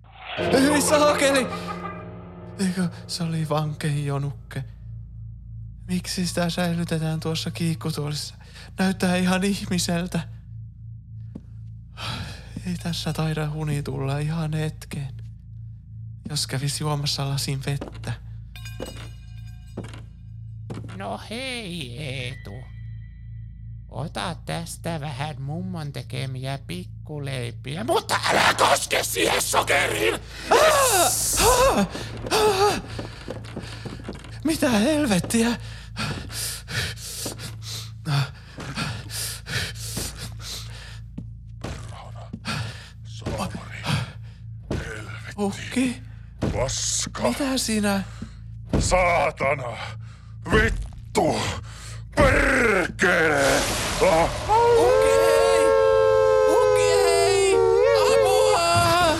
Hyi saakeli! Eikö se oli vankeijonukke? Miksi sitä säilytetään tuossa kiikkutuolissa? Näyttää ihan ihmiseltä. Ei tässä taida uni tulla ihan hetkeen. Jos kävis juomassa lasin vettä. No hei Eetu. Ota tästä vähän mummon tekemiä pikkuleipiä, mutta älä koske siihen sokeriin! Mitä helvettiä? Saamari. Helvetti. Ukki, Paska. mitä sinä? Saatana. Vittu. Perkele. Ukki ei! Apua!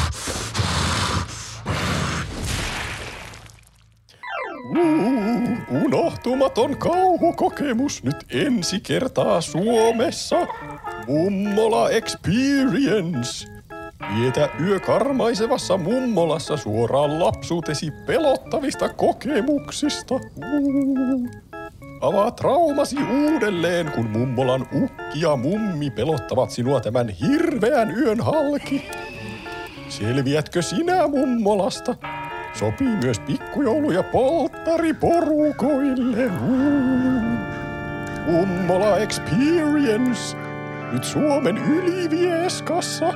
Unohtumaton kauhukokemus nyt ensi kertaa Suomessa. Mummola Experience. Vietä yö karmaisevassa mummolassa suoraan lapsuutesi pelottavista kokemuksista. Avaa traumasi uudelleen, kun mummolan ukki ja mummi pelottavat sinua tämän hirveän yön halki. Selviätkö sinä mummolasta? Sopii myös pikkujoulu- ja polttariporukoille. Mummola Experience. Nyt Suomen Ylivieskassa.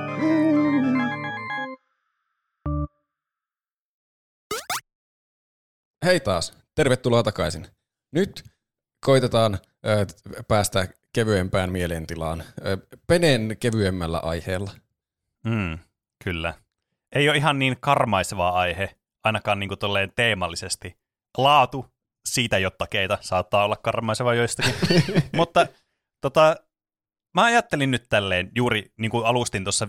Hei taas. Tervetuloa takaisin. Nyt koitetaan päästä kevyempään mielentilaan. Penen kevyemmällä aiheella. Kyllä. Ei ole ihan niin karmaiseva aihe, ainakaan niin kuin tolleen teemallisesti. Laatu, siitä ei ole takeita, saattaa olla karmaiseva joistakin. Mutta mä ajattelin nyt tälleen, juuri niin kuin alustin tuossa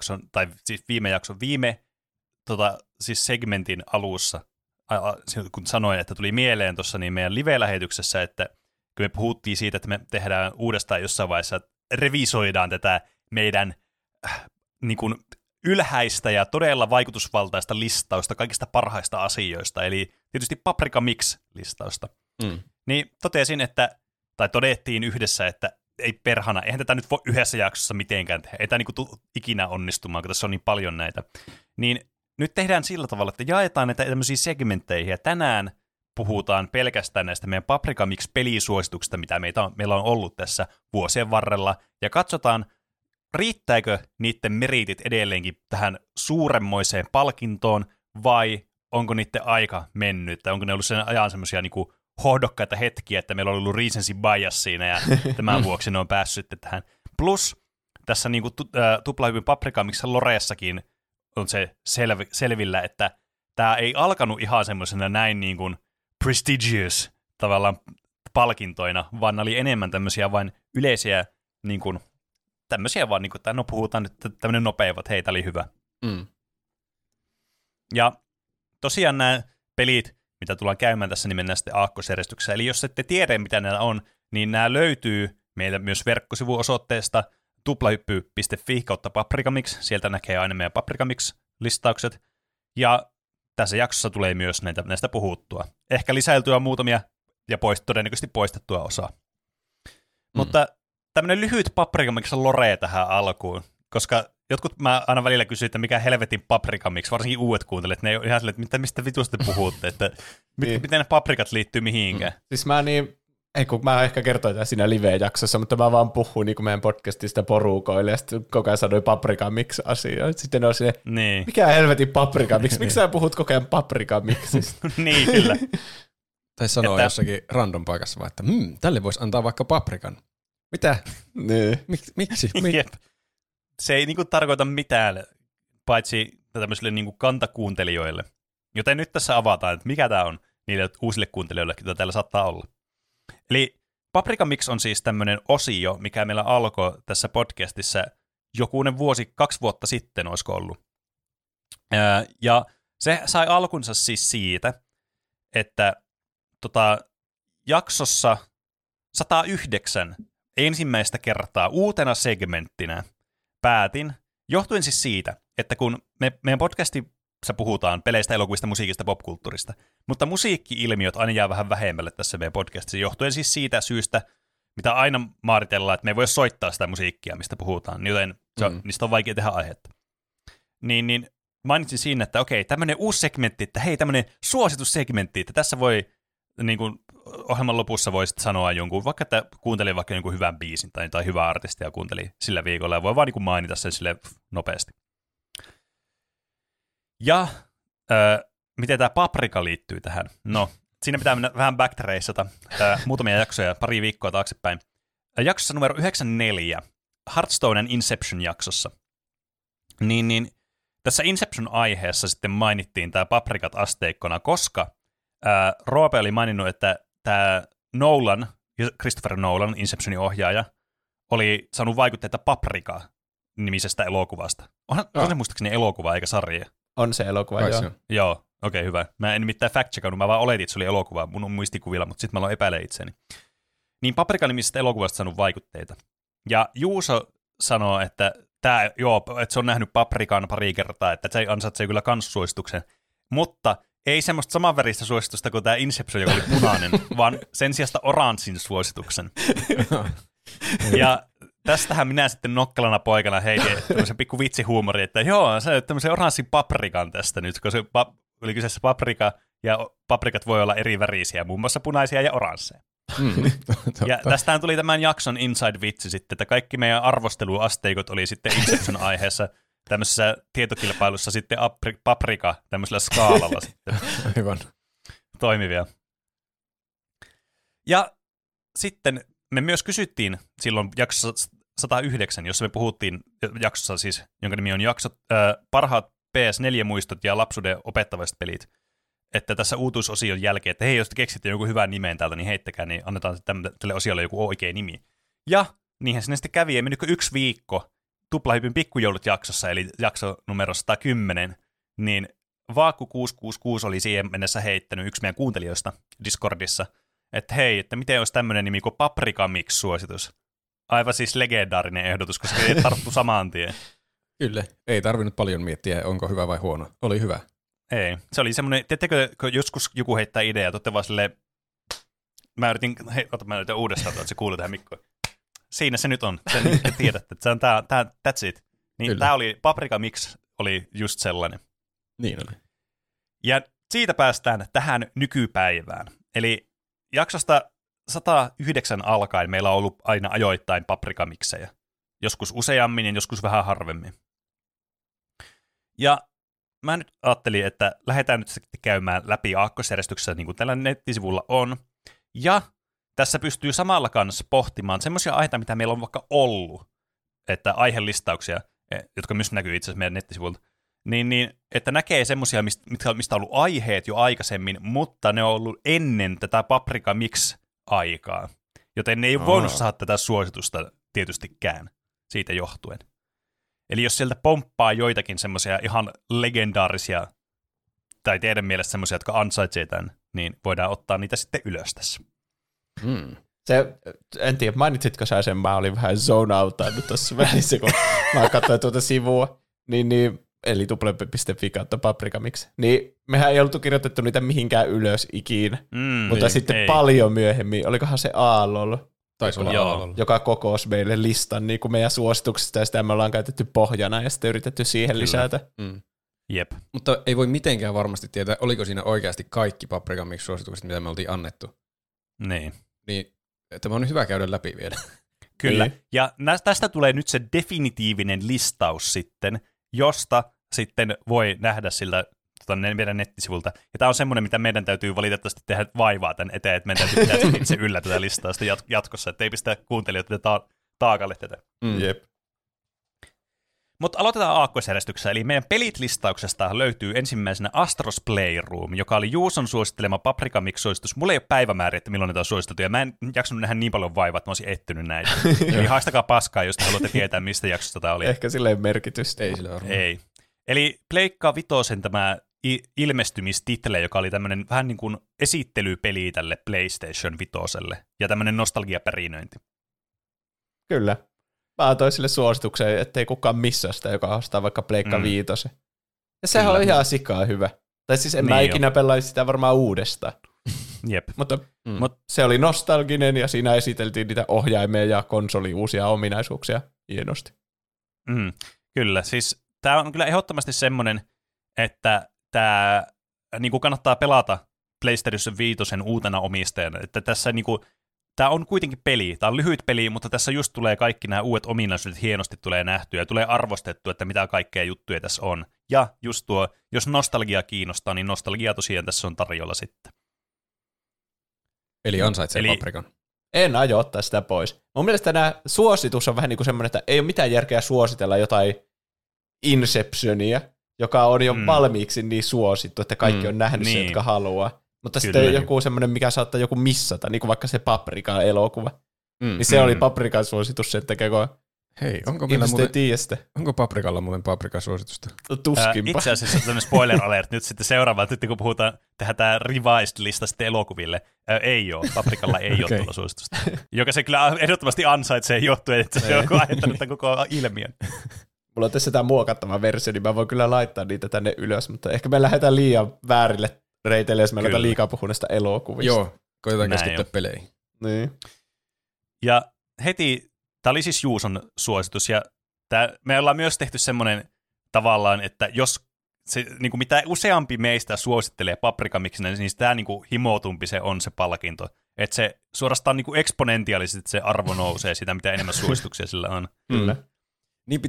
siis segmentin alussa, kun sanoin, että tuli mieleen tuossa niin meidän live-lähetyksessä, että kun me puhuttiin siitä, että me tehdään uudestaan jossain vaiheessa, revisoidaan tätä meidän niin kuin ylhäistä ja todella vaikutusvaltaista listausta kaikista parhaista asioista, eli tietysti Paprika Mix-listausta. Niin todettiin yhdessä, että ei perhana, eihän tätä nyt voi yhdessä jaksossa mitenkään tehdä, ei tämä niin kuin ikinä onnistumaan, kun tässä on niin paljon näitä. Niin nyt tehdään sillä tavalla, että jaetaan näitä tämmöisiä segmentteihin, ja tänään puhutaan pelkästään näistä meidän Paprika Mix-pelisuosituksista, mitä meillä on ollut tässä vuosien varrella, ja katsotaan, riittääkö niiden meritit edelleenkin tähän suuremmoiseen palkintoon, vai onko niiden aika mennyt, tai onko ne ollut sen ajan semmoisia niinku hohdokkaita hetkiä, että meillä on ollut recency bias siinä, ja tämän vuoksi ne on päässyt sitten tähän. Plus tässä niinku tuplahypyn Paprika Mixin Loreessakin on se selvillä, että tämä ei alkanut ihan semmoisena näin niin kuin prestigious tavallaan palkintoina, vaan oli enemmän tämmöisiä vain yleisiä niin kuin tämmöisiä vaan, niin kuin, että no puhutaan nyt tämmöinen nopea, että hei, tämä oli hyvä. Ja tosiaan nämä pelit, mitä tullaan käymään tässä, niin mennään sitten aakkosjärjestyksessä. Eli jos ette tiedä, mitä nämä on, niin nämä löytyy meiltä myös verkkosivuosoitteesta tuplahyppy.fi/paprikamix. Sieltä näkee aina meidän Paprikamix-listaukset. Ja tässä jaksossa tulee myös näistä puhuttua. Ehkä lisäiltyä muutamia ja todennäköisesti poistettua osaa. Mutta tämmöinen lyhyt Paprikamix lore tähän alkuun, koska jotkut mä aina välillä kysyn, että mikä helvetin Paprikamix, varsinkin uudet kuuntelijat, ne ei ole ihan silleen, että mistä vitusta te puhutte, että miten ne paprikat liittyy mihinkään. Siis mä ehkä kertoin tämän siinä live-jaksossa, mutta mä vaan puhuin niin meidän podcastista porukoille, ja sitten koko ajan sanoin Paprikamix-asiaa. Sitten on silleen, niin. Mikä helvetin Paprikamix? Miksi sä puhut koko ajan Paprikamixista? Niin, kyllä. Tai sanoa jossakin random paikassa vaan, että tälle voisi antaa vaikka paprikan. Mitä? Miksi? Jep. Se ei niinku tarkoita mitään, paitsi tämmöisille niinku kantakuuntelijoille. Joten nyt tässä avataan, että mikä tämä on niille uusille kuuntelijoille, joita täällä saattaa olla. Eli Paprika Mix on siis tämmöinen osio, mikä meillä alkoi tässä podcastissa jokunen vuosi, 2 vuotta sitten olisiko ollut. Ja se sai alkunsa siis siitä, että jaksossa 109 ensimmäistä kertaa uutena segmenttinä päätin, johtuen siis siitä, että kun meidän podcasti puhutaan peleistä, elokuvista, musiikista, popkulttuurista. Mutta musiikki-ilmiöt aina jää vähän vähemmälle tässä meidän podcastissa, johtuen siis siitä syystä, mitä aina maaritellaan, että me ei voi soittaa sitä musiikkia, mistä puhutaan, joten niistä on vaikea tehdä aihetta. Niin mainitsin siinä, että okei, tämmöinen uusi segmentti, että hei, tämmöinen suositussegmentti, että tässä voi, niin kuin ohjelman lopussa voisit sanoa jonkun, vaikka että kuuntelin vaikka jonkun hyvän biisin tai hyvää artistia kuuntelin sillä viikolla, ja voi vaan niin kuin mainita sen sille nopeasti. Ja miten tämä Paprika liittyy tähän? No, siinä pitää mennä vähän backtraceata muutamia jaksoja, pari viikkoa taaksepäin. Jaksossa numero 94, Hearthstonen Inception-jaksossa. Niin tässä Inception-aiheessa sitten mainittiin tämä paprikat asteikkona, koska Roope oli maininnut, että tämä Nolan, Christopher Nolan, Inceptionin ohjaaja, oli saanut vaikutteita Paprika-nimisestä elokuvasta. On se muistaakseni elokuva eikä sarja. On se elokuva, joo. Joo, okei, hyvä. Mä en nimittäin fact-checkannut, mä vaan oletin, että se oli elokuva mun muistikuvilla, mutta sitten mä aloin epäilemään itseäni. Niin Paprika-nimisestä elokuvasta saanut vaikutteita. Ja Juuso sanoo, että että se on nähnyt Paprikan pari kertaa, että se ansaitsee kyllä kans suosituksen, mutta ei semmoista samanväristä suositusta kuin tämä Inception, joka oli punainen, vaan sen sijasta oranssin suosituksen. Ja tästähän minä sitten nokkelana poikana heitin tämmöisen pikku vitsihuumori, että joo, sä olet tämmöisen oranssin paprikan tästä nyt, kun se oli kyseessä paprika, ja paprikat voi olla eri värisiä, muun muassa punaisia ja oransseja. Ja tästähän tuli tämän jakson inside-vitsi sitten, että kaikki meidän arvosteluasteikot oli sitten Inception-aiheessa tämmöisessä tietokilpailussa sitten paprika tämmöisellä skaalalla sitten. Hyvä. Toimivia. Ja sitten me myös kysyttiin silloin jaksossa 109, jossa me puhuttiin jaksossa siis, jonka nimi on parhaat PS4-muistot ja lapsuuden opettavaiset pelit, että tässä uutuusosion jälkeen, että hei, jos te keksitte joku hyvän nimen täältä, niin heittäkää, niin annetaan tälle osiolle joku oikea nimi. Ja niinhän sinne sitten kävi, ei mennytkö 1 viikko Tuplahypyn pikkujoulut jaksossa, eli jakso numero 110, niin Vaakku 666 oli siihen mennessä heittänyt yksi meidän kuuntelijoista Discordissa, että hei, että miten olisi tämmöinen nimi kuin Paprika Mix-suositus. Aivan siis legendaarinen ehdotus, koska ei tarttu samaan tien. Kyllä, ei tarvinnut paljon miettiä, onko hyvä vai huono. Oli hyvä. Ei, se oli semmoinen, tiedättekö, kun joskus joku heittää ideaa, että olette vaan silleen, mä yritin uudestaan, että se kuuluu tähän mikkoon. Siinä se nyt on, sen te tiedätte, että se on that's it. Niin tämä oli, Paprika Mix oli just sellainen. Niin oli. Ja siitä päästään tähän nykypäivään. Eli jaksosta 109 alkaen meillä on ollut aina ajoittain paprikamiksejä. Joskus useammin ja joskus vähän harvemmin. Ja mä nyt ajattelin, että lähdetään nyt sitten käymään läpi aakkosjärjestyksessä, niin kuin tällä nettisivulla on. Ja tässä pystyy samalla kanssa pohtimaan semmoisia aiheita, mitä meillä on vaikka ollut, että aihelistauksia, jotka myös näkyy itse asiassa meidän nettisivulta, niin että näkee semmoisia, mistä on ollut aiheet jo aikaisemmin, mutta ne on ollut ennen tätä Paprika Mix-aikaa. Joten ne ei voinut saada tätä suositusta tietystikään siitä johtuen. Eli jos sieltä pomppaa joitakin semmoisia ihan legendaarisia, tai teidän mielestä semmoisia, jotka ansaitsee tämän, niin voidaan ottaa niitä sitten ylös tässä. Se, en tiedä, mainitsitko sä sen, mä olin vähän zone-outannut tuossa välissä, kun mä katsoin tuota sivua, eli tuple.fi kautta Paprika Mix, niin mehän ei oltu kirjoitettu niitä mihinkään ylös ikinä, mutta niin, sitten paljon myöhemmin, olikohan se Aalol, joka kokosi meille listan niin kuin meidän suosituksista, ja sitä me ollaan käytetty pohjana, ja sitten yritetty siihen lisätä. Jep. Mutta ei voi mitenkään varmasti tietää, oliko siinä oikeasti kaikki Paprika Mix-suositukset, mitä me oltiin annettu. Niin. Niin, tämä on hyvä käydä läpi vielä. Kyllä, ja tästä tulee nyt se definitiivinen listaus sitten, josta sitten voi nähdä sillä meidän nettisivulta. Ja tämä on semmoinen, mitä meidän täytyy valitettavasti tehdä vaivaa tämän eteen, että meidän täytyy pitää itse yllä tätä listausta jatkossa, että ei pistä kuuntelijoita taakalle tätä. Jep. Mutta aloitetaan aakkosjärjestyksessä, eli meidän pelit-listauksesta löytyy ensimmäisenä Astros Playroom, joka oli Juuson suosittelema Paprika Mix-suositus. Mulla ei ole päivämääriä, että milloin näitä on suositettu, ja mä en jaksanut nähdä niin paljon vaivaa, että mä olisin etsinyt näitä. Eli haistakaa paskaa, jos te haluatte tietää, mistä jaksosta tämä oli. Ehkä silleen merkitystä. Ei sillä varmaan. Ei. Eli Pleikka Vitosen tämä ilmestymistitle, joka oli tämmöinen vähän niin kuin esittelypeli tälle PlayStation Vitoselle, ja tämmöinen nostalgiaperinöinti. Kyllä. Mä antoin sille suosituksen, ettei kukaan missaa sitä, joka ostaa vaikka Pleikka Viitosen. Ja sehän Kyllä. on ihan sikaa hyvä. Tai siis en Niin mä jo. ikinä pelaisi sitä varmaan uudestaan. Jep. Mutta Mut- se oli nostalginen ja siinä esiteltiin niitä ohjaimia ja konsoli uusia ominaisuuksia hienosti. Kyllä, siis tämä on kyllä ehdottomasti semmoinen, että tämä niinku kannattaa pelata PlayStation 5 uutena omistajana, että tässä niinku, tämä on kuitenkin peli, tämä on lyhyt peli, mutta tässä just tulee kaikki nämä uudet ominaisuudet hienosti tulee nähtyä ja tulee arvostettua, että mitä kaikkea juttuja tässä on. Ja just tuo, jos nostalgia kiinnostaa, niin nostalgia tosiaan tässä on tarjolla sitten. Eli ansaitsee Eli- paprikan. En aio ottaa sitä pois. Mun mielestä nämä suositus on vähän niin kuin semmoinen, että ei ole mitään järkeä suositella jotain Inceptionia, joka on jo valmiiksi niin suosittu, että kaikki on nähnyt sen, Niin. jotka haluaa. Mutta Kyllä. sitten joku semmoinen, mikä saattaa joku missata, niin kuin vaikka se Paprikan elokuva. Niin se oli Paprikan suositus sen takia, kun Hei, onko meillä ihmiset ei muuten, tiedä sitä. onko paprikalla muuten paprikasuositusta? Tuskinpa. Itse asiassa tämmöinen spoiler alert nyt sitten seuraava, nyt kun puhutaan, tehdään tämä revised-lista sitten elokuville. Ei ole, Paprikalla ei ole tuolla suositusta. Joka se kyllä ehdottomasti ansaitsee johtuen, että se on aiheuttanut tämän koko ilmiön. Mulla on tässä tämä muokattava versio, niin mä voin kyllä laittaa niitä tänne ylös, mutta ehkä me lähdetään liian väärille reiteille, jos me aletaan liikaa puhua näistä elokuvista. Joo, koitetaan Näin keskittyä on. peleihin. Niin. Ja heti, tämä oli siis Juuson suositus, ja me ollaan myös tehty semmoinen tavallaan, että jos se, niin kuin mitä useampi meistä suosittelee paprikamiksinä, niin sitä niin kuin himoutumpi se on se palkinto. Että se suorastaan niin kuin eksponentiaalisesti se arvo nousee sitä, mitä enemmän suosituksia sillä on. Kyllä. Niin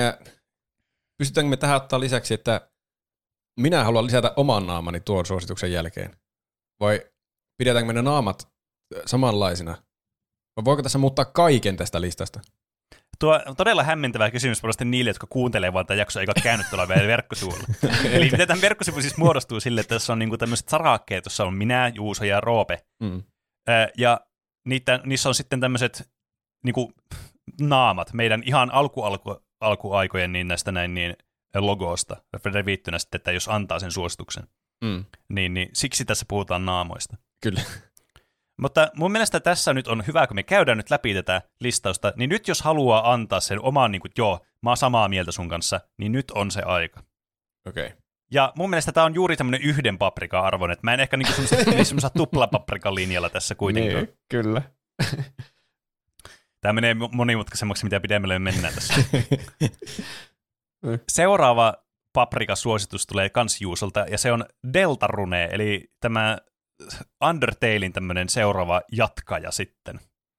pystytäänkö me tähän ottaa lisäksi, että minä haluan lisätä oman naamani tuon suosituksen jälkeen? Vai pidetäänkö me ne naamat samanlaisina? Vai voiko tässä muuttaa kaiken tästä listasta? Tuo on todella hämmentävä kysymys varmasti niille, jotka kuuntelee vaan tätä jaksoa eikä ole käynyt tuolla vielä verkkosivuilla. Eli miten tämä verkkosivu siis muodostuu sille, että tässä on niinku tämmöiset sarakkeet, jossa on minä, Juuso ja Roope. Ja niissä on sitten tämmöiset niinku naamat meidän ihan alkuaikojen niin näistä näin niin logosta reviittynä sitten, että jos antaa sen suosituksen. Niin siksi tässä puhutaan naamoista. Kyllä. Mutta mun mielestä tässä nyt on hyvä, kun me käydään nyt läpi tätä listausta, niin nyt jos haluaa antaa sen oman, niin kuin, joo, mä oon samaa mieltä sun kanssa, niin nyt on se aika. Okei. Ja mun mielestä tämä on juuri tämmöinen yhden paprika-arvon, että mä en ehkä niin semmoisella tuplapaprikan linjalla tässä kuitenkaan. Niin, kyllä. Tämä menee monimutkaisemmaksi, mitä pidemmälle me mennään tässä. Seuraava paprikasuositus tulee kans Juusolta, ja se on Deltarune, eli tämä Undertalein tämmöinen seuraava jatkaja sitten.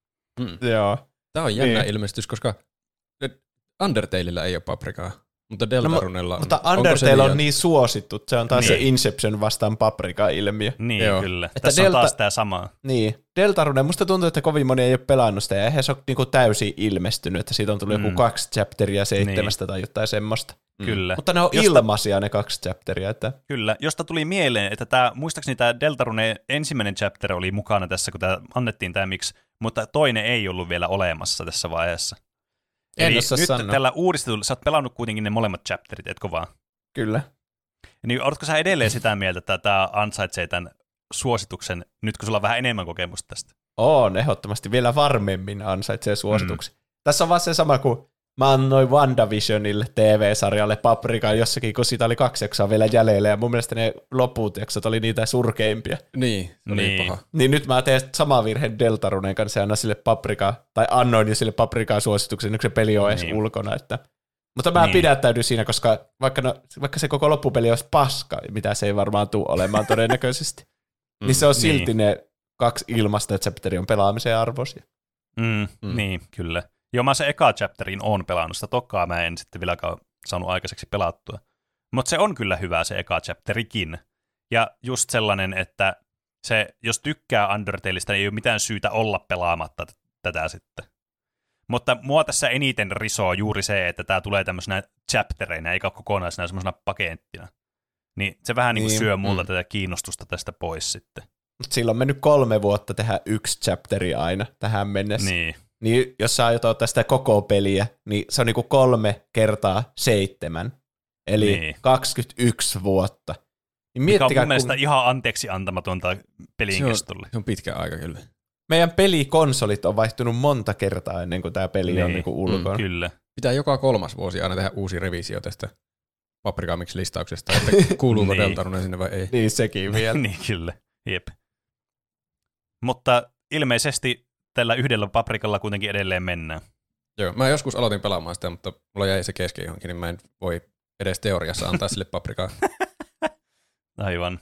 Joo. Tämä on jännä ilmestys, koska Undertaleillä ei ole paprikaa, mutta Deltarunella on. Mutta Onko se Undertale on liian- niin suosittu, se on taas se Niin. Inception vastaan Paprika-ilmiö. Niin, Joo. kyllä. Että Tässä on taas tämä sama. Niin, Deltarune, musta tuntuu, että kovin moni ei ole pelannut sitä, ja eihän se ole niinku täysin ilmestynyt, että siitä on tullut joku 2 chapteria 7 tai jotain semmoista. Kyllä. Mutta ne on ilmaisia ne 2 chapteria, että Kyllä, josta tuli mieleen, että muistaakseni tämä Deltarune ensimmäinen chapter oli mukana tässä, kun tämä annettiin tämä miksi, mutta toinen ei ollut vielä olemassa tässä vaiheessa. En Eli osaa nyt sanoa. tällä uudistetulla, sä oot pelannut kuitenkin ne molemmat chapterit, etkö vaan? kyllä. Niin oletko sä edelleen sitä mieltä, että tämä ansaitsee tämän suosituksen, nyt kun sulla on vähän enemmän kokemusta tästä? On ehdottomasti vielä varmemmin ansaitsee suosituksen. Tässä on vaan se sama kuin mä annoin WandaVisionille TV-sarjalle Paprikan jossakin, kun siitä oli 2 jaksoa vielä jäljellä, ja mun mielestä ne loput jaksot oli niitä surkeimpia. Niin, se oli Niin. paha. Niin nyt mä teen sama virheen Deltaruneen kanssa ja annan sille Paprikaa, tai annoin jo sille Paprikaa suosituksen, nyt se peli on edes Niin. ulkona. Mutta mä Niin. pidättäydyn siinä, koska vaikka se koko loppupeli olisi paska, mitä se ei varmaan tule olemaan todennäköisesti, niin se on silti ne 2 ilmasta chapteria on pelaamisen arvoisia. Niin, kyllä. Joo, mä se eka chapterin on pelannut, sitä tokaa mä en sitten vieläkään saanut aikaiseksi pelattua. Mutta se on kyllä hyvä se eka chapterikin. Ja just sellainen, että jos tykkää Undertaleista, niin ei ole mitään syytä olla pelaamatta tätä sitten. Mutta mua tässä eniten risoo juuri se, että tämä tulee tämmöisenä chaptereina, eikä kokonaisena semmoisena pakettina. Niin se vähän niin kuin syö multa tätä kiinnostusta tästä pois sitten. Mutta sillä on mennyt 3 vuotta tehdä 1 chapteri aina tähän mennessä. Niin jos sä aiot ottaa sitä koko peliä, niin se on niinku 3 kertaa 7. Eli 21 vuotta. Niin mikä on mun mielestä ihan anteeksi antamatonta pelin kestolle. Se on pitkä aika kyllä. Meidän pelikonsolit on vaihtunut monta kertaa ennen kuin tämä peli on niinku ulkona. Kyllä. Pitää joka 3. vuosi aina tehdä uusi revisio tästä. Paprikamix-listauksesta, että kuuluuko Niin. Deltarune sinne vai ei. Niin sekin vielä. Niin kyllä, jep. Mutta ilmeisesti tällä yhdellä paprikalla kuitenkin edelleen mennään. Joo, mä joskus aloitin pelaamaan sitä, mutta mulla jäi se kesken johonkin, niin mä en voi edes teoriassa antaa sille paprikaa. Aivan.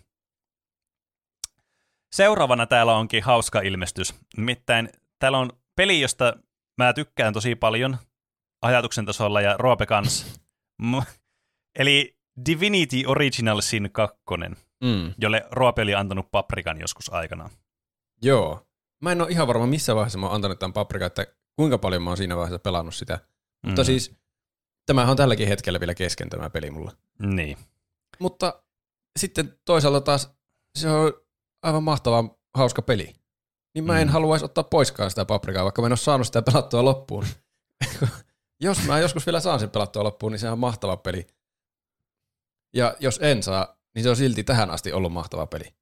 Seuraavana täällä onkin hauska ilmestys. Nimittäin täällä on peli, josta mä tykkään tosi paljon ajatuksen tasolla ja Roope kanssa. Eli Divinity Original Sin 2, jolle Roope oli antanut paprikan joskus aikanaan. Joo. Mä en ole ihan varma, missä vaiheessa mä oon antanut tämän paprikan, että kuinka paljon mä oon siinä vaiheessa pelannut sitä. Mutta siis, tämähän on tälläkin hetkellä vielä kesken tämä peli mulla. Niin. Mutta sitten toisaalta taas se on aivan mahtava, hauska peli. Niin mä en haluaisi ottaa poiskaan sitä paprikaa, vaikka mä en ole saanut sitä pelattua loppuun. Jos mä joskus vielä saan sen pelattua loppuun, niin se on mahtava peli. Ja jos en saa, niin se on silti tähän asti ollut mahtava peli.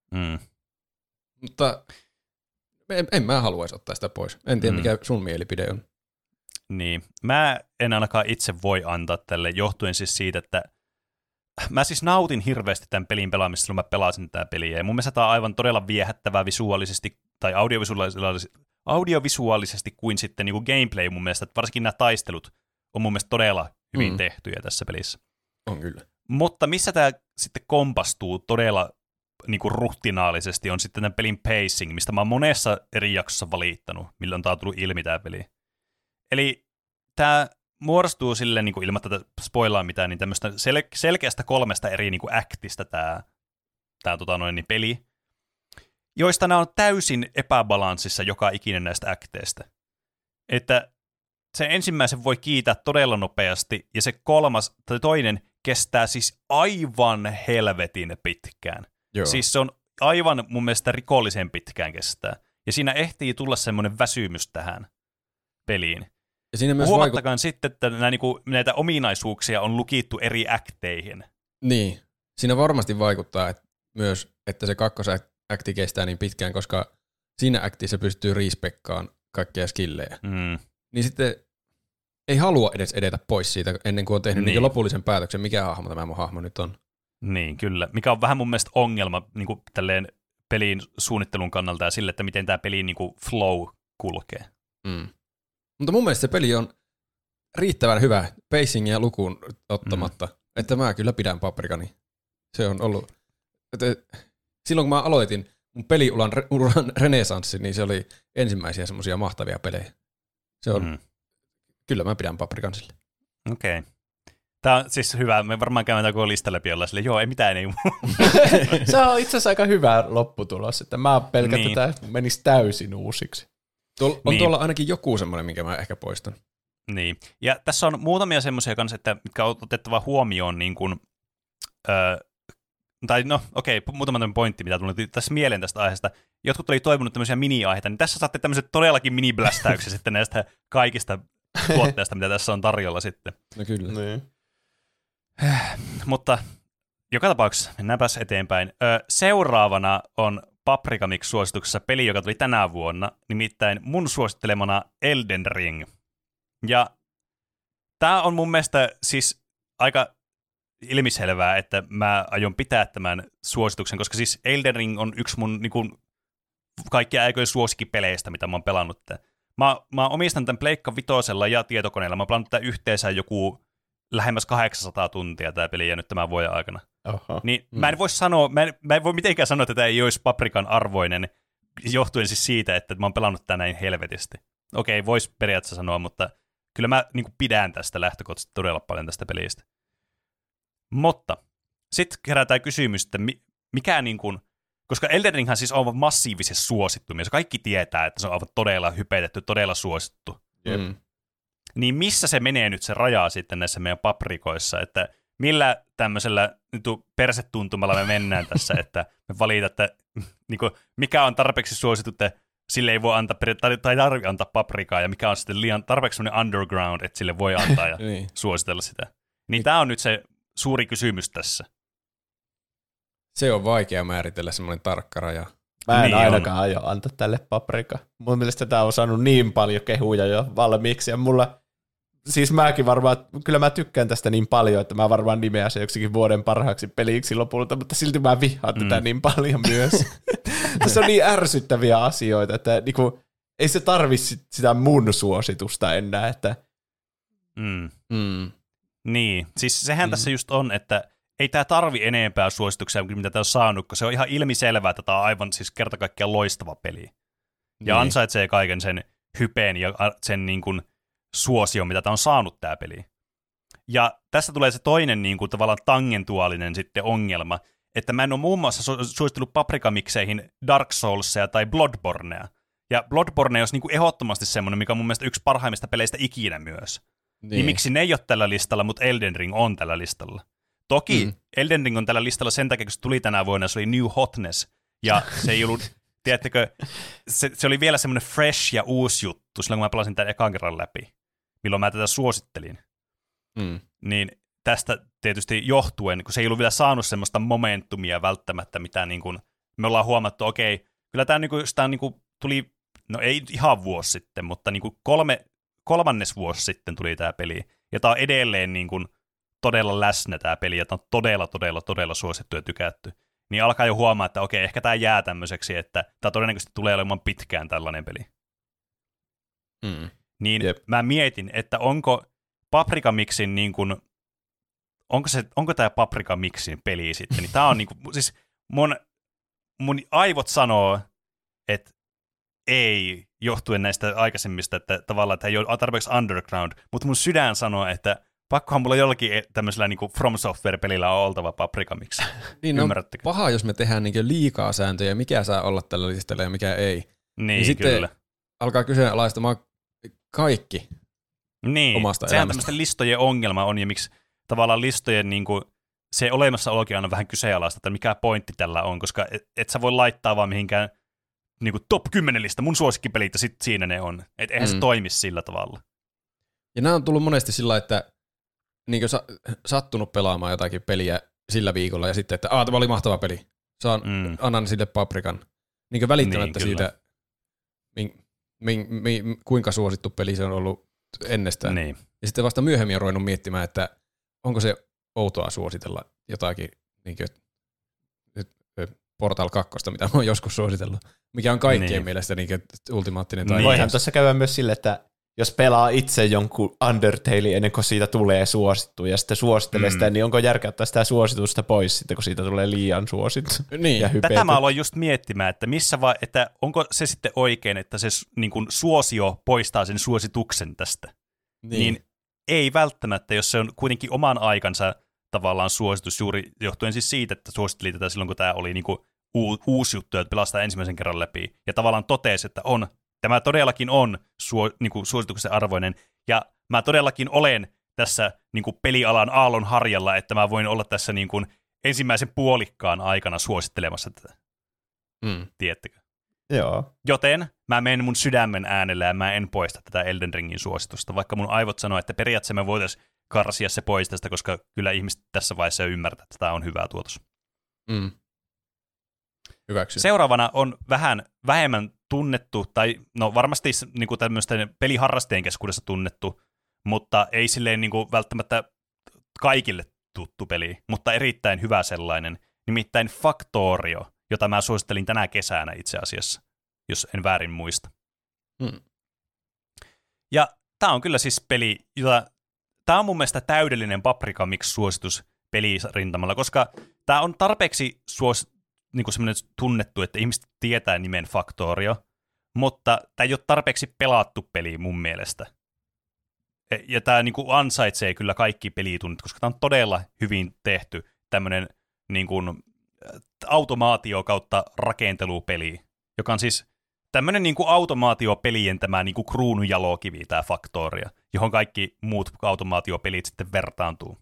Mutta en mä haluaisi ottaa sitä pois. En tiedä, mikä sun mielipide on. Niin. Mä en ainakaan itse voi antaa tälle, johtuen siis siitä, että mä siis nautin hirveästi tämän pelin pelaamista, silloin mä pelasin tätä peliä. Ja mun mielestä tämä on aivan todella viehättävää visuaalisesti tai audiovisuaalisesti kuin sitten niin kuin gameplay mun mielestä. Että varsinkin nämä taistelut on mun mielestä todella hyvin tehtyjä tässä pelissä. On kyllä. Mutta missä tämä sitten kompastuu todella niin kuin ruhtinaalisesti on sitten tämän pelin pacing, mistä mä oon monessa eri jaksossa valittanut, milloin tää on tullut ilmi tää peli. Eli tää muodostuu silleen, niin kuin ilman tätä spoilaa mitään, niin tämmöistä selkeästä 3 eri niin kuin actista tää peli, joista nämä on täysin epäbalanssissa joka ikinen näistä acteista. Että se ensimmäisen voi kiitää todella nopeasti, ja se kolmas tai toinen kestää siis aivan helvetin pitkään. Joo. Siis se on aivan mun mielestä rikollisen pitkään kestää. Ja siinä ehtii tulla semmoinen väsymys tähän peliin. Ja siinä myös huomattakaan sitten, että näitä ominaisuuksia on lukittu eri äkteihin. Niin. Siinä varmasti vaikuttaa myös, että se kakkosakti kestää niin pitkään, koska siinä aktiissa pystyy respekkaan kaikkia skillejä. Niin sitten ei halua edes edetä pois siitä ennen kuin on tehnyt niin lopullisen päätöksen, mikä hahmo tämä mun hahmo nyt on. Niin, kyllä. Mikä on vähän mun mielestä ongelma niin kuin tälleen pelin suunnittelun kannalta ja sille, että miten tämä pelin niin kuin flow kulkee. Mutta mun mielestä se peli on riittävän hyvä pacingia lukuun ottamatta, että mä kyllä pidän paprikani. Se on ollut... Silloin kun mä aloitin mun peliuran renesanssi, niin se oli ensimmäisiä semmoisia mahtavia pelejä. Se on... Kyllä mä pidän paprikan sille. Okei. Tämä on siis hyvä. Me varmaan käymme tämän koko lista läpi olla sille, joo, ei mitään, ei. Se on itse asiassa aika hyvä lopputulos, että mä pelkään, että tämä menisi täysin uusiksi. On tuolla ainakin joku semmoinen, minkä mä ehkä poistan. Niin. Ja tässä on muutamia semmoisia kanssa, mitkä on otettava huomioon niin kuin, muutama tämmöinen pointti, mitä tuli tässä mieleen tästä aiheesta. Jotkut oli toivonut tämmöisiä mini-aiheita, niin tässä saatte tämmöiset todellakin mini-blästäyksiä sitten näistä kaikista tuotteista, mitä tässä on tarjolla sitten. No kyllä. Niin. Mutta joka tapauksessa mennäänpäs eteenpäin. Seuraavana on Paprika Mix-suosituksessa peli, joka tuli tänä vuonna, nimittäin mun suosittelemana Elden Ring. Ja tää on mun mielestä siis aika ilmiselvää, että mä aion pitää tämän suosituksen, koska siis Elden Ring on yksi mun niin kuin, kaikkia aikojen suosikkipeleistä, mitä mä oon pelannut. Mä omistan tämän Pleikka Vitosella ja tietokoneella. Mä oon pelannut tämän yhteensä joku lähemmäs 800 tuntia tämä peli jäänyt tämän vuoden aikana. Oho. Niin mä en voi sanoa, mä en voi mitenkään sanoa, että tämä ei olisi paprikan arvoinen, johtuen siis siitä, että mä oon pelannut tämän näin helvetisti. Okei, vois periaatteessa sanoa, mutta kyllä mä niin kuin pidän tästä lähtökohtaisesti todella paljon tästä pelistä. Mutta sitten kerätään kysymys, että mikä niin kuin, koska Elden Ringhan siis on aivan massiivisesti suosittu, myös kaikki tietää, että se on aivan todella hypetetty, todella suosittu. Niin missä se menee nyt se raja sitten näissä meidän paprikoissa, että millä tämmöisellä persetuntumalla me mennään tässä, että me valitaan, että niin kuin, mikä on tarpeeksi suosittu, että sille ei voi antaa, tai tarvitse antaa paprikaa, ja mikä on sitten liian tarpeeksi semmoinen underground, että sille voi antaa ja suositella sitä. Niin tämä on nyt se suuri kysymys tässä. Se on vaikea määritellä semmoinen tarkka raja. Mä en ainakaan aio antaa tälle paprika. Mun mielestä tämä on saanut niin paljon kehuja jo valmiiksi, ja mulla siis mäkin varmaan, kyllä mä tykkään tästä niin paljon, että mä varmaan nimeän se joksikin vuoden parhaaksi peliksi lopulta, mutta silti mä vihaan tätä niin paljon myös. Tässä on niin ärsyttäviä asioita, että niinku, ei se tarvitse sitä mun suositusta enää. Että... Niin, siis sehän tässä just on, että ei tämä tarvi enempää suosituksia kuin mitä tämä on saanut, kun se on ihan ilmiselvää, että tämä on aivan siis kerta kaikkiaan loistava peli. Ja ansaitsee kaiken sen hypeen ja sen niin kuin suosion, mitä tämä on saanut tämä peli. Ja tässä tulee se toinen niin kuin tavallaan tangentuaalinen sitten ongelma, että mä en ole muun muassa suositellut paprikamikseihin Dark Soulsia tai Bloodbornea. Ja Bloodborne olisi niin kuin ehdottomasti semmoinen, mikä on mun mielestä yksi parhaimmista peleistä ikinä myös. Niin miksi ne ei ole tällä listalla, mutta Elden Ring on tällä listalla. Toki Elden Ring on tällä listalla sen takia, kun se tuli tänä vuonna, se oli New Hotness. Ja se ei ollut, tiedättekö, se oli vielä semmoinen fresh ja uusi juttu, silloin kun mä pelasin tämän ekan kerran läpi, milloin mä tätä suosittelin. Niin tästä tietysti johtuen, kun se ei ollut vielä saanut semmoista momentumia välttämättä, mitä niin kuin me ollaan huomattu, okei, kyllä tämä niin kuin tuli, no ei ihan vuosi sitten, mutta niin kuin kolmannes vuosi sitten tuli tämä peli, ja tämä on edelleen niin kuin todella läsnä tämä peli, ja tämä on todella suosittu ja tykätty. Niin alkaa jo huomaa, että okei, ehkä tämä jää tämmöiseksi, että tämä todennäköisesti tulee olemaan pitkään tällainen peli. Niin mä mietin, että onko Paprika Mixin niin kuin, onko tämä Paprika Mixin peli sitten, niin tämä on niin kuin, siis mun aivot sanoo, että ei, johtuen näistä aikaisemmista, että tavallaan että ei ole tarpeeksi underground, mutta mun sydän sanoo, että pakkohan mulla jollakin tämmöisellä niin kuin From Software-pelillä on oltava Paprika Mix. Niin on paha, jos me tehdään niin liikaa sääntöjä, mikä saa olla tällä listalla ja mikä ei. Niin sitten kyllä. Alkaa kyseenalaistamaan kaikki omasta sehän elämästä. tämmöisten listojen ongelma on, ja miksi tavallaan listojen niin kuin, se olemassaolokin on vähän kyseenalaista, että mikä pointti tällä on, koska et sä voi laittaa vaan mihinkään niin kuin top 10 lista, mun suosikkipelit, ja sitten siinä ne on. Et eihän se toimi sillä tavalla. Ja nämä on tullut monesti sillä, että niin sattunut pelaamaan jotakin peliä sillä viikolla, ja sitten, että tämä oli mahtava peli. Annan sille paprikan. Niin välittämättä niin, siitä, kuinka suosittu peli se on ollut ennestään. Niin. Ja sitten vasta myöhemmin on ruvennut miettimään, että onko se outoa suositella jotakin niin Portal 2, mitä mä oon joskus suositellut, mikä on kaikkien mielestä niin ultimaattinen taito. Voihan tuossa käydä myös sille, että jos pelaa itse jonkun Undertale ennen kuin siitä tulee suosittu ja sitten suosittelee sitä, niin onko järkeä ottaa sitä suositusta pois sitten, kun siitä tulee liian suosittu? Niin. Ja tätä mä aloin just miettimään, että että onko se sitten oikein, että se niin kuin suosio poistaa sen suosituksen tästä. Niin ei välttämättä, jos se on kuitenkin oman aikansa tavallaan suositus juuri johtuen siis siitä, että suositteli tätä silloin, kun tämä oli niin kuin uusi juttu, että pelastaa ensimmäisen kerran läpi. Ja tavallaan totesi, että tämä todellakin on niin kuin suosituksen arvoinen, ja mä todellakin olen tässä niin kuin pelialan aallon harjalla, että mä voin olla tässä niin kuin ensimmäisen puolikkaan aikana suosittelemassa tätä. Tiedättekö? Joo. Joten mä menen mun sydämen äänellä, ja mä en poista tätä Elden Ringin suositusta, vaikka mun aivot sanoo, että periaatteessa me voitaisiin karsia se pois tästä, koska kyllä ihmiset tässä vaiheessa ymmärtää, että tämä on hyvä tuotos. Hyväksy. Seuraavana on vähän vähemmän tunnettu, tai no varmasti niin kuin tämmöisten peliharrasteen keskuudessa tunnettu, mutta ei silleen niin kuin välttämättä kaikille tuttu peli, mutta erittäin hyvä sellainen, nimittäin Factorio, jota mä suosittelin tänä kesänä itse asiassa, jos en väärin muista. Ja tämä on kyllä siis peli, tämä on mun mielestä täydellinen Paprika Mix-suositus pelirintamalla, koska tämä on tarpeeksi niin kuin semmoinen tunnettu, että ihmiset tietää nimen Factorio, mutta tämä ei ole tarpeeksi pelattu peli mun mielestä. Ja tämä niin kuin ansaitsee kyllä kaikki pelitunnit, koska tämä on todella hyvin tehty tämmöinen niin kuin automaatio kautta rakentelupeli, joka on siis tämmöinen niin kuin automaatiopelien tämä niin kuin kruununjalokivi, tämä Factorio, johon kaikki muut automaatiopelit sitten vertaantuu.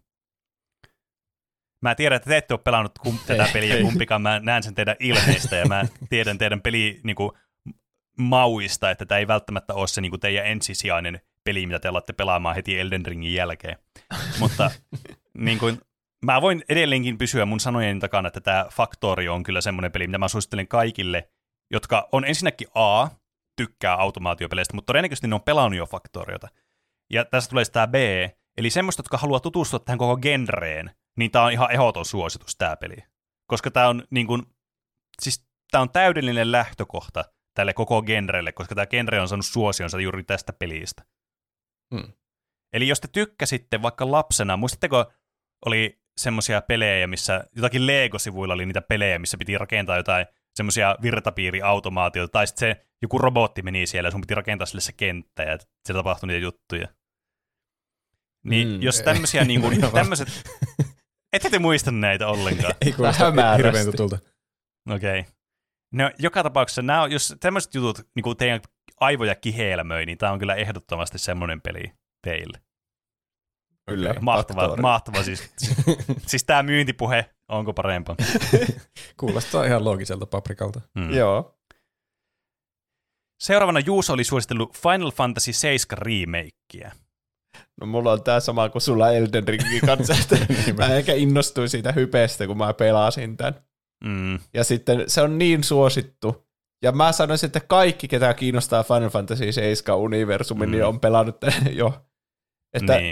Mä tiedän, että te ette ole pelannut tätä peliä kumpikaan, mä näen sen teidän ilmeistä, ja mä tiedän teidän peli niin kuin mauista, että tämä ei välttämättä ole se niin kuin teidän ensisijainen peli, mitä te alatte pelaamaan heti Elden Ringin jälkeen. Mutta niin kuin, mä voin edelleenkin pysyä mun sanojen takana, että tämä Factorio on kyllä semmoinen peli, mitä mä suosittelen kaikille, jotka on ensinnäkin tykkää automaatiopeleistä, mutta todennäköisesti ne on pelannut jo Factoriota. Ja tässä tulee tämä B, eli semmoista, jotka haluaa tutustua tähän koko genreen, niin tämä on ihan ehdoton suositus tämä peli. Koska tämä on niin kuin, siis tämä on täydellinen lähtökohta tälle koko genrelle, koska tämä genre on saanut suosionsa juuri tästä pelistä. Eli jos te tykkäsitte vaikka lapsena, muistatteko, oli semmoisia pelejä, missä jotakin Lego-sivuilla oli niitä pelejä, missä piti rakentaa jotain semmoisia virtapiiriautomaatioita, tai sitten se joku robotti meni siellä ja sun piti rakentaa sille se kenttä ja siellä tapahtui niitä juttuja. Niin jos tämmöisiä niin kuin, tämmöiset, ette te muista näitä ollenkaan. Ei kuulosta hirveän tutulta. Okei. No joka tapauksessa, jos tämmöiset jutut niin kuin teidän aivoja kihelmöi, niin tämä on kyllä ehdottomasti semmoinen peli teille. Kyllä. Mahtava siis. Siis tämä myyntipuhe, onko parempaa? Kuulostaa ihan loogiselta Paprikalta. Joo. Seuraavana Juuso oli suositellut Final Fantasy 7 remakeä. No mulla on tää sama kuin sulla Elden Ringin kanssa, että mä ehkä innostuin siitä hypeestä, kun mä pelasin tän. Ja sitten se on niin suosittu. Ja mä sanoisin, että kaikki, ketä kiinnostaa Final Fantasy 7-universumi, niin on pelannut tän jo. Että niin.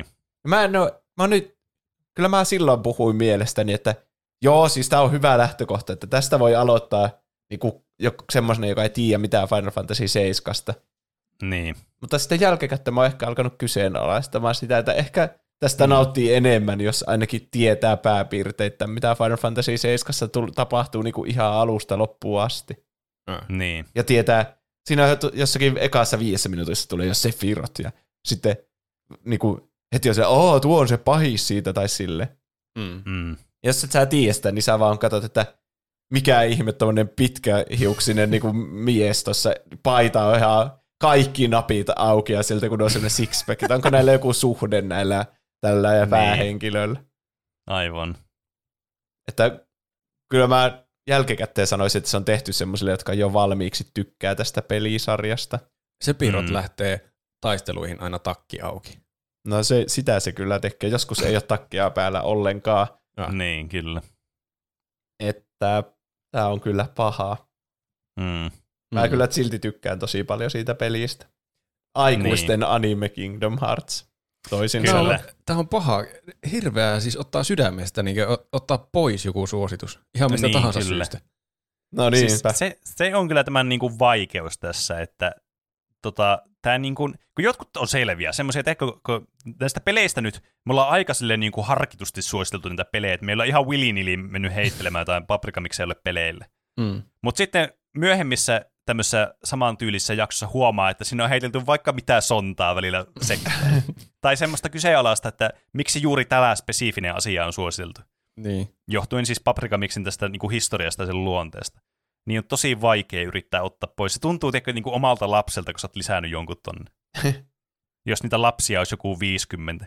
Kyllä mä silloin puhuin mielestäni, että joo, siis tää on hyvä lähtökohta, että tästä voi aloittaa niinku semmoisena, joka ei tiedä mitään Final Fantasy 7. Niin. Mutta sitten jälkikäteen mä oon ehkä alkanut kyseenalaistamaan sitä, että ehkä tästä nauttii enemmän, jos ainakin tietää pääpiirteitä, mitä Final Fantasy 7 tapahtuu niinku ihan alusta loppuun asti. Niin. Ja tietää, siinä jossakin ekassa 5 minuutissa tulee jo Sephiroth ja sitten niinku heti on se, tuo on se pahis siitä tai sille. Jos et sä tiedä sitä, niin sä vaan katsot, että mikä ihme tommonen pitkähiuksinen niinku mies tuossa paita on ihan kaikki napit auki ja siltä kun on semmoinen sixpack. Onko näillä joku suhde näillä tällä ja päähenkilöllä? Aivan. Että kyllä mä jälkikäteen sanoisin, että se on tehty semmoisille, jotka jo valmiiksi tykkää tästä pelisarjasta. Sephiroth lähtee taisteluihin aina takki auki. No sitä se kyllä tekee. Joskus ei ole takkia päällä ollenkaan. Niin, kyllä. Että tää on kyllä pahaa. Mä kyllä silti tykkään tosi paljon siitä pelistä. Aikuisten anime Kingdom Hearts. Toisin kyllä. Tämä on paha. Hirveää siis ottaa sydämestä, niin ottaa pois joku suositus. Ihan mistä tahansa syystä. No niinpä. Siis se on kyllä tämän niinku vaikeus tässä, että tää niinku, kun jotkut on selviä, semmoisia, että kun näistä peleistä nyt, me ollaan aika silleen niinku harkitusti suositeltu niitä pelejä, että meillä on ihan willy-nilly mennyt heittelemään jotain paprikamikseille peleille. Mutta sitten myöhemmissä tämmöisessä samantyylisessä jaksossa huomaa, että siinä on heitelty vaikka mitään sontaa välillä sekkään. Tai semmoista kyseenalaista, että miksi juuri tällä spesifinen asia on suositeltu. Niin. Johtuen siis paprikamiksin tästä niinku historiasta ja sen luonteesta. Niin on tosi vaikea yrittää ottaa pois. Se tuntuu niinku omalta lapselta, kun sä oot lisännyt jonkun tonne. Jos niitä lapsia olisi joku 50.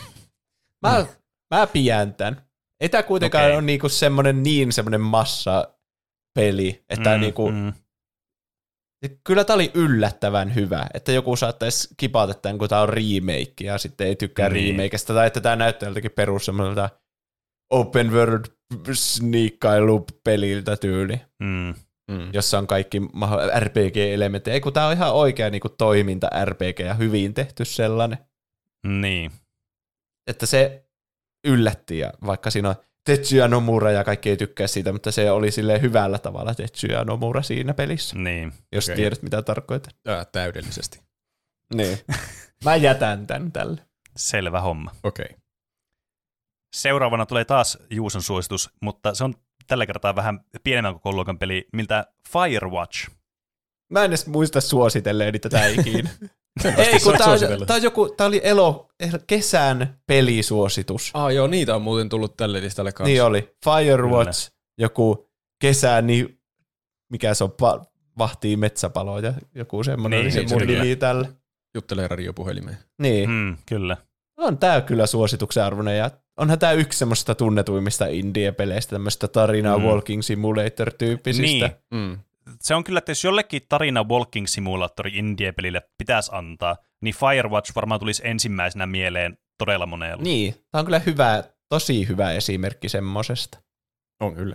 Mä pidän tän. Ei tää kuitenkaan ole niinku semmoinen massapeli, että niinku kyllä tää oli yllättävän hyvä, että joku saattaisi kipata tämän, kun tää on remake ja sitten ei tykkää remakeista, tai että tää näyttää joltakin perus semmoiselta open world sniikkailupeliltä tyyli, jossa on kaikki RPG-elementtejä. Ei kun tää on ihan oikea niinku toiminta RPG ja hyvin tehty sellainen. Niin. Että se yllätti, ja vaikka siinä on Tetsuya Nomura ja kaikki ei tykkää siitä, mutta se oli silleen hyvällä tavalla Tetsuya Nomura siinä pelissä. Niin. Jos tiedät, mitä tarkoitan. Täydellisesti. Niin. Mä jätän tän tälle. Selvä homma. Okei. Seuraavana tulee taas Juuson suositus, mutta se on tällä kertaa vähän pienemmän kokoluokan peli, miltä Firewatch. Mä en edes muista suositelleeni tätä ikinä. Ei, kun tää oli kesän pelisuositus. Joo, niitä on muuten tullut tälle listalle kanssa. Niin oli. Firewatch, joku kesä, niin mikä se on, vahtii metsäpaloja ja joku semmoinen oli se mun nimi tälle. Juttelee radiopuhelimeen. Niin. Kyllä. On tää kyllä suosituksen arvoinen, ja onhan tää yksi semmoista tunnetuimmista indie-peleistä, tämmöistä tarina Walking Simulator-tyyppisistä. Niin. Se on kyllä, että jos jollekin tarina Walking Simulator indie-pelille pitäisi antaa, niin Firewatch varmaan tulisi ensimmäisenä mieleen todella monella. Niin, tää on kyllä hyvä, tosi hyvä esimerkki semmosesta. On kyllä.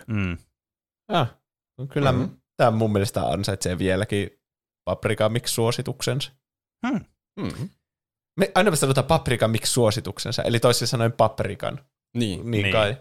Kyllä tää mun mielestä ansaitsee vieläkin Paprika Mix-suosituksensa. Me aina sanotaan Paprikan miksi suosituksensa, eli toisin sanoen Paprikan. Niin kai.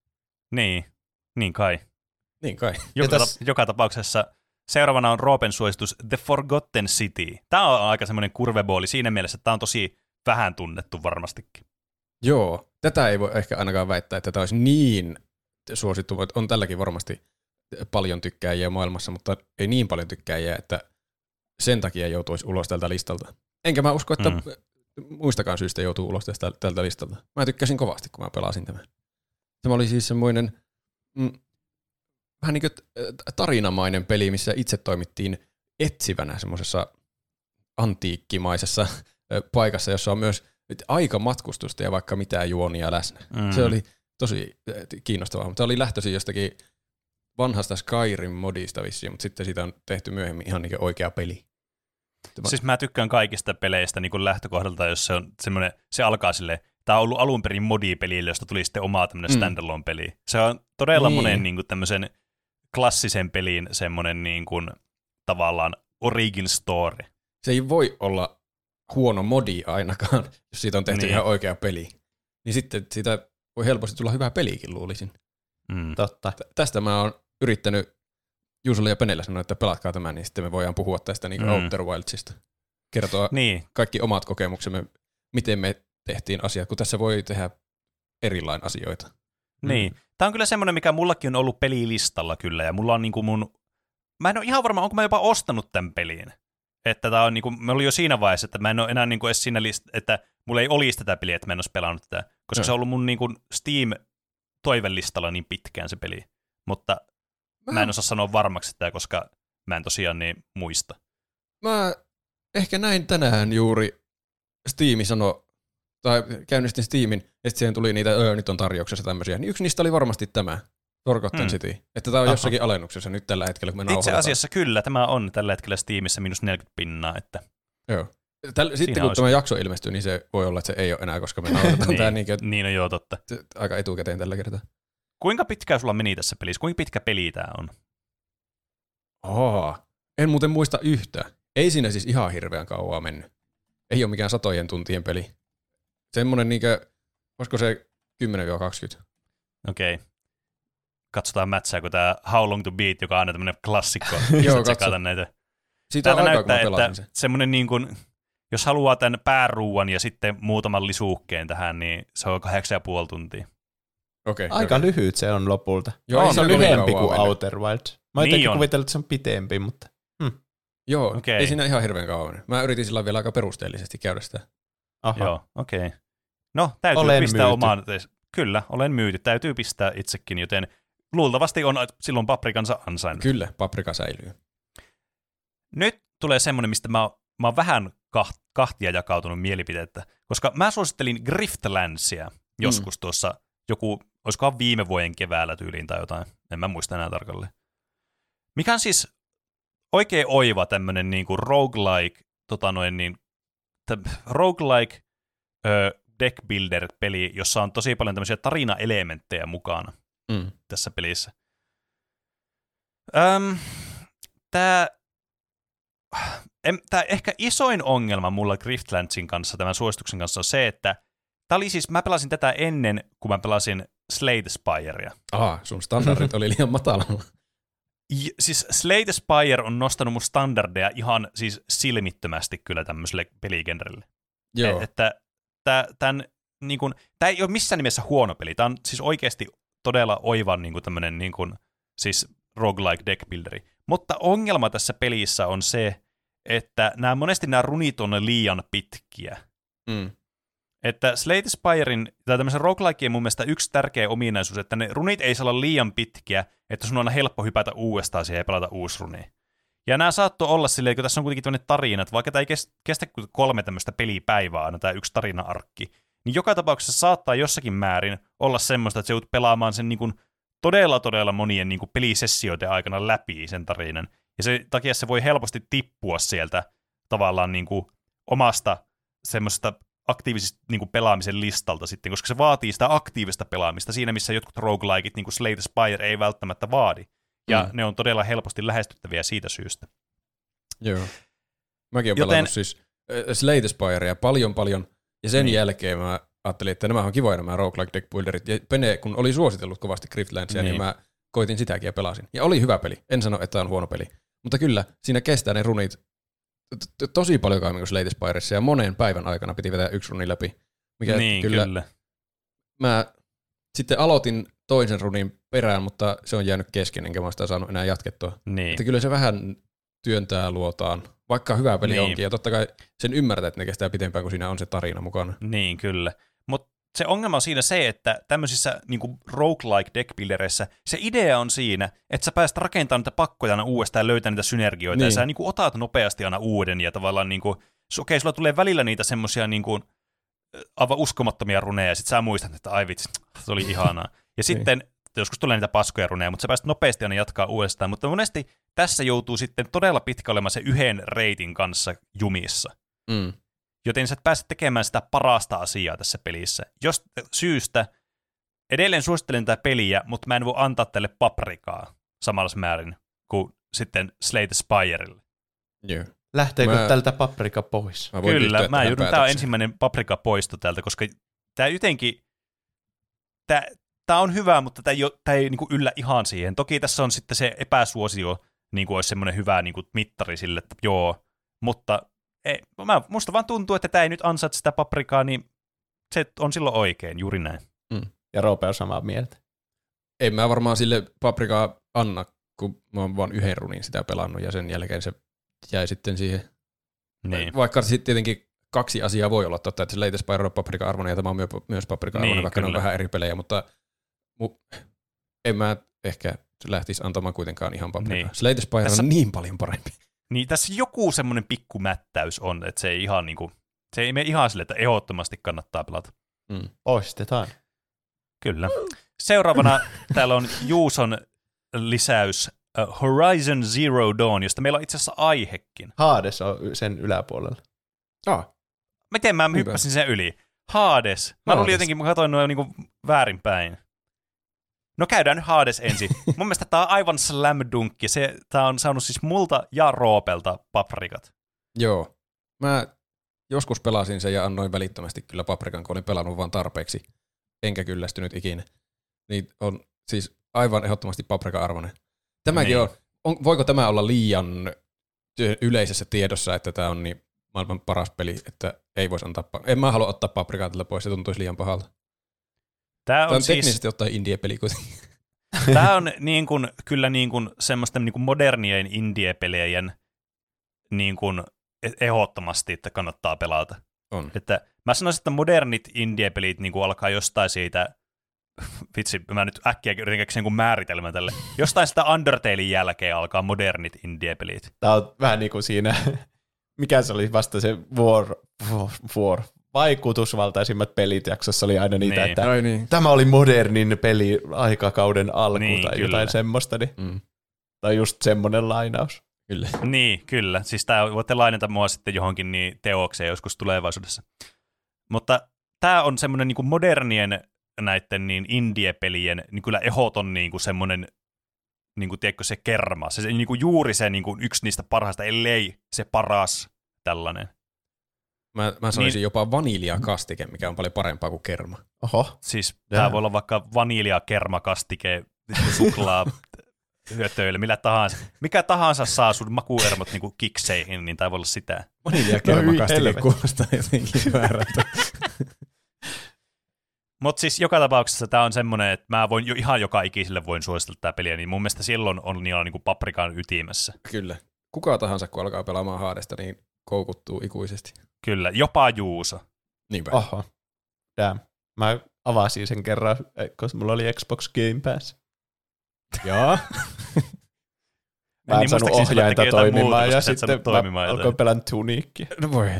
Niin kai. Niin kai. Joka tapauksessa seuraavana on Roopen suositus The Forgotten City. Tämä on aika semmoinen kurvebooli siinä mielessä, että tämä on tosi vähän tunnettu varmastikin. Joo, tätä ei voi ehkä ainakaan väittää, että tämä olisi niin suosittu. On tälläkin varmasti paljon tykkääjiä maailmassa, mutta ei niin paljon tykkääjiä, että sen takia joutuisi ulos tältä listalta. Enkä mä usko, että muistakaan syystä joutuu ulos tältä listalta. Mä tykkäsin kovasti, kun mä pelasin tämän. Tämä oli siis semmoinen vähän niin kuin tarinamainen peli, missä itse toimittiin etsivänä semmoisessa antiikkimaisessa paikassa, jossa on myös aikamatkustusta ja vaikka mitään juonia läsnä. Se oli tosi kiinnostavaa, mutta se oli lähtöisin jostakin vanhasta Skyrim-modista vissiin, mutta sitten siitä on tehty myöhemmin ihan niin kuin oikea peli. Siis mä tykkään kaikista peleistä niin kuin lähtökohdalta, jos se on semmoinen, se alkaa silleen, tämä on ollut alun perin modipeli, josta tuli sitten oma tämmöinen standalone-peli. Se on todella monen niin kuin tämmöisen klassisen pelin semmoinen niin kuin tavallaan origin story. Se ei voi olla huono modi ainakaan, jos siitä on tehty ihan oikea peli. Niin sitten siitä voi helposti tulla hyvä pelikin, luulisin. Totta. Tästä mä oon yrittänyt Juusolle ja Penelle sanoa, että pelatkaa tämän, niin sitten me voidaan puhua tästä niin Outer Wildsista. Kertoa kaikki omat kokemuksemme, miten me tehtiin asiat, kun tässä voi tehdä erilain asioita. Niin. Tämä on kyllä semmoinen, mikä mullakin on ollut pelilistalla kyllä, ja mulla on niinku mä en ole ihan varma, onko mä jopa ostanut tämän pelin. Että tää on niinku, mä olin jo siinä vaiheessa, että mä en ole enää niinku edes siinä että mulla ei olisi tätä peliä, että mä en olisi pelannut tätä, koska se on ollut mun niinku Steam-toivelistalla niin pitkään se peli. Mutta mä en osaa sanoa varmaksi sitä, koska mä en tosiaan niin muista. Mä ehkä näin tänään juuri Steam sanoi, tai käynnistin Steamin, ja sitten siihen tuli niitä, nyt on tarjouksessa tämmöisiä, niin yksi niistä oli varmasti tämä, Forgotten City. Että tämä on jossakin alennuksessa nyt tällä hetkellä, kun me nauhoitetaan. Itse asiassa kyllä, tämä on tällä hetkellä Steamissa -40 että. Joo. Sitten kun tämä jakso ilmestyy, niin se voi olla, että se ei ole enää, koska me nauhoitetaan tämä niin on joo totta. Aika etukäteen tällä kertaa. Kuinka pitkään sulla meni tässä pelissä? Kuinka pitkä peli tämä on? En muuten muista yhtään. Ei siinä siis ihan hirveän kauaa mennyt. Ei ole mikään satojen tuntien peli. Semmoinen olisiko se 10-20. Okei. Katsotaan mätsääkö tämä How Long to Beat, joka on aina tämmöinen klassikko. Joo, katso. Näitä. Siitä on aika, näyttää, kun mä pelasin sen. Semmoinen niin kuin, jos haluaa tämän pääruuan ja sitten muutaman lisuukkeen tähän, niin se on 8,5 tuntia. Aika lyhyt se on lopulta. Joo, se on lyhyempi kuin Outer Wilds. Mä niin jotenkin kuvitellut, että se on pitempi, mutta... Joo, ei siinä ihan hirveän kauan. Mä yritin sillä vielä aika perusteellisesti käydä sitä. Aha. Joo, okei. No, täytyy pistää omaan... Kyllä, olen myyty. Täytyy pistää itsekin, joten luultavasti on silloin paprikansa ansainnut. Kyllä, paprika säilyy. Nyt tulee semmoinen, mistä mä oon vähän kahtia jakautunut mielipiteettä, koska mä suosittelin Griftlandsia joskus tuossa olisikohan viime vuoden keväällä tyyliin tai jotain, en mä muista enää tarkalleen. Mikä on siis oikein oiva tämmönen niinku roguelike, roguelike deck builder-peli, jossa on tosi paljon tämmöisiä tarinaelementtejä mukana tässä pelissä. Tämä ehkä isoin ongelma mulla Griftlandsin kanssa, tämän suosituksen kanssa, on se, että mä pelasin tätä ennen, kun mä pelasin Slay the Spirea. Sun standardit oli liian matalalla. Siis Slay the Spire on nostanut mun standardeja ihan siis silmittömästi kyllä tämmöiselle peligenrelle. Joo. Että tämä ei ole missään nimessä huono peli. Tämä on siis oikeasti todella oiva tämmöinen siis roguelike deck builderi. Mutta ongelma tässä pelissä on se, että monesti nämä runit on liian pitkiä. Että Slay the Spiren tai tämmöisen roguelikeen mun mielestä yksi tärkeä ominaisuus, että ne runit ei saa olla liian pitkiä, että sun on aina helppo hypätä uudestaan siihen ja pelata uusi runi. Ja nämä saattoi olla silleen, kun tässä on kuitenkin tämmöinen tarina, että vaikka tämä ei kestä 3 tämmöistä pelipäivää aina, tämä yksi tarina-arkki, niin joka tapauksessa saattaa jossakin määrin olla semmoista, että se joudut pelaamaan sen todella monien pelisessioiden aikana läpi sen tarinan. Ja se takia se voi helposti tippua sieltä tavallaan omasta semmoisesta aktiivisesta pelaamisen listalta sitten, koska se vaatii sitä aktiivista pelaamista siinä, missä jotkut roguelikeit, niin kuin Slay the Spire, ei välttämättä vaadi. Ja ne on todella helposti lähestyttäviä siitä syystä. Joo. Mäkin olen pelannut siis Slay the Spirea paljon. Ja sen jälkeen mä ajattelin, että nämä on kivoja nämä roguelike deckbuilderit. Ja Pene, kun oli suositellut kovasti Griftlandsia, niin mä koitin sitäkin ja pelasin. Ja oli hyvä peli. En sano, että on huono peli. Mutta kyllä, siinä kestää ne runit tosi paljon kauemmin kuin Slay the Spiressa. Ja monen päivän aikana piti vetää yksi runi läpi. Mikä niin, kyllä. Mä sitten aloitin toisen runin perään, mutta se on jäänyt kesken, enkä mä sitä saanut enää jatkettua. Niin. Että kyllä se vähän työntää luotaan, vaikka hyvä peli onkin. Ja totta kai sen ymmärtää, että ne kestää pitempään, kun siinä on se tarina mukana. Niin, kyllä. Mutta se ongelma on siinä se, että tämmöisissä niinku roguelike deckbuildereissä se idea on siinä, että sä pääset rakentamaan niitä pakkoja aina uudestaan ja löytää niitä synergioita. Niin. Ja sä niinku otat nopeasti aina uuden ja tavallaan niinku, okei, sulla tulee välillä niitä semmosia niinku aivan uskomattomia runeja ja sit sä muistat, että ai vitsi, se oli ihanaa. Ja sitten joskus tulee niitä paskoja runeja, mutta sä pääset nopeasti aina jatkaa uudestaan. Mutta monesti tässä joutuu sitten todella pitkä olemaan se yhden reitin kanssa jumissa. Joten sä et pääse tekemään sitä parasta asiaa tässä pelissä. Jos syystä edelleen suosittelen tätä peliä, mutta mä en voi antaa tälle paprikaa samalla määrin kuin sitten Slay the Spirelle. Joo. Lähteekö tältä paprika pois? Kyllä, mä joudun. Tää on ensimmäinen paprika poisto täältä, koska tää jotenkin tää on hyvä, mutta tää ei niinku yllä ihan siihen. Toki tässä on sitten se epäsuosio, niinku olisi semmoinen hyvä niinku mittari sille, että joo, mutta musta vaan tuntuu, että tää ei nyt ansaitse sitä paprikaa, niin se on silloin oikein, juuri näin. Ja Roope on samaa mieltä. En mä varmaan sille paprikaa anna, kun mä oon vaan yhden runin sitä pelannut ja sen jälkeen se jäi sitten siihen. Niin. Vaikka sitten tietenkin kaksi asiaa voi olla totta, että se Slay the Spire on paprika-arvoinen ja tämä on myös paprika-arvoinen, niin, vaikka kyllä. Ne on vähän eri pelejä, mutta en mä ehkä lähtisi antamaan kuitenkaan ihan paprikaa. Niin. Slay the Spire on niin paljon parempi. Niin, tässä joku semmoinen pikkumättäys on, että se ei ihan niinku, se ei mene ihan sille, että ehdottomasti kannattaa pelata. Poistetaan. Kyllä. Seuraavana täällä on Juuson lisäys Horizon Zero Dawn, josta meillä on itse asiassa aihekin. Hades on sen yläpuolella. Miten mä hyppäsin sen yli? Hades. Mä luulin jotenkin, mä katsoin noin niinku väärinpäin. No käydään nyt Hades ensin. Mun mielestä tää on aivan slam dunkki. Tää on saanut siis multa ja Roopelta paprikat. Joo. Mä joskus pelasin sen ja annoin välittömästi kyllä paprikan, kun olin pelannut vaan tarpeeksi. Enkä kyllästynyt ikinä. Niin on siis aivan ehdottomasti paprika-arvoinen. Tämäkin voiko tämä olla liian yleisessä tiedossa, että tämä on niin maailman paras peli, että ei voisi antaa en mä halua ottaa paprikaa tältä pois, se tuntuisi liian pahalta. Tämä on siis teknisesti ottaen indie-peli kuitenkin. Tämä on niin kuin, kyllä niin kuin semmoisten niin kuin modernien indie-pelejen niin kuin ehdottomasti, että kannattaa pelata. On. Että mä sanoisin, että modernit indie-pelit niin kuin alkaa jostain siitä, vitsi, mä nyt äkkiä yritän keksiä niin määritelmä tälle. Jostain sitä Undertalein jälkeen alkaa modernit indie-pelit. Tämä on vähän niin kuin siinä, mikä se oli vasta se vaikutusvaltaisimmat pelit jaksossa oli aina niitä, niin. Että tämä oli modernin peli aikakauden alku niin, tai kyllä. Jotain semmoista. Niin. Tai just semmoinen lainaus. Kyllä. Niin, kyllä. Siis tää voitte lainata mua sitten johonkin niin teokseen joskus tulevaisuudessa. Mutta tämä on semmoinen niin kuin modernien näiden niin indie-pelien niin kyllä ehdoton niin kuin semmoinen, niin kuin, tiedätkö, se kerma. Se niin kuin juuri se niin kuin yksi niistä parhaista, ellei se paras tällainen. Mä sanoisin jopa vaniljakastike, mikä on paljon parempaa kuin kerma. Oho. Siis tämä voi olla vaikka vaniljakermakastike, suklaa hyötöille, millä tahansa. Mikä tahansa saa sun makuermot niin kuin kikseihin, niin tämä voi olla sitä. Vaniljakermakastike kuulostaa jotenkin väärältä. Mutta siis joka tapauksessa tämä on semmoinen, että mä voin ihan joka ikiselle voin suositella tätä peliä, niin mun mielestä silloin on niillä niin kuin paprikan ytimessä. Kyllä. Kuka tahansa, kun alkaa pelaamaan Hadesta, niin koukuttuu ikuisesti. Kyllä, jopa Juuso. Niinpä. Oho. Damn. Mä avasin sen kerran, koska mulla oli Xbox Game Pass. Jaa. Mä en saanut ohjainta toimimaan ja sitten mä alkoin pelata Tuniikkia. No voi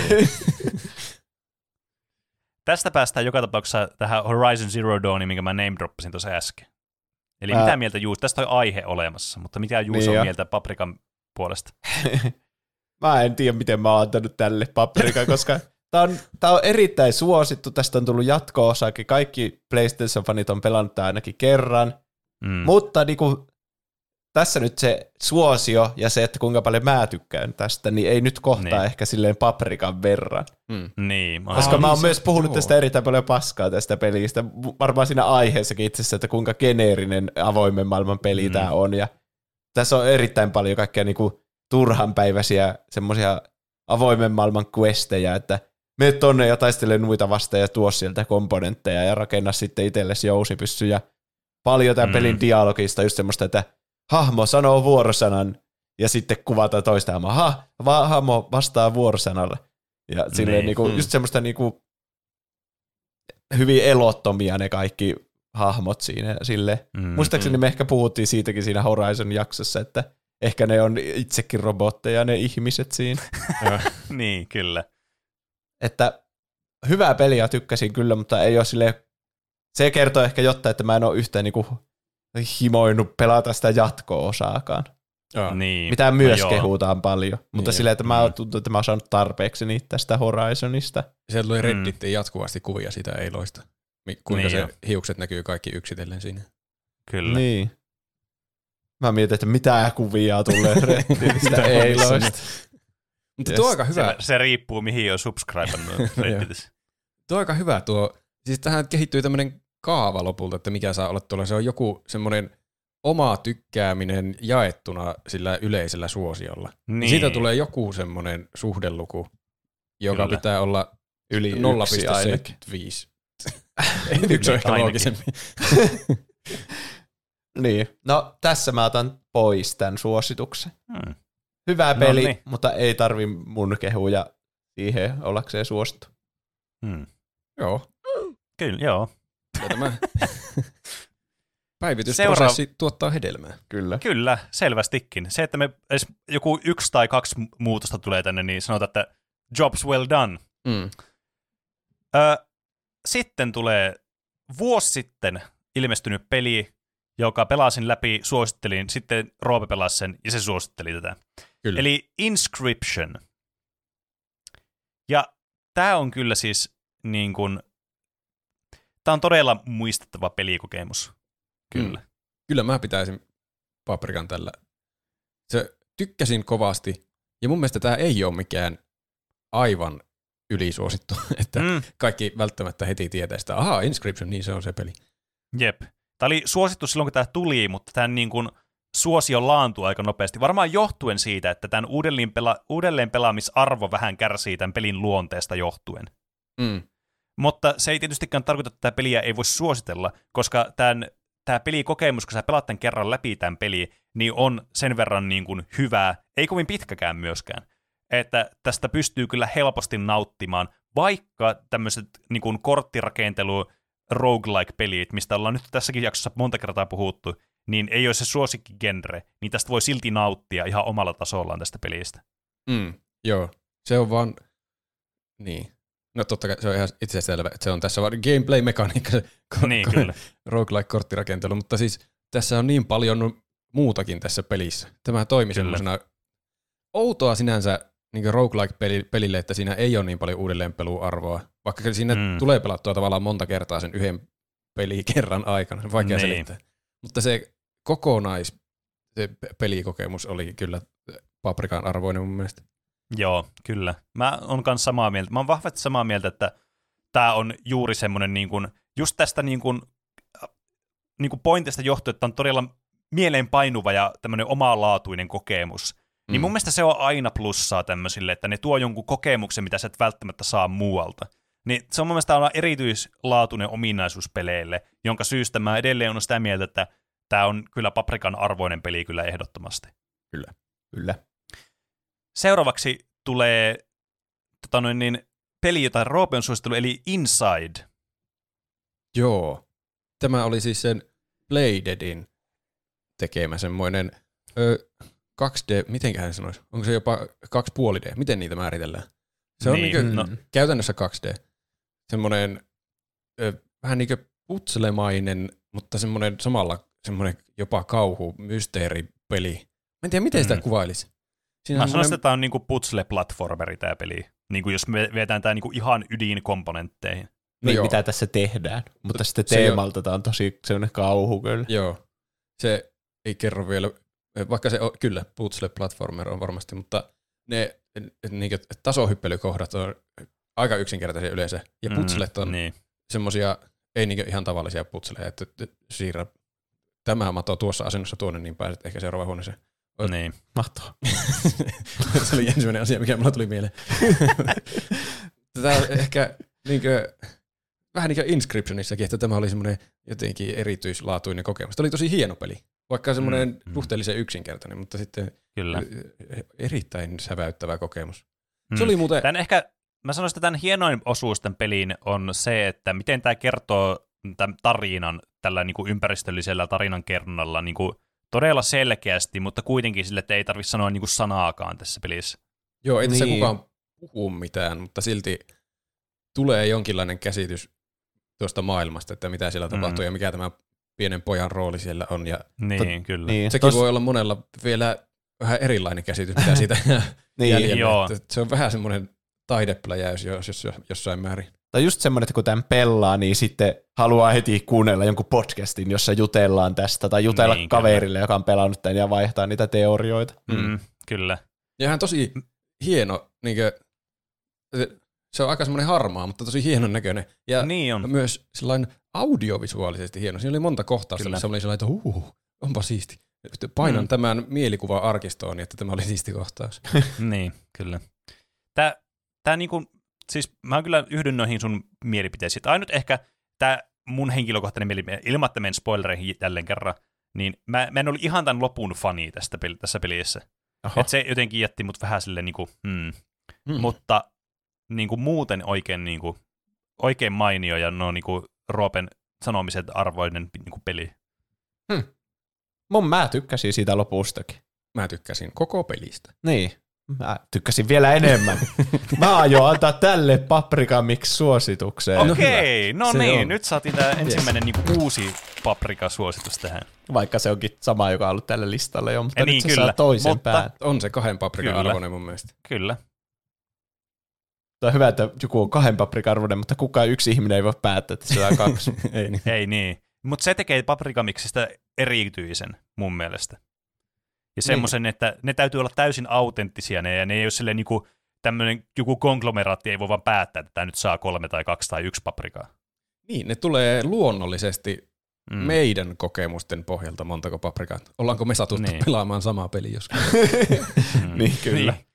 Tästä päästään joka tapauksessa tähän Horizon Zero Dawniin, minkä mä name-droppasin tuossa äsken. Eli mitä mieltä Juuso? Tästä on aihe olemassa, mutta mitä Juuso on mieltä paprikan puolesta? Mä en tiedä, miten mä oon antanut tälle paprikan, koska tää on erittäin suosittu. Tästä on tullut jatko-osakin. Kaikki PlayStation-fanit on pelannut tää ainakin kerran. Mutta niinku, tässä nyt se suosio ja se, että kuinka paljon mä tykkään tästä, niin ei nyt kohtaa ehkä silleen paprikan verran. Niin. Koska mä oon myös puhunut tästä erittäin paljon paskaa tästä pelistä. Varmaan siinä aiheessakin itse asiassa, että kuinka geneerinen avoimen maailman peli tää on. Ja tässä on erittäin paljon kaikkea niinku turhanpäiväisiä semmoisia avoimen maailman questejä, että mene tonne ja taistele muita vastaan ja tuo sieltä komponentteja ja rakenna sitten itsellesi jousipyssy. Ja paljon tämän pelin dialogista just semmoista, että hahmo sanoo vuorosanan ja sitten kuvataan toista hahmoa. Hahmo vastaa vuorosanalle. Ja silleen niinku, just semmoista niinku, hyvin elottomia ne kaikki hahmot siinä. Muistaakseni me ehkä puhuttiin siitäkin siinä Horizon-jaksossa, että ehkä ne on itsekin robotteja, ne ihmiset siinä. Niin, kyllä. Että hyvää peliä tykkäsin kyllä, mutta ei ole silleen, se kertoo ehkä jotain, että mä en ole yhtään niinku himoinut pelata sitä jatko-osaakaan. Niin. Mitä myös kehutaan paljon, mutta silleen, että mä tuntuu, että mä oon saanut tarpeeksi niitä tästä Horizonista. Sieltä tuli Reddittiin jatkuvasti kuvia sitä Eiloista. Kuinka se hiukset näkyy kaikki yksitellen siinä. Kyllä. Niin. Mä mietin, että mitä kuvia tulee Redditistä Eiloista. Mutta tuo on aika hyvä. Se riippuu, mihin on subscribannut Redditissä. Tuo on aika hyvä tuo. Siis tähän kehittyy tämmöinen kaava lopulta, että mikä saa olla tuolla. Se on joku semmoinen oma tykkääminen jaettuna sillä yleisellä suosiolla. Niin. Siitä tulee joku semmoinen suhdeluku, joka Kyllä. pitää olla yli 0,75. Yksi on ehkä loogisempi. Niin. No tässä mä otan pois tämän suosituksen. Hyvä peli, mutta ei tarvi mun kehuja siihen ollakseen suosittu. Joo. Kyllä, joo. Ja tämä päivitysprosessi tuottaa hedelmää. Kyllä, selvästikin. Se, että me edes joku 1 tai 2 muutosta tulee tänne, niin sanotaan, että jobs well done. Sitten tulee vuosi sitten ilmestynyt peli, joka pelasin läpi, suosittelin, sitten Roope pelasi sen ja se suositteli tätä. Kyllä. Eli Inscription. Ja tämä on kyllä siis niin kuin, tämä on todella muistettava pelikokemus. Kyllä. Kyllä mä pitäisin paprikan tällä. Se tykkäsin kovasti, ja mun mielestä tämä ei ole mikään aivan ylisuosittu, että kaikki välttämättä heti tietää sitä, ahaa, Inscription, niin se on se peli. Jep. Tämä oli suosittu silloin, kun tämä tuli, mutta tämän niin kuin suosio laantui aika nopeasti. Varmaan johtuen siitä, että tämän uudelleen pelaamisarvo vähän kärsii tämän pelin luonteesta johtuen. Mutta se ei tietystikään tarkoita, että tämä peliä ei voi suositella, koska tämä pelikokemus, kun sä pelaat tämän kerran läpi tämän peli, niin on sen verran niin kuin hyvää, ei kovin pitkäkään myöskään, että tästä pystyy kyllä helposti nauttimaan, vaikka tämmöiset niin kuin korttirakentelu, roguelike-pelit, mistä ollaan nyt tässäkin jaksossa monta kertaa puhuttu, niin ei ole se suosikkigenre, niin tästä voi silti nauttia ihan omalla tasollaan tästä pelistä. Joo, se on vaan, niin. No totta kai se on ihan itsestäänselvä, että se on tässä vaan gameplay-mekaniikka, niin, kyllä. roguelike-korttirakentelu, mutta siis tässä on niin paljon muutakin tässä pelissä. Tämä toimii semmoisena outoa sinänsä niin roguelike-pelille, että siinä ei ole niin paljon uudelleenpeluarvoa, vaikka siinä tulee pelattua tavallaan monta kertaa sen yhden pelikerran aikana, se on vaikea selittää. Mutta se se pelikokemus oli kyllä paprikan arvoinen mun mielestä. Joo, kyllä. Mä oon kanssa samaa mieltä. Mä oon vahvasti samaa mieltä, että tää on juuri semmoinen niin kuin, just tästä niin kuin pointista johtuen, että on todella mieleenpainuva ja tämmöinen omalaatuinen kokemus. Niin mun mielestä se on aina plussaa tämmöisille, että ne tuo jonkun kokemuksen, mitä sä et välttämättä saa muualta. Niin se on mun mielestä aina erityislaatuinen ominaisuus peleille, jonka syystä mä edelleen on sitä mieltä, että tää on kyllä paprikan arvoinen peli kyllä ehdottomasti. Kyllä. Seuraavaksi tulee peli, jota Roope on suositellut, eli Inside. Joo. Tämä oli siis sen Playdeadin tekemä semmoinen 2D, mitenköhän sanoisi? Onko se jopa 2,5D? Miten niitä määritellään? Se on käytännössä 2D. Semmoinen vähän niin kuin putselemainen, mutta semmoinen samalla semmoinen jopa kauhu, mysteeripeli. Mä en tiedä, miten sitä kuvailisi. Mä sanoisin, että tämä on niinku putsle-platformeri tämä peli. Niinku jos me vietään tämä niinku ihan ydinkomponentteihin. Niin, mitä tässä tehdään. Mutta sitten teemalta tämä on tosi semmoinen kauhu kyllä. Joo. Se ei kerro vielä vaikka se on, kyllä, puzzle platformer on varmasti, mutta ne niin tasohyppelykohdat on aika yksinkertaisia yleensä. Ja puzzlet on semmosia, ei niin ihan tavallisia puzzleja, että siirrä tämä mato tuossa asennossa tuonne, niin pääset ehkä seuraavaan huoneeseen. Niin. Mahtavaa. Se oli ensimmäinen asia, mikä mulla tuli mieleen. Tätä on ehkä vähän niin kuin Inscriptionissakin, että tämä oli semmoinen jotenkin erityislaatuinen kokemus. Tämä oli tosi hieno peli, vaikka semmoinen suhteellisen yksinkertainen, mutta sitten Kyllä. Erittäin säväyttävä kokemus. Se oli muuten... Mä sanoisin, että tämän hienoin osuus tämän peliin on se, että miten tämä kertoo tämän tarinan tällä niin kuin ympäristöllisellä tarinankerronnalla niin kuin todella selkeästi, mutta kuitenkin sille, että ei tarvitse sanoa niin kuin sanaakaan tässä pelissä. Joo, ei tässä kukaan puhu mitään, mutta silti tulee jonkinlainen käsitys tuosta maailmasta, että mitä siellä tapahtuu ja mikä tämä pienen pojan rooli siellä on. Ja kyllä. Sekin voi olla monella vielä vähän erilainen käsitys, mitä siitä jäljellä. Se on vähän semmoinen taidepläjäys jossain määrin. Tai just semmoinen, että kun tämän pelaa, niin sitten haluaa heti kuunnella jonkun podcastin, jossa jutellaan tästä, tai jutella kaverille, joka on pelannut tämän, ja vaihtaa niitä teorioita. Kyllä. Ja hän tosi hieno, se on aika semmoinen harmaa, mutta tosi hienon näköinen. Ja myös sellainen audiovisuaalisesti hieno. Siinä oli monta kohtausta, missä oli sellainen, että onpa siisti. Painan tämän mielikuva-arkistoon, että tämä oli siisti kohtaus. Niin, kyllä. Tämä niinku, siis mä kyllä yhdyn noihin sun mielipiteisiin. Ainut ehkä tämä mun henkilökohtainen mielipide, ilman menen spoilereihin jälleen kerran, niin mä en ollut ihan tämän lopun fani tässä pelissä. Että se jotenkin jätti mut vähän silleen niinku, mutta niinku muuten oikein mainio ja no niinku Roopen sanomisen arvoinen niinku peli. Mä tykkäsin siitä lopustakin. Mä tykkäsin koko pelistä. Niin. Mä tykkäsin vielä enemmän. Mä aion antaa tälle Paprika Mix-suositukseen. Okei, no niin, nyt saatiin tämä ensimmäinen uusi Paprika-suositus tähän. Vaikka se onkin sama, joka on ollut tällä listalla jo, mutta niin, nyt se saa toisen pään. On se 2 paprikan arvoinen mun mielestä. Kyllä. Tämä on hyvä, että joku on 2 paprikan arvoinen, mutta kukaan yksi ihminen ei voi päättää, että se saa 2. Ei niin. Mutta se tekee Paprika Mixistä erityisen mun mielestä. Ja semmoisen, että ne täytyy olla täysin autenttisia, ja ne ei ole silleen niinku tämmöinen joku konglomeraatti, ei voi vaan päättää, että tämä nyt saa 3 tai 2 tai 1 paprikaa. Niin, ne tulee luonnollisesti meidän kokemusten pohjalta montako paprikaa. Ollaanko me satuttu pelaamaan samaa peliä joskus? Niin, kyllä. Niin.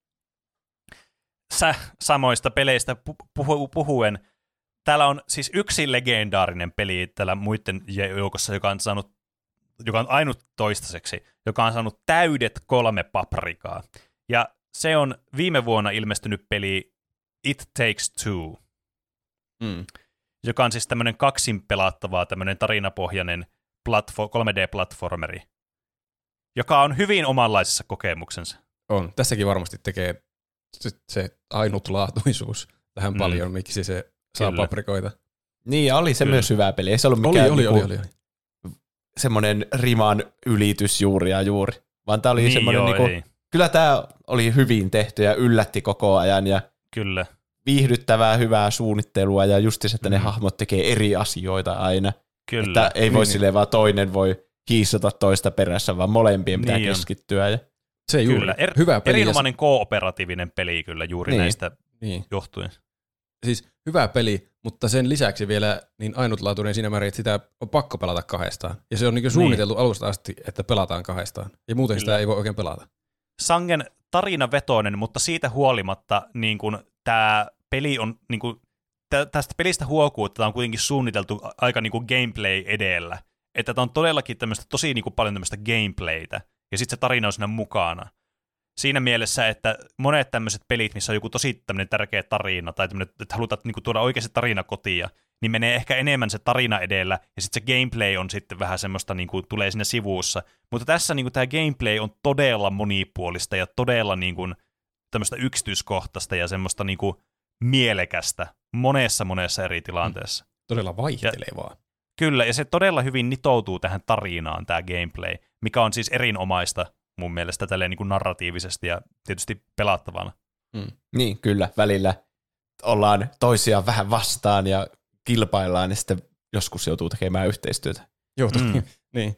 Samoista peleistä puhuen, täällä on siis yksi legendaarinen peli täällä muiden joukossa, joka on ainut toistaiseksi, joka on saanut täydet 3 paprikaa. Ja se on viime vuonna ilmestynyt peli It Takes Two, joka on siis tämmöinen kaksin pelattavaa, tämmöinen tarinapohjainen 3D-platformeri, joka on hyvin omanlaisessa kokemuksensa. On. Tässäkin varmasti tekee se ainutlaatuisuus tähän paljon, miksi se saa paprikoita. Niin, ja oli se myös hyvä peli. Ei se ollut mikään oli. Semmoinen riman ylitys juuri ja juuri, vaan tämä oli semmoinen, kyllä tämä oli hyvin tehty ja yllätti koko ajan ja kyllä. Viihdyttävää, hyvää suunnittelua ja justiin, että ne hahmot tekee eri asioita aina. Kyllä. Että ei voi silleen vaan toinen voi hiissata toista perässä, vaan molempien pitää keskittyä. Ja... Se juuri. Kyllä. Hyvä peli. Erinomainen kooperatiivinen peli kyllä juuri näistä johtuen. Siis hyvä peli, mutta sen lisäksi vielä niin ainutlaatuinen siinä määrin, että sitä on pakko pelata 2. Ja se on niin suunniteltu alusta asti, että pelataan 2. Ja muuten sitä ei voi oikein pelata. Sangen tarinavetoinen, mutta siitä huolimatta niin kun tämä peli on, niin kun, tästä pelistä huokuu, että tämä on kuitenkin suunniteltu aika niin kun gameplay edellä. Että tämä on todellakin tosi niin kun paljon tämmöistä gameplaytä, ja sitten se tarina on siinä mukana. Siinä mielessä, että monet tämmöiset pelit, missä on joku tosi tämmöinen tärkeä tarina, tai että halutaan niin kuin tuoda oikeasti tarina kotiin, niin menee ehkä enemmän se tarina edellä, ja sitten se gameplay on sitten vähän semmoista, niin kuin tulee siinä sivussa. Mutta tässä niin kuin tämä gameplay on todella monipuolista, ja todella niin kuin tämmöistä yksityiskohtaista, ja semmoista niin kuin mielekästä monessa eri tilanteessa. Todella vaihtelevaa. Kyllä, ja se todella hyvin nitoutuu tähän tarinaan, tämä gameplay, mikä on siis erinomaista mun mielestä tälleen niin kuin narratiivisesti ja tietysti pelattavana. Niin, kyllä. Välillä ollaan toisiaan vähän vastaan ja kilpaillaan ja sitten joskus joutuu tekemään yhteistyötä. Niin.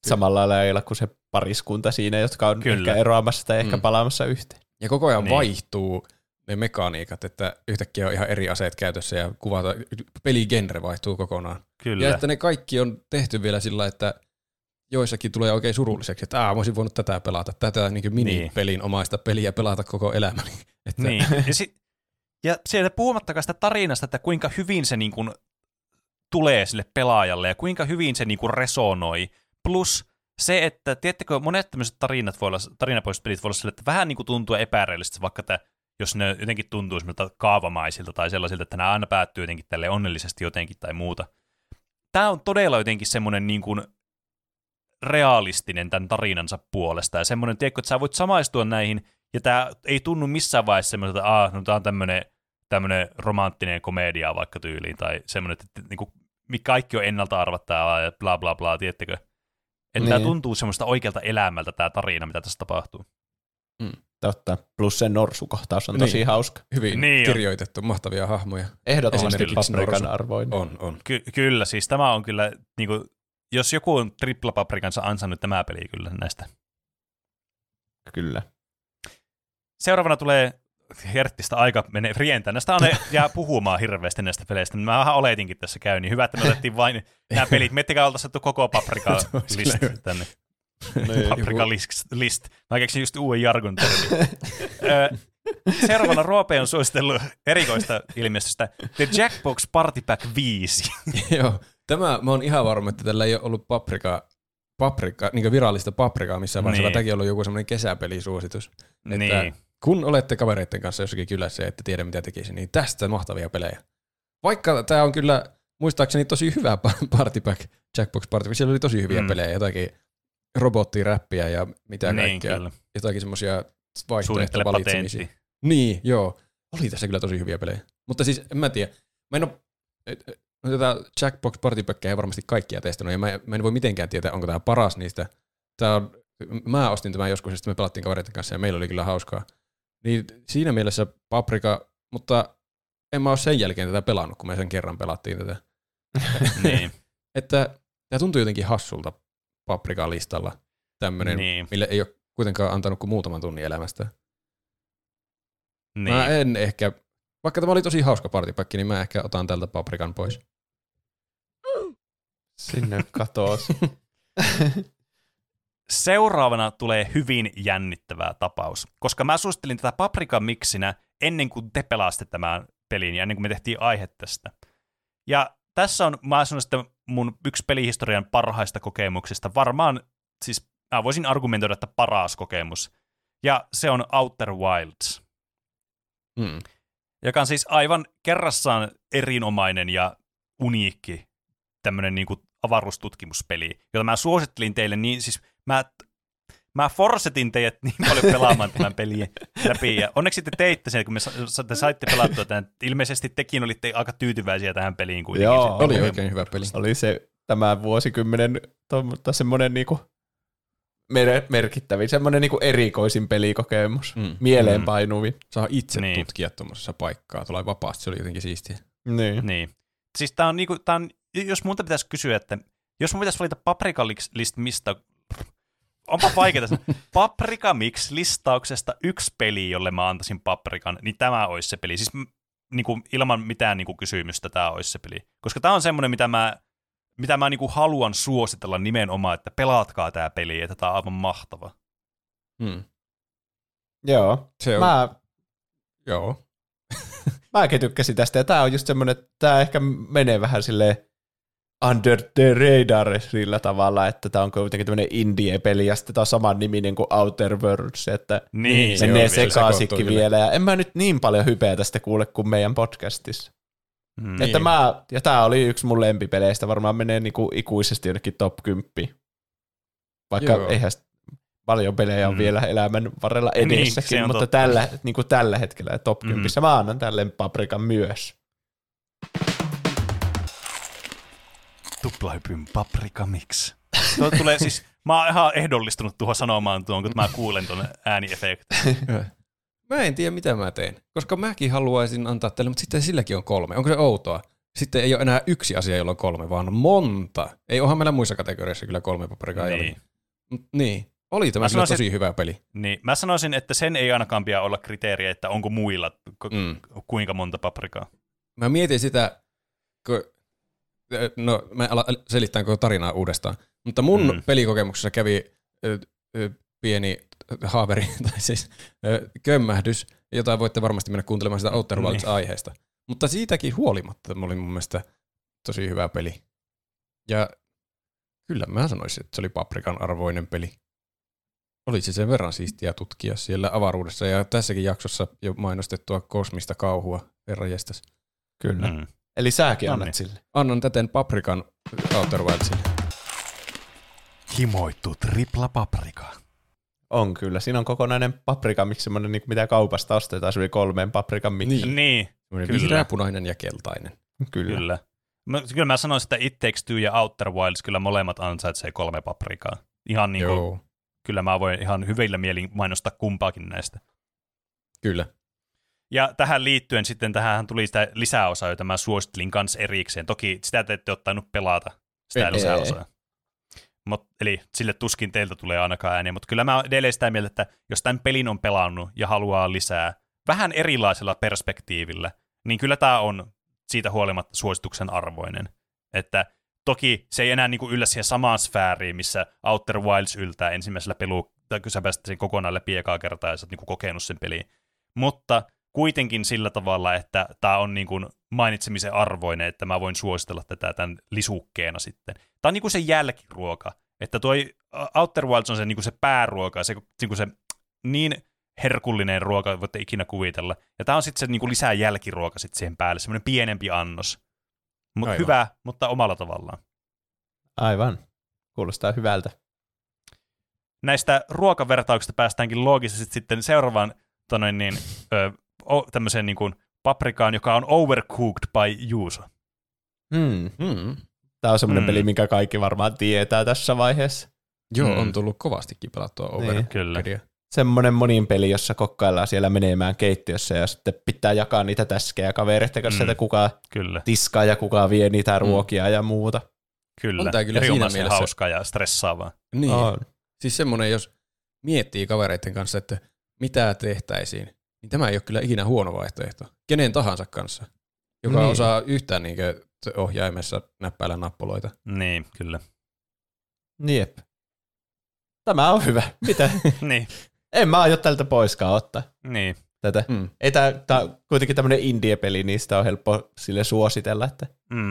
samalla lailla kuin se pariskunta siinä, jotka on Kyllä. ehkä eroamassa tai ehkä palaamassa yhteen. Ja koko ajan vaihtuu ne mekaniikat, että yhtäkkiä on ihan eri aseet käytössä ja kuvata, peligenre vaihtuu kokonaan. Kyllä. Ja että ne kaikki on tehty vielä sillä, että joissakin tulee oikein surulliseksi, että mä olisin voinut tätä pelata, tätä niin minipelin omaista peliä pelata koko elämäni. Että Niin. Ja sieltä puhumattakaan sitä tarinasta, että kuinka hyvin se niin kuin tulee sille pelaajalle ja kuinka hyvin se niin kuin resonoi. Plus se, että tiedättekö, monet tämmöiset tarinapohjaiset pelit voi olla sille, että vähän niin kuin tuntuu epäreellisesti, vaikka jos ne jotenkin tuntuu semmoilta kaavamaisilta tai sellaisilta, että nämä aina päättyy jotenkin tälle onnellisesti jotenkin tai muuta. Tämä on todella jotenkin semmoinen niin kuin realistinen tämän tarinansa puolesta ja semmoinen, tiedätkö, että sä voit samaistua näihin ja tämä ei tunnu missään vaiheessa semmoiselta, että no tämä on tämmöinen romanttinen komedia vaikka tyyliin tai semmoinen, että niin kuin, kaikki on ennalta arvattavaa ja bla bla bla, tiedättekö? Että tämä tuntuu semmoista oikealta elämältä tämä tarina, mitä tässä tapahtuu. Totta. Plus se norsukohtaus on tosi hauska. Hyvin kirjoitettu, mahtavia hahmoja. Ehdottomasti paprikan arvoinen. On. Kyllä, siis tämä on kyllä, niin kuin, jos joku on triplapaprikansa ansainnut tämä peli kyllä näistä. Kyllä. Seuraavana tulee herttistä aika menee rientää. Näistä jää puhumaan hirveästi näistä peleistä. Mä vähän oletinkin tässä käy, niin hyvä, että me otettiin vain nämä pelit. Miettikää, oltaisiin otettu koko paprika-list tänne. Paprika-list. Mä keksin just uuden jargon termin. Seuraavana Roope on suositellut erikoista ilmestystä The Jackbox Party Pack 5. Joo, mä oon ihan varma, että tällä ei ole ollut paprika, niin virallista paprikaa missään vaiheessa, vaan tämäkin on ollut joku semmoinen kesäpelisuositus. Että kun olette kavereiden kanssa jossakin kylässä ja ette tiedä mitä tekisi, niin tästä mahtavia pelejä. Vaikka tämä on kyllä muistaakseni tosi hyvä Party Pack, Jackbox Party Pack, siellä oli tosi hyviä pelejä, jotakin robottiräppiä ja mitä kaikkea. Kyllä. Jotakin semmoisia vaihtoehtovalitsemisia. Niin, joo. Oli tässä kyllä tosi hyviä pelejä. Mutta siis en mä tiedä. Mä en ole tätä Jackbox Party Packia ei varmasti kaikkia testannut, ja mä en voi mitenkään tietää, onko tämä paras niistä. Mä ostin tämän joskus, ja sitten me pelattiin kavereiden kanssa, ja meillä oli kyllä hauskaa. Niin siinä mielessä paprika, mutta en mä ole sen jälkeen tätä pelannut, kun me sen kerran pelattiin tätä. Niin. Että tämä tuntuu jotenkin hassulta paprikan listalla. Tämmöinen, mille ei ole kuitenkaan antanut kuin muutaman tunnin elämästä. Niin. Mä en ehkä, vaikka tämä oli tosi hauska partipäkki, niin mä ehkä otan tältä paprikan pois. Sinne katoos. Seuraavana tulee hyvin jännittävä tapaus, koska mä suosittelin tätä paprikan miksinä ennen kuin te pelasitte tämän pelin ja ennen kuin me tehtiin aihe tästä. Ja tässä on, mä sanon, että mun yksi pelihistorian parhaista kokemuksista, varmaan, siis mä voisin argumentoida, että paras kokemus, ja se on Outer Wilds, joka on siis aivan kerrassaan erinomainen ja uniikki tämmöinen niin kuin avaruustutkimuspeli, jota mä suosittelin teille, niin siis mä forsetin teidät niin paljon pelaamaan tämän pelin läpi, ja onneksi te teitte sen, kun te saitte pelattua tämän. Ilmeisesti tekin olitte aika tyytyväisiä tähän peliin kuitenkin. Joo, oli oikein hyvä peli. Oli se tämän vuosikymmenen semmoinen niinku merkittävin, semmoinen niinku erikoisin pelikokemus, mieleenpainuvin. Saa itse tutkia tuommoisessa paikkaa, tulee vapaasti, se oli jotenkin siistiä. Niin. Siis tää on, jos multa pitäisi kysyä, että jos mun pitäisi valita Paprika List mistä, onpa vaikeaa. Paprika Mix-listauksesta yksi peli, jolle mä antaisin paprikan, niin tämä olisi se peli. Siis niinku, ilman mitään niinku kysymystä tämä olisi se peli. Koska tämä on semmoinen, mitä mä niinku haluan suositella nimenomaan, että pelaatkaa tämä peli, että tämä on aivan mahtava. Joo. Se on. Joo. Mäkin tykkäsin tästä, ja tämä on just semmoinen, että tämä ehkä menee vähän silleen under the radar sillä tavalla, että tämä on kuitenkin tämmöinen indie-peli, ja sitten tämä on saman niminen kuin Outer Worlds, että menee sekaisinkin vielä, ja en mä nyt niin paljon hypeä tästä kuule kuin meidän podcastissa. Että ja tämä oli yksi mun lempipeleistä, varmaan menee niinku ikuisesti jonnekin top 10. Vaikka eihän paljon pelejä on vielä elämän varrella edessäkin, mutta tällä hetkellä top 10. Mä annan tälle paprikan myös. Tuplahypyn Paprika Mix. Tuo tulee siis, mä oon ihan ehdollistunut tuohon sanomaan tuon, kun mä kuulen tuon ääniefektin. Mä en tiedä, mitä mä teen, koska mäkin haluaisin antaa tälle, mutta sitten silläkin on 3. Onko se outoa? sitten ei ole enää yksi asia, jolla on 3, vaan monta. Ei onhan meillä muissa kategoriassa kyllä 3 paprikaa. Niin. Niin. Oli tämä kyllä tosi hyvä peli. Niin, mä sanoisin, että sen ei ainakaan pidä olla kriteeriä, että onko muilla kuinka monta paprikaa. Mä mietin sitä, no mä selittän tarinaa uudestaan, mutta mun pelikokemuksessa kävi pieni haaveri, tai siis kömmähdys, jota voitte varmasti mennä kuuntelemaan sitä Outer Wilds-aiheesta. Mutta siitäkin huolimatta oli mun mielestä tosi hyvä peli. Ja kyllä mä sanoisin, että se oli paprikan arvoinen peli. Olisi sen verran siistiä tutkia siellä avaruudessa ja tässäkin jaksossa jo mainostettua kosmista kauhua herranjestas. Kyllä. Eli säkin annat sille. Annan täten paprikan Outer Wildsille. Himoittu tripla paprika. On kyllä. Siinä on kokonainen paprika, miksi semmoinen, niin mitä kaupasta ostetaan, se oli 3 paprikan miksi. Niin. Vihreä, punainen ja keltainen. Kyllä. Kyllä mä sanoisin, että It Takes Two ja Outer Wilds kyllä molemmat ansaitsee 3 paprikaa. Ihan niin kuin, kyllä mä voin ihan hyvillä mielin mainostaa kumpaakin näistä. Kyllä. Ja tähän liittyen sitten, tähän tuli sitä lisäosaa, jota mä suosittelin kanssa erikseen. Toki sitä te ette ottanut pelata, sitä lisäosaa. Eli sille tuskin teiltä tulee ainakaan ääniä, mutta kyllä mä oon edelleen sitä mieltä, että jos tämän pelin on pelannut ja haluaa lisää vähän erilaisella perspektiivillä, niin kyllä tämä on siitä huolimatta suosituksen arvoinen. Että toki se ei enää niin kuin yllä siihen samaan sfääriin, missä Outer Wilds yltää ensimmäisellä kun sä pääset sen kokonaan läpi ekaa kertaa ja sä oot niin kuin kokenut sen peliin. Mutta kuitenkin sillä tavalla, että tämä on niin kuin mainitsemisen arvoinen, että mä voin suositella tätä tämän lisukkeena sitten. Tämä on niin kuin se jälkiruoka, että tuo Outer Wilds on se, niin kuin se pääruoka, se, niin kuin se niin herkullinen ruoka, voitte ikinä kuvitella. Ja tämä on sitten se niin kuin lisää jälkiruoka sitten siihen päälle, semmoinen pienempi annos. Mutta hyvä, mutta omalla tavallaan. Aivan. Kuulostaa hyvältä. Näistä ruokavertauksista päästäänkin loogisesti sitten seuraavaan tämmöiseen niin kuin paprikaan, joka on overcooked by Juuso. Tämä on semmoinen peli, minkä kaikki varmaan tietää tässä vaiheessa. Joo, on tullut kovastikin pelattua overcookedia. Kyllä. Semmoinen monin peli, jossa kokkaillaan siellä menemään keittiössä ja sitten pitää jakaa niitä täskejä kavereiden kanssa, että kuka tiskaa ja kuka vie niitä ruokia ja muuta. Kyllä, on tämä kyllä siinä mielessä hauskaa ja stressaavaa. Niin, siis semmoinen, jos miettii kavereiden kanssa, että mitä tehtäisiin, niin tämä ei ole kyllä ikinä huono vaihtoehto. Kenen tahansa kanssa, joka osaa yhtään niinkö ohjaimessa näppäillä nappuloita. Niin, kyllä. Jep. Tämä on hyvä. Mitä? Niin. En mä aio tältä poiskaan ottaa. Niin. Tätä. Ei tää on kuitenkin tämmönen indie-peli, niin sitä on helppo sille suositella, että,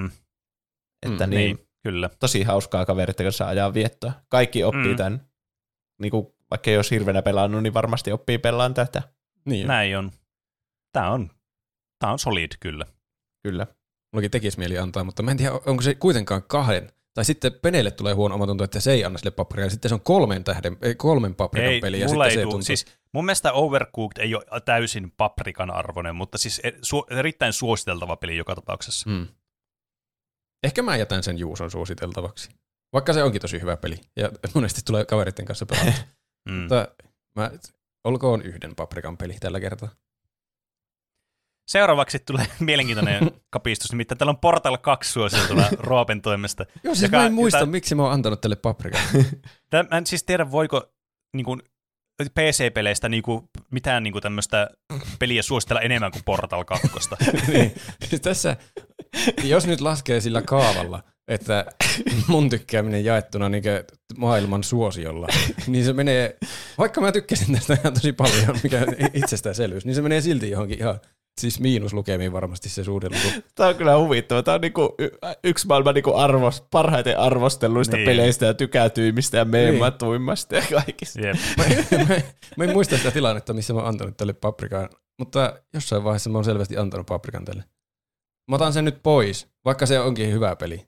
niin, kyllä. Tosi hauskaa kaveritten kanssa ajaa viettoa. Kaikki oppii tämän. Niin kuin, vaikka ei olisi hirveänä pelannut, niin varmasti oppii pelaan tätä. Niin näin on. Tää on solid, kyllä. Kyllä. Mullakin tekisi mieli antaa, mutta mä en tiedä, onko se kuitenkaan 2. Tai sitten Penelle tulee huono omatunto, että se ei anna sille paprikaa. Ja sitten se on 3 paprikan peli. Ja sitten se tuntuu. Siis mun mielestä Overcooked ei ole täysin paprikan arvoinen, mutta siis erittäin suositeltava peli joka tapauksessa. Ehkä mä jätän sen Juuson suositeltavaksi. Vaikka se onkin tosi hyvä peli. Ja monesti tulee kaveritten kanssa pelata. Mutta olkoon 1 paprikan peli tällä kertaa. Seuraavaksi tulee mielenkiintoinen kapistus, nimittäin täällä on Portal 2 suositeltuna Roopen toimesta. Joo, siis mä en muista, miksi mä oon antanut tälle paprikan. Mä en siis tiedä, voiko niin kuin, PC-peleistä niin kuin, mitään niin kuin, tämmöistä peliä suositella enemmän kuin Portal 2. Niin. Siis tässä, jos nyt laskee sillä kaavalla, että mun tykkääminen jaettuna niin maailman suosiolla, niin se menee, vaikka mä tykkäsin tästä ihan tosi paljon, mikä itsestäänselvyys, niin se menee silti johonkin ihan siis miinuslukemiin varmasti se suurin luku. Tämä on kyllä huvittava. Tämä on niinku yksi maailman niinku parhaiten arvostelluista peleistä ja tykätyimmistä ja meematuimmasta ja kaikista. Yep. Mä en muista sitä tilannetta, missä mä oon antanut tälle paprikaan, mutta jossain vaiheessa mä oon selvästi antanut paprikan tälle. Mä otan sen nyt pois, vaikka se onkin hyvä peli.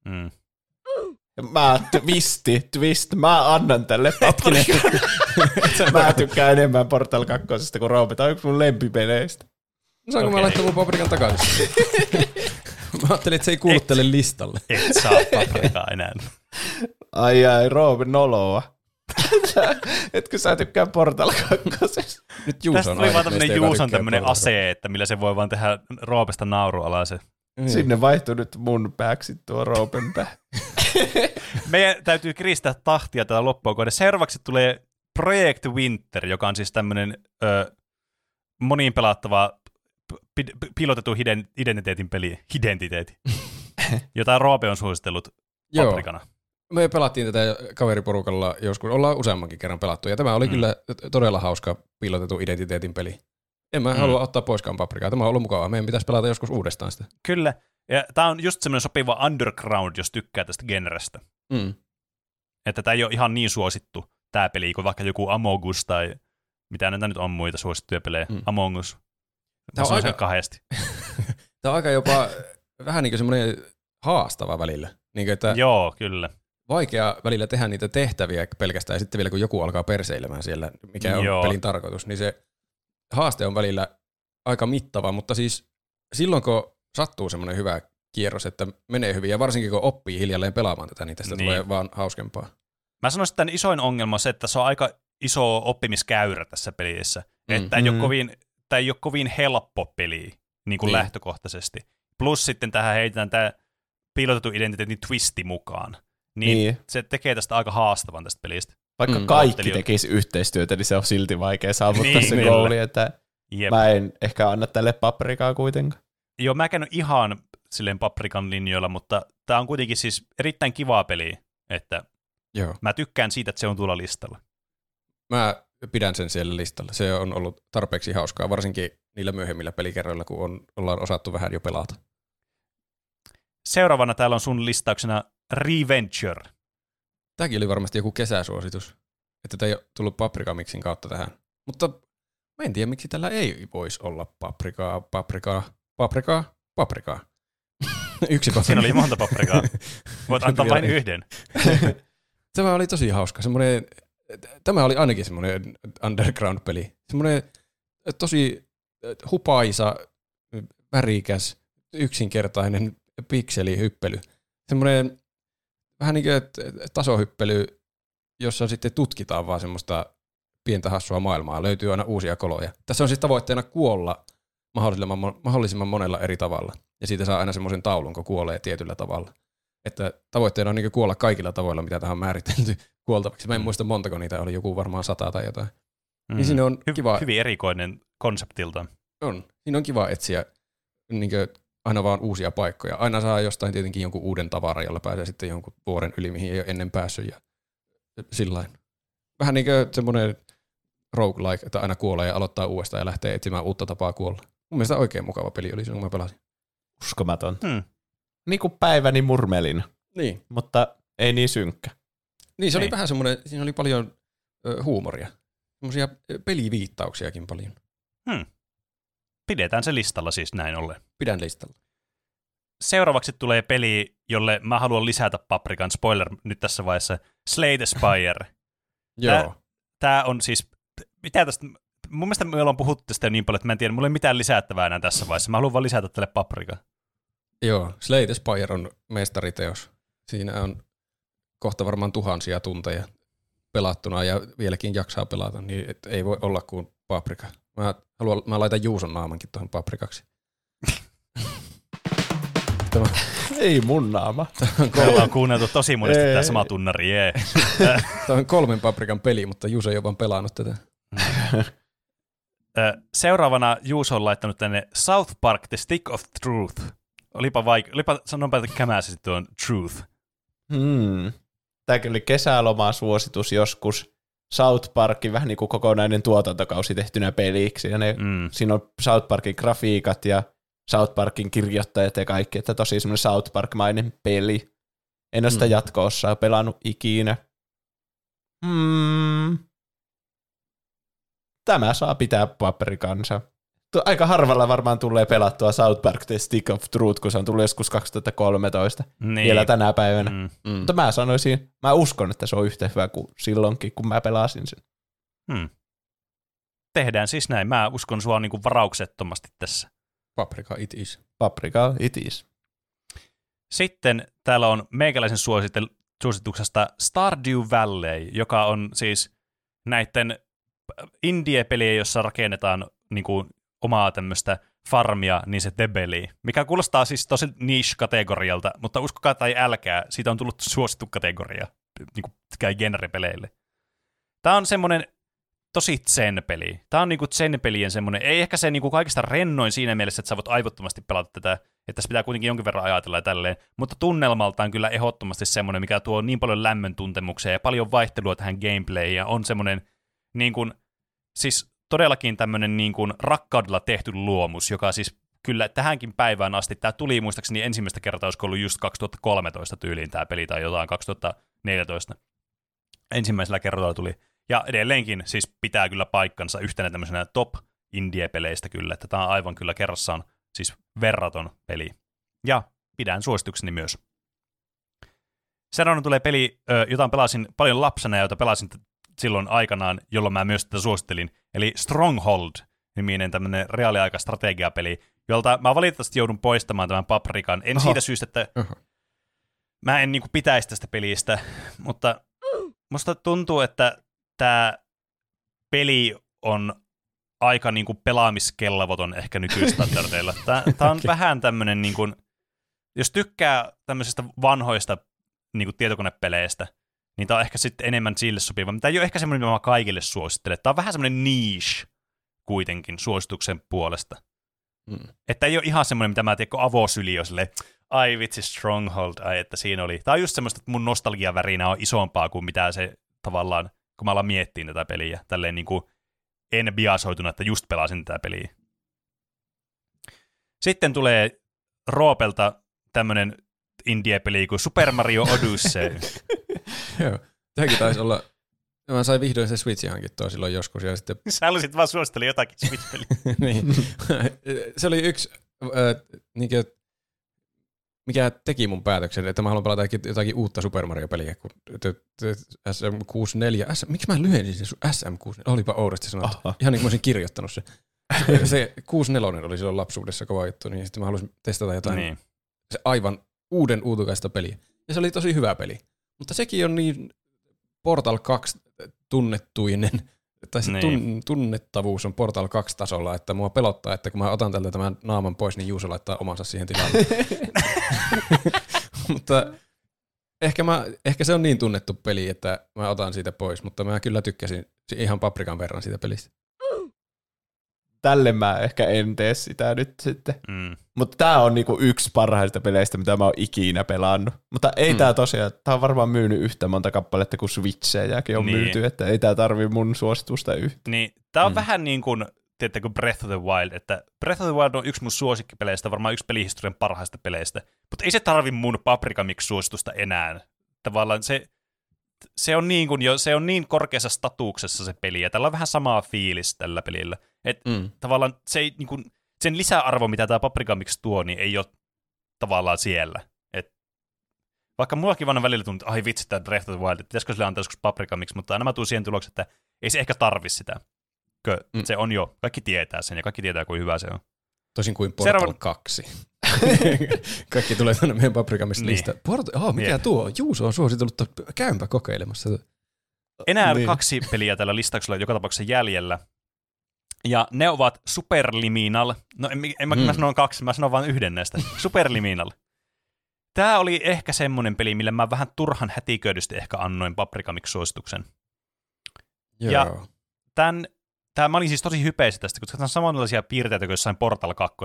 Twist, mä annan tälle paprikan. Mä tykkään enemmän Portal 2 kuin Roope. Tämä on yksi mun lempipeleistä. Saanko mä laittaa mun paprikan takaisin? Mä ajattelin, että se ei kuulu tälle listalle. Et saa paprikaa enää. Ai, Roope noloa. Etkö sä tykkää Portal 2? Nyt Juuso tästä on tuli vaan tämmönen Juuson tämmönen ase, että millä se voi vaan tehdä Roopesta naurualaisen. Sinne vaihtui nyt mun pääksi tuo Roopen pää. Meidän täytyy kiristää tahtia tätä loppua kohden. Seuraavaksi tulee Project Winter, joka on siis tämmöinen moniin pelattava piilotetun identiteetin peli, jota Roope on suositellut paprikana. Me pelattiin tätä kaveriporukalla joskus, ollaan useammankin kerran pelattu, ja tämä oli kyllä todella hauska piilotetun identiteetin peli. En mä halua ottaa poiskaan paprikaa, tämä on ollut mukavaa, meidän pitäisi pelata joskus uudestaan sitä. Kyllä, ja tämä on just semmoinen sopiva underground, jos tykkää tästä genrestä. Että tämä ei ole ihan niin suosittu, tämä peli, kuin vaikka joku Among Us tai mitä näitä nyt on muita suosittuja pelejä. Among Us. Tämä on aika kahdesti. Tämä on aika jopa vähän niin kuin semmoinen haastava välillä. Niin kuin, että joo, kyllä. Vaikea välillä tehdä niitä tehtäviä pelkästään, ja sitten vielä kun joku alkaa perseilemään siellä, mikä on pelin tarkoitus, niin se haaste on välillä aika mittava, mutta siis silloin kun sattuu semmoinen hyvä kierros, että menee hyvin, ja varsinkin kun oppii hiljalleen pelaamaan tätä, niin tästä tulee vaan hauskempaa. Mä sanoisin, että tämän isoin ongelma on se, että se on aika iso oppimiskäyrä tässä pelissä. Että tämä ei ole kovin helppo peli niin kuin lähtökohtaisesti. Plus sitten tähän heitetään tämä piilotettu identiteetin twisti mukaan. Niin se tekee tästä aika haastavan tästä pelistä. Vaikka kaikki tekisi yhteistyötä, niin se on silti vaikea saavuttaa se goali, että mä en ehkä anna tälle paprikaa kuitenkaan. Joo, mä en käynyt ihan silleen paprikan linjoilla, mutta tää on kuitenkin siis erittäin kivaa peliä, että mä tykkään siitä, että se on tuolla listalla. Mä pidän sen siellä listalla. Se on ollut tarpeeksi hauskaa, varsinkin niillä myöhemmillä pelikerroilla, kun ollaan osattu vähän jo pelata. Seuraavana täällä on sun listauksena Reventure. Tämäkin oli varmasti joku kesäsuositus, että tämä ei ole tullut paprikamiksin kautta tähän. Mutta mä en tiedä, miksi tällä ei voisi olla paprikaa. Yksi paprika. Siinä oli monta paprikaa. Voit antaa vain yhden. Tämä oli tosi hauska. Tämä oli ainakin semmoinen underground-peli. Semmoinen tosi hupaisa, värikäs, yksinkertainen pikselihyppely. Semmoinen vähän niin kuin tasohyppely, jossa sitten tutkitaan vaan semmoista pientä hassua maailmaa. Löytyy aina uusia koloja. Tässä on siis tavoitteena kuolla mahdollisimman monella eri tavalla. Ja siitä saa aina semmoisen taulun, kun kuolee tietyllä tavalla. Että tavoitteena on niin kuolla kaikilla tavoilla, mitä tähän on määritelty kuoltavaksi. Mä en muista montako niitä oli, joku varmaan 100 tai jotain. Niin siinä on kiva. Hyvin erikoinen konseptilta. On. Siinä on kiva etsiä niin aina vaan uusia paikkoja. Aina saa jostain tietenkin jonkun uuden tavaran, jolla pääsee sitten jonkun vuoren yli, mihin ei ole ennen päässyt. Ja sillain. Vähän niin kuin semmoinen roguelike, että aina kuolee ja aloittaa uudestaan ja lähtee etsimään uutta tapaa kuolla. Mun mielestä oikein mukava peli oli se, kun mä pelasin. Uskomaton. Niin kuin päiväni murmelin. Niin. Mutta ei niin synkkä. Niin, se oli vähän semmoinen, siinä oli paljon huumoria. Semmoisia peliviittauksiakin paljon. Pidetään se listalla siis näin ollen. Pidän listalla. Seuraavaksi tulee peli, jolle mä haluan lisätä paprikan, spoiler nyt tässä vaiheessa, Slay the Spire. Joo. Tää on siis, mitä tästä, mun mielestä me ollaan puhuttu tästä niin paljon, että mä en tiedä, mulla ei mitään lisättävää enää tässä vaiheessa. Mä haluan vaan lisätä tälle paprikan. Joo, Slay the Spire on mestariteos. Siinä on kohta varmaan tuhansia tunteja pelattuna ja vieläkin jaksaa pelata, niin ei voi olla kuin paprika. Mä laitan Juuson naamankin tuohon paprikaksi. Ei mun naama. Me ollaan kuunneltu tosi monesti tämä sama tunnari, jee. Tämä on 3 paprikan peli, mutta Juuso ei ole vaan pelannut tätä. Seuraavana Juuso on laittanut tänne South Park The Stick of Truth. Olipa sanonpa, että kämäsi tuon Truth. Tämäkin oli kesälomaa suositus joskus. South Parkin vähän niin kuin kokonainen tuotantokausi tehtynä peliksi. Ja siinä on South Parkin grafiikat ja South Parkin kirjoittajat ja kaikki. Että tosi semmoinen South Park-mainen peli. En ole sitä jatko-osaa pelannut ikinä. Tämä saa pitää paprikansa. Aika harvalla varmaan tulee pelattua South Park The Stick of Truth, kun se on tullut joskus 2013 vielä tänä päivänä. Mutta mä sanoisin, mä uskon, että se on yhtä hyvä kuin silloinkin, kun mä pelasin sen. Tehdään siis näin. Mä uskon sua niinku varauksettomasti tässä. Paprika it is. Paprika it is. Sitten täällä on meikäläisen suosituksesta Stardew Valley, joka on siis näiden indie-pelejä, jossa rakennetaan niinku omaa tämmöistä farmia, niin se tebelii, mikä kuulostaa siis tosi niche-kategorialta, mutta uskokaa tai älkää, siitä on tullut suosittu kategoria niin kuin genrepeleille. Tämä on semmoinen tosi zen-peli. Tämä on niinku zen-pelien semmoinen, ei ehkä se niinku kaikista rennoin siinä mielessä, että sä voit aivottomasti pelata tätä, että se pitää kuitenkin jonkin verran ajatella ja tälleen, mutta tunnelmaltaan kyllä ehdottomasti semmoinen, mikä tuo niin paljon lämmön tuntemuksia ja paljon vaihtelua tähän gameplayin, ja on semmoinen niin kuin, siis todellakin tämmöinen niin kuin rakkaudella tehty luomus, joka siis kyllä tähänkin päivään asti, tämä tuli muistaakseni ensimmäistä kertaa, olisiko ollut just 2013 tyyliin tämä peli, tai jotain 2014. Ensimmäisellä kerralla tuli. Ja edelleenkin siis pitää kyllä paikkansa yhtenä tämmöisenä top indie-peleistä kyllä, että tämä on aivan kyllä kerrassaan siis verraton peli. Ja pidän suositukseni myös. Seuraavana tulee peli, jota pelasin paljon lapsena ja jota pelasin silloin aikanaan, jolloin mä myös tätä suosittelin, eli Stronghold-niminen tämmöinen reaaliaika strategiapeli, jolta mä valitettavasti joudun poistamaan tämän Paprikan. En siitä syystä, että mä en niinku pitäisi tästä pelistä, mutta musta tuntuu, että tämä peli on aika niinku pelaamiskelvoton ehkä nykystandardeilla. Tämä on vähän tämmöinen, niinku, jos tykkää tämmöisistä vanhoista niinku tietokonepeleistä, niin tämä on ehkä sitten enemmän sille sopiva. Mutta tämä ei ole ehkä semmoinen, mitä mä kaikille suosittelen. Tämä on vähän semmoinen niche kuitenkin suosituksen puolesta. Että ei ole ihan semmoinen, mitä mä tiedän, kun avosyli on silleen, ai vitsi Stronghold, ai että siinä oli. Tämä on just semmoista, että mun nostalgiavärinä on isompaa kuin mitä se tavallaan, kun mä alan miettimään tätä peliä. Tälleen niin kuin en biasoituna, että just pelasin tätä peliä. Sitten tulee Roopelta tämmönen indie-peli kuin Super Mario Odyssey. Joo, tämäkin taisi olla, mä sain vihdoin se Switch hankittua silloin joskus. Ja sitten... Sä halusit vaan suositella jotakin Switch-peliä. Niin. Se oli yksi, mikä teki mun päätöksen, että mä haluan pelata jotakin uutta Super Mario-peliä, kun SM64, miksi mä lyhensin se SM64, olipa oudosti sanottu, ihan niin kuin mä olisin kirjoittanut se. Se 64 oli silloin lapsuudessa kova juttu, niin sitten mä halusin testata jotain se aivan uuden uutukaista peliä. Ja se oli tosi hyvä peli. Mutta sekin on niin Portal 2 tunnettuinen, tai se tunnettavuus on Portal 2 tasolla, että mua pelottaa, että kun mä otan tältä tämän naaman pois, niin Juuso laittaa omansa siihen tilalle. Mutta ehkä se on niin tunnettu peli, että mä otan siitä pois, mutta mä kyllä tykkäsin ihan paprikan verran siitä pelistä. Tälle mä ehkä en tee sitä nyt sitten. Mutta tää on niinku yksi parhaista peleistä, mitä mä oon ikinä pelannut. Mutta ei tää tosiaan, tää on varmaan myynyt yhtä monta kappaletta kuin Switchejäkin on myyty, että ei tää tarvi mun suositusta yhtä. Niin, tää on vähän niin kuin, tiedättekö, Breath of the Wild, että Breath of the Wild on yksi mun suosikkipeleistä, varmaan yksi pelihistorian parhaista peleistä, mutta ei se tarvi mun Paprika Mix-suositusta enää. Tavallaan se on niin kuin se on niin korkeassa statuksessa se peli, ja tällä on vähän samaa fiilis tällä pelillä. Että tavallaan se ei, niin kuin, sen lisäarvo, mitä tämä Paprika Mix tuo, niin ei ole tavallaan siellä. Et, vaikka mullakin vaan on välillä tuntuu, että ai vitsi, tämä Breath of the Wild, että pitäisikö sille antaa joskus Paprika Mix, mutta aina mä tuun siihen tulokseen, että ei se ehkä tarvi sitä. Se on jo, kaikki tietää sen, ja kaikki tietää, kuinka hyvä se on. Tosin kuin Portal 2. Kaikki tulee tänne meidän Paprika Mix-lista. Mikä tuo? Juuso on suositellut, käynpä kokeilemassa. Enää 2 peliä tällä listauksella joka tapauksessa jäljellä. Ja ne ovat Superliminal. No mä sanon 2, mä sanon vain yhden näistä. Superliminal. Tää oli ehkä semmonen peli, millä mä vähän turhan hätiköidysti ehkä annoin Paprika Mix-suosituksen. Joo. Ja mä olin siis tosi hypeissä tästä, koska tämä on samanlaisia piirteitä kuin jossain Portal 2.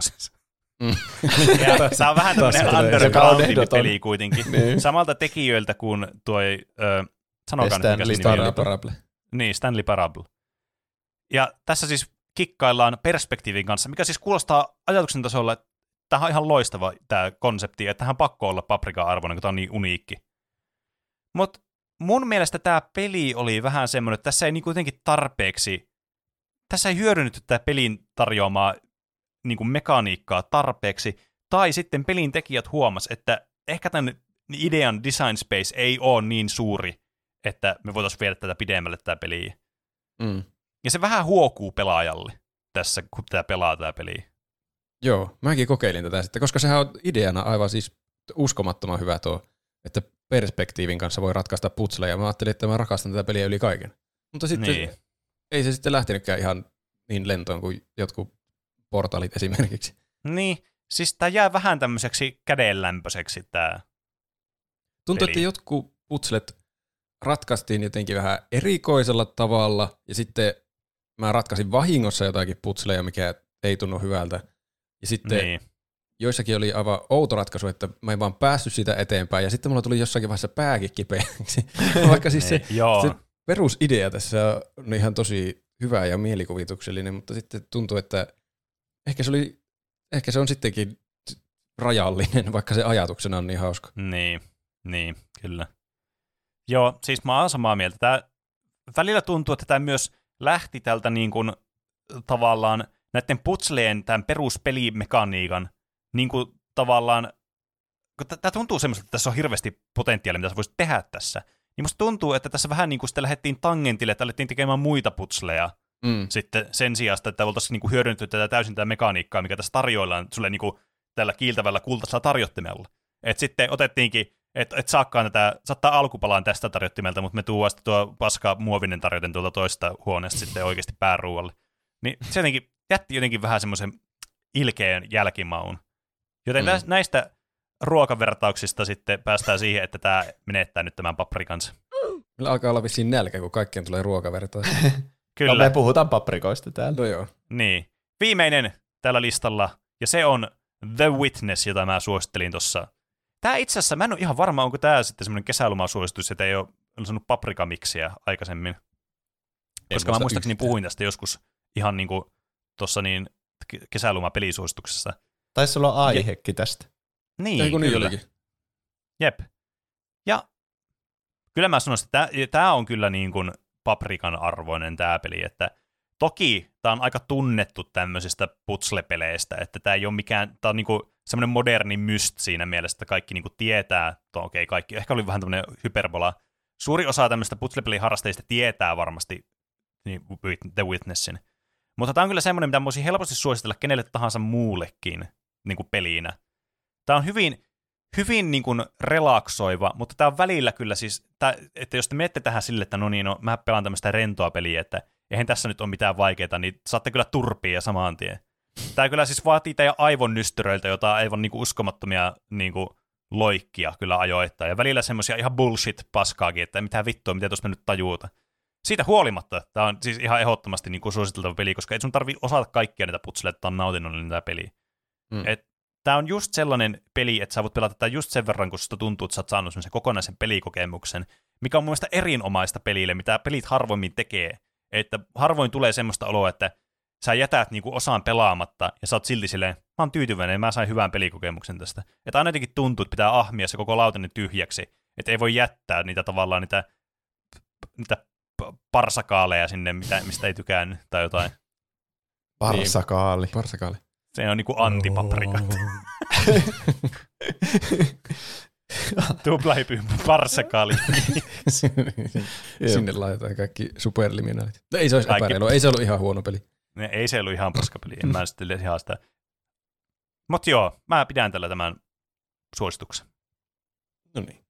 Tämä on vähän tämmöinen underground peli kuitenkin. Samalta tekijöiltä kuin sanokaan Stanley Parable. Niin, Stanley Parable. Ja tässä siis kikkaillaan perspektiivin kanssa, mikä siis kuulostaa ajatuksen tasolla, että tämä on ihan loistava tämä konsepti, että tähän on pakko olla Paprika-arvoinen, kun tämä on niin uniikki. Mutta mun mielestä tämä peli oli vähän semmoinen, että tässä ei niin kuitenkin tarpeeksi, tässä ei hyödynnetty tämä pelin tarjoamaa niin kuin mekaniikkaa tarpeeksi, tai sitten pelin tekijät huomas, että ehkä tämän idean design space ei ole niin suuri, että me voitaisiin viedä tätä pidemmälle tämä peliä. Ja se vähän huokuu pelaajalle tässä, kun tämä pelaa tämä peliä. Joo, mäkin kokeilin tätä sitten, koska sehän on ideana aivan siis uskomattoman hyvä tuo, että perspektiivin kanssa voi ratkaista putsleja. Mä ajattelin, että mä rakastan tätä peliä yli kaiken. Mutta sitten ei se sitten lähtenytkään ihan niin lentoon kuin jotkut portaalit esimerkiksi. Niin, siis tää jää vähän tämmöiseksi kädenlämpöiseksi tää. Tuntuu, peli. että jotkut putslet ratkaistiin jotenkin vähän erikoisella tavalla, ja sitten mä ratkaisin vahingossa jotakin putsleja, mikä ei tunnu hyvältä. Ja sitten Niin. joissakin oli aivan outo ratkaisu, että mä en vaan päässyt siitä eteenpäin, ja sitten mulla tuli jossakin vaiheessa pääkin kipeäksi. Vaikka siis se perusidea tässä on ihan tosi hyvä ja mielikuvituksellinen, mutta sitten tuntuu, että ehkä se on sittenkin rajallinen, vaikka se ajatuksena on niin hauska. Niin, kyllä. Joo, siis mä oon samaa mieltä. Tää välillä tuntuu, että tämä myös lähti tältä niin kuin, tavallaan näiden putsleen tämän peruspelimekaniikan niin kuin, tavallaan, kun tämä tuntuu semmoista, että tässä on hirveästi potentiaalia, mitä sä voisit tehdä tässä. Niin musta tuntuu, että tässä vähän niin kuin sitten lähdettiin tangentille, että alettiin tekemään muita putsleja sitten sen sijaan, että oltaisiin niin kuin hyödynnetty tätä täysin tätä mekaniikkaa, mikä tässä tarjoillaan sulle niin kuin tällä kiiltävällä kultaisella tarjottimella. Että sitten otettiinkin, että saattaa alkupalaan tästä tarjottimelta, mutta me tuodaan tuo paska muovinen tarjotin tuolta toista huoneesta sitten oikeasti pääruualle. Niin se jotenkin jätti jotenkin vähän semmoisen ilkeän jälkimaun. Joten näistä ruokavertauksista sitten päästään siihen, että tämä menettää nyt tämän paprikansa. Meillä alkaa olla vissiin nälkä, kun kaikkien tulee ruokavertaus. Kyllä. No, me puhutaan paprikoista täällä. No joo. Niin. Viimeinen tällä listalla, ja se on The Witness, jota mä suosittelin tuossa. Tämä itse asiassa, mä en ole ihan varma, onko tämä sitten semmoinen kesälomasuositus, että ei ole sanonut paprikamiksiä aikaisemmin. Koska mä muistaakseni puhuin tästä joskus ihan niin kuin tuossa niin kesäloma-pelisuosituksessa. Taisi olla aihekin tästä. Niin, niin kyllä. Jep. Ja kyllä mä sanoisin, että tämä on kyllä niin kuin paprikan arvoinen tämä peli, että toki tämä on aika tunnettu tämmöisistä putslepeleistä, että tämä ei ole mikään, tämä on niin kuin semmoinen moderni myst siinä mielessä, että kaikki niin kuin tietää, että okei, kaikki, ehkä oli vähän tämmöinen hyperbola. Suuri osa tämmöistä putslepeliharrastajista tietää varmasti niin The Witnessin. Mutta tämä on kyllä semmoinen, mitä voisin helposti suositella kenelle tahansa muullekin niin kuin pelinä. Tämä on hyvin niin kuin relaksoiva, mutta tämä on välillä kyllä siis, että jos te menette tähän sille, että no mä pelaan tämmöistä rentoa peliä, että eihän tässä nyt ole mitään vaikeaa, niin saatte kyllä turpia saman tien. Tämä kyllä siis vaatii teidän aivonnystyröiltä jotain aivan niin kuin uskomattomia niin kuin loikkia kyllä ajoittaa, ja välillä semmoisia ihan bullshit-paskaakin, että mitä vittua, mitä tuossa me nyt tajuuta. Siitä huolimatta, tämä on siis ihan ehdottomasti niin kuin suositeltava peli, koska ei sun tarvitse osata kaikkia näitä putseleita, että on nautinnollinen tämä peli. Tämä on just sellainen peli, että sä voit pelata tätä just sen verran, kun susta tuntuu, että sä oot saanut semmoisen kokonaisen pelikokemuksen, mikä on mun mielestä erinomaista pelille, mitä pelit harvoimmin tekee. Että harvoin tulee semmoista oloa, että sä jätät niinku osaan pelaamatta, ja sä oot silti silleen, mä oon tyytyväinen, mä sain hyvän pelikokemuksen tästä. Että aina jotenkin tuntuu, että pitää ahmia se koko lautanen tyhjäksi, että ei voi jättää niitä tavallaan niitä parsakaaleja sinne, mistä ei tykännyt, tai jotain. Parsakaali. Parsakaali. Se on niinku antipaprika. Tuplahypy parsakaali. Sinne laitetaan kaikki superliminaalit. Ei se olisi epäreilua, ei se ollut ihan huono peli. Ei se ollut ihan paskapeli, en mä sitten ihan sitä. Mut joo, mä pidän tällä tämän suosituksen. No niin.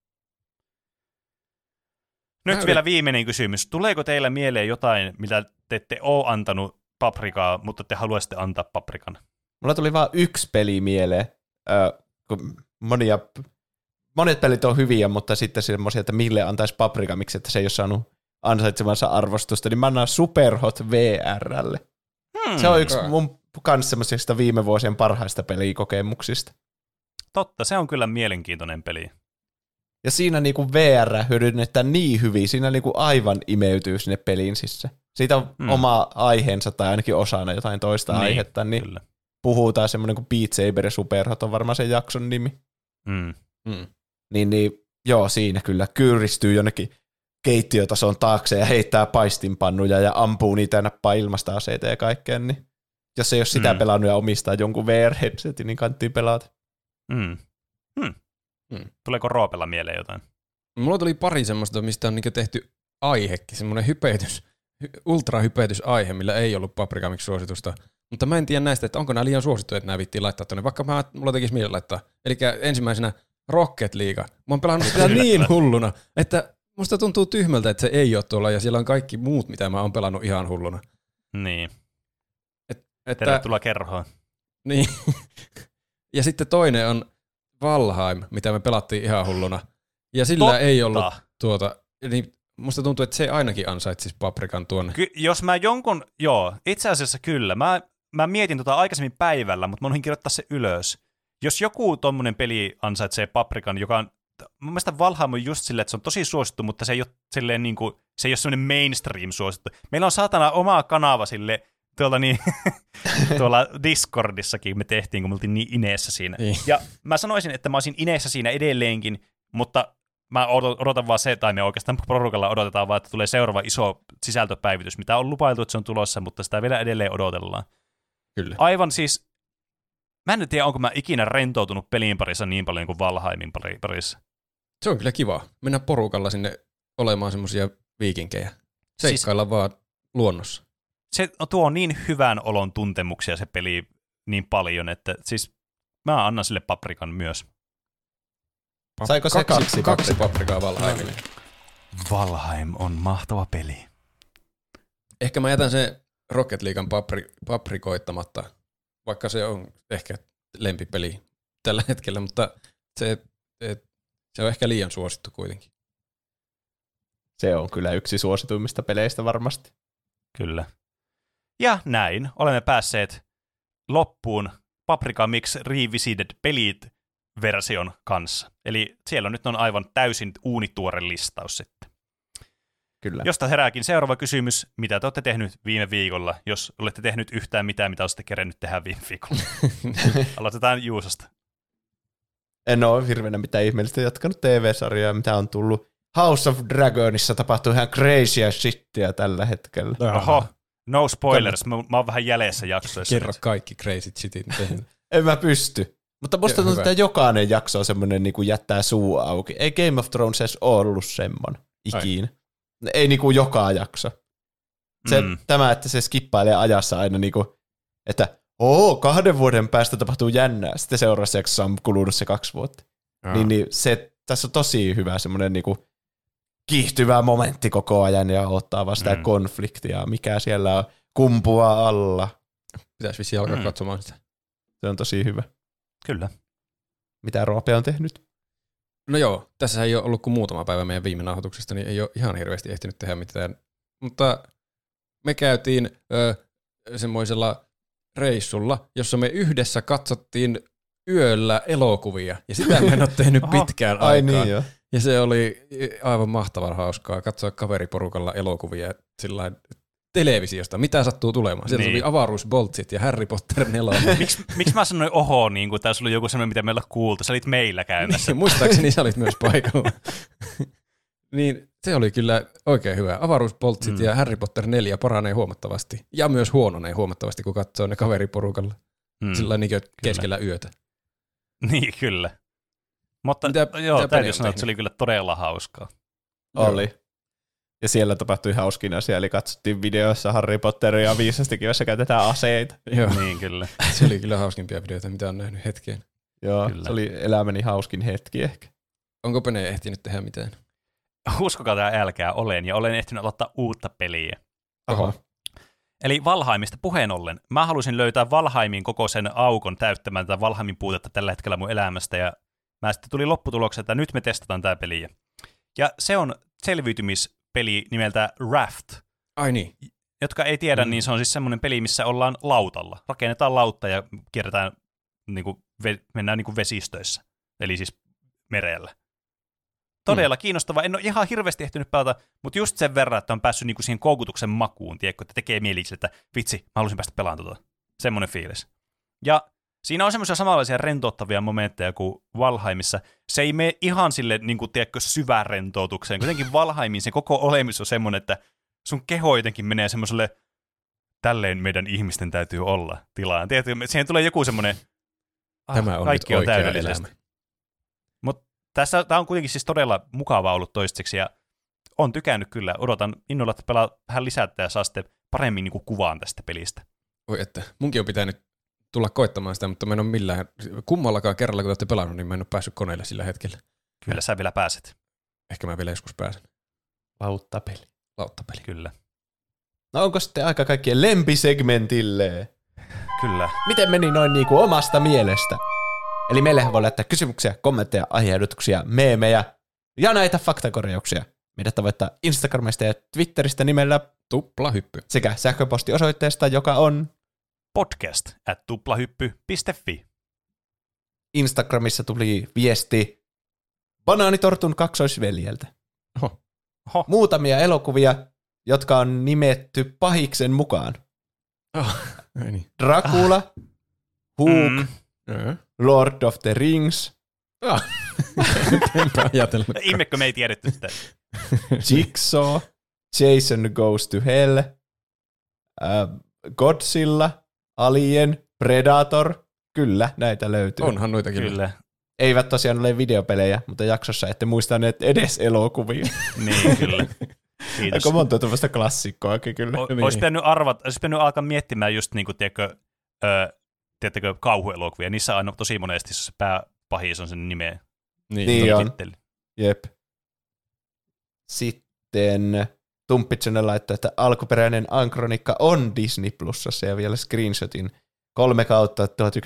Nyt vielä viimeinen kysymys. Tuleeko teillä mieleen jotain, mitä te ette ole antanut paprikaa, mutta te haluaisitte antaa paprikan? Mulla tuli vaan yksi peli mieleen, kun monet pelit on hyviä, mutta sitten semmoisia, että mille antaisi paprika, miksi että se ei ole saanut ansaitsemansa arvostusta, niin mä annan Superhot VR:lle. Se on yksi mun kanssa semmoisista viime vuosien parhaista pelikokemuksista. Totta, se on kyllä mielenkiintoinen peli. Ja siinä niinku VR hyödynnetään niin hyvin, siinä niinku aivan imeytyy sinne peliin sisään. Siitä on oma aiheensa tai ainakin osana jotain toista aihetta, niin kyllä. Puhutaan semmoinen kuin Beat Saber ja Superhot on varmaan sen jakson nimi. Niin, joo, siinä kyllä kyyristyy jonnekin keittiötason taakse ja heittää paistinpannuja ja ampuu niitä ja nappaa ilmasta aseita ja kaikkea, niin jos ei ole sitä pelannut ja omistaa jonkun VR-headsetin, niin kannattaa pelata. Tuleeko Roopella mieleen jotain? Mulla tuli pari semmoista, mistä on niinku tehty aihekin, semmoinen ultrahypetysaihe, millä ei ollut paprikamiksi suositusta. Mutta mä en tiedä näistä, että onko nämä liian suosittuja, että nämä vittiin laittaa tuonne, vaikka mulla tekisi mieleen laittaa. Eli ensimmäisenä Rocket League. Mä oon pelannut sitä niin hulluna, että musta tuntuu tyhmältä, että se ei ole tuolla, ja siellä on kaikki muut, mitä mä oon pelannut ihan hulluna. Niin. Tervetuloa kerhoon. Niin. Ja sitten toinen on Valheim, mitä me pelattiin ihan hulluna. Ja sillä ei ollut niin musta tuntuu, että se ainakin ansaitsisi Paprikan tuonne. Jos mä jonkun, itse asiassa kyllä. Mä mietin aikaisemmin päivällä, mutta mä haluaisin kirjoittaa se ylös. Jos joku tommonen peli ansaitsee Paprikan, joka on, mun mielestä Valheim on just silleen, että se on tosi suosittu, mutta se ei ole silleen niinku, se ei ole semmoinen mainstream suosittu. Meillä on saatana oma kanava sille tuolla Discordissakin me tehtiin, kun me oltiin niin ineessä siinä. Niin. Ja mä sanoisin, että mä olisin ineessä siinä edelleenkin, mutta mä odotan vaan se, tai me oikeastaan porukalla odotetaan vaan, että tulee seuraava iso sisältöpäivitys, mitä on lupailtu, että se on tulossa, mutta sitä vielä edelleen odotellaan. Kyllä. Aivan siis, mä en tiedä, onko mä ikinä rentoutunut pelin parissa niin paljon kuin Valheimin parissa. Se on kyllä kiva. Mennä porukalla sinne olemaan semmoisia viikinkejä. Seikkailla vaan luonnossa. Se tuo niin hyvän olon tuntemuksia se peli niin paljon, että siis mä annan sille Paprikan myös. Saiko se kaksi Paprikaa Valheimille? Valheim on mahtava peli. Ehkä mä jätän sen Rocket Leaguean paprikoittamatta, vaikka se on ehkä lempipeli tällä hetkellä, mutta se on ehkä liian suosittu kuitenkin. Se on kyllä yksi suosituimmista peleistä varmasti. Kyllä. Ja näin olemme päässeet loppuun Paprika Mix Revisited pelit version kanssa. Eli siellä nyt on aivan täysin uunituore listaus sitten. Kyllä. Josta herääkin seuraava kysymys, mitä te olette tehnyt viime viikolla, jos olette tehnyt yhtään mitään, mitä olette kerennyt tehdä viime viikolla. Aloitetaan Juusosta. En ole hirveänä mitään ihmeellistä jatkanut TV-sarjaa, mitä on tullut. House of Dragonissa tapahtuu ihan crazyä shittiä tällä hetkellä. Oho, no spoilers, mä oon vähän jäljessä jaksoissa. Kerro kaikki crazy shitit. En mä pysty. Mutta musta tuntuu, että jokainen jakso on semmoinen niin kuin jättää suu auki. Ei Game of Thrones edes ollut semmoinen ikinä. Ei niin kuin joka jakso. Tämä, että se skippailee ajassa aina niin kuin, että 2 vuoden päästä tapahtuu jännää. Sitten seuraavassa jaksossa on kulunut se 2 vuotta. Niin se, tässä on tosi hyvä semmoinen niin kuin kiihtyvä momentti koko ajan ja ottaa vaan sitä konfliktia, mikä siellä on kumpua alla. Pitäisi vissiin alkaa katsomaan sitä. Se on tosi hyvä. Kyllä. Mitä Roope on tehnyt? No joo, tässä ei ole ollut kuin muutama päivä meidän viime nauhoituksesta, niin ei ole ihan hirveästi ehtinyt tehdä mitään. Mutta me käytiin semmoisella reissulla, jossa me yhdessä katsottiin yöllä elokuvia, ja sitä me en ole tehnyt pitkään aikaa. Ai niin jo. Ja se oli aivan mahtavan hauskaa katsoa kaveriporukalla elokuvia sillain televisiosta. Mitä sattuu tulemaan? Sieltä tuli avaruusboltsit ja Harry Potter 4. Miksi mä sanoin oho, niin kuin tässä oli joku sellainen, mitä meillä kuultu? Sä olit meillä käymässä. Niin, muistaakseni sä olit myös paikalla. Niin se oli kyllä oikein hyvä. Avaruusboltsit ja Harry Potter 4 paranee huomattavasti. Ja myös huononee huomattavasti, kun katsoo ne kaveriporukalla. Sillä niin keskellä yötä. Niin, kyllä. Mutta mitä täytyy sanoa, että se oli kyllä todella hauskaa. Oli. Ja siellä tapahtui hauskin asia, eli katsottiin videoissa Harry Potteria ja viisastikin, jossa käytetään aseita. Joo. Niin, kyllä. Se oli kyllä hauskimpia videoita, mitä on nähnyt hetkeen. Joo, kyllä. Se oli elämäni hauskin hetki ehkä. Onko Pene ehtinyt tehdä mitään? Uskokaa tai älkää, olen ehtinyt aloittaa uutta peliä. Oho. Eli Valheimista puheen ollen. Mä halusin löytää Valheimin koko sen aukon täyttämään tätä Valheimin puutetta tällä hetkellä mun elämästä, ja mä sitten tuli lopputulokseen, että nyt me testataan tää peliä. Ja se on selviytymispeli nimeltä Raft. Ai niin. Jotka ei tiedä, niin se on siis semmoinen peli, missä ollaan lautalla. Rakennetaan lautta ja kierretään, mennään niin kuin vesistöissä, eli siis merellä. Todella kiinnostava. En ole ihan hirveästi ehtinyt pelata, mutta just sen verran, että on päässyt niinku siihen koukutuksen makuun, tiedätkö, että tekee mieli, että vitsi, mä haluaisin päästä pelaamaan Semmoinen fiilis. Ja siinä on semmoisia samanlaisia rentouttavia momentteja kuin Valheimissa. Se ei mene ihan sille, niin kuin, tiedätkö, syvärentoutukseen. Kuitenkin Valheimin se koko olemus on semmoinen, että sun keho jotenkin menee semmoiselle, tälleen meidän ihmisten täytyy olla tilaan. Tiedätkö, siihen tulee joku semmoinen, tämä on kaikki nyt on täydellisesti. Tämä on kuitenkin siis todella mukavaa ollut toistaiseksi, ja on tykännyt kyllä. Odotan innolla, että pelaa vähän lisää ja saa sitten paremmin niin kuin kuvaan tästä pelistä. Oi että, munkin on pitänyt tulla koittamaan sitä, mutta mä en ole millään, kummallakaan kerralla kun olette pelannut, niin mä en ole päässyt koneelle sillä hetkellä. Kyllä sä vielä pääset. Ehkä mä vielä joskus pääsen. Lauttapeli. Lauttapeli. Kyllä. No onko sitten aika kaikkien lempisegmentille? Kyllä. Miten meni noin niin kuin omasta mielestä? Eli meillähän voi laittaa kysymyksiä, kommentteja, aiheehdotuksia, meemejä ja näitä faktakorjauksia. Meidät tavoittaa Instagramista ja Twitteristä nimellä Tuplahyppy. sekä sähköpostiosoitteesta, joka on podcast@tuplahyppy.fi. Instagramissa tuli viesti Banaanitortun kaksoisveljeltä. Oho. Oho. Muutamia elokuvia, jotka on nimetty pahiksen mukaan. Ei niin. Dracula, Hook, Lord of the Rings, Enpä ajatellut. Ihmekö me ei tiedetty sitä? Jigsaw, Jason Goes to Hell, Godzilla, Alien, Predator. Kyllä, näitä löytyy. Onhan noitakin. Kyllä. Eivät tosiaan ole videopelejä, mutta jaksossa ette muistaneet edes elokuvia. Niin, kyllä. Kiitos. Aika monta tuollaista klassikkoakin kyllä. Olisi pitänyt alkaa miettimään just niin kuin, tiedättekö, kauhuelokuvia. Niissä on aina tosi monesti se pääpahis on sen nimeä. Niin on. Titteli. Jep. Sitten Tumppitsonen laittoi, että alkuperäinen Ankronikka on Disney Plusassa ja vielä screenshotin 3 kautta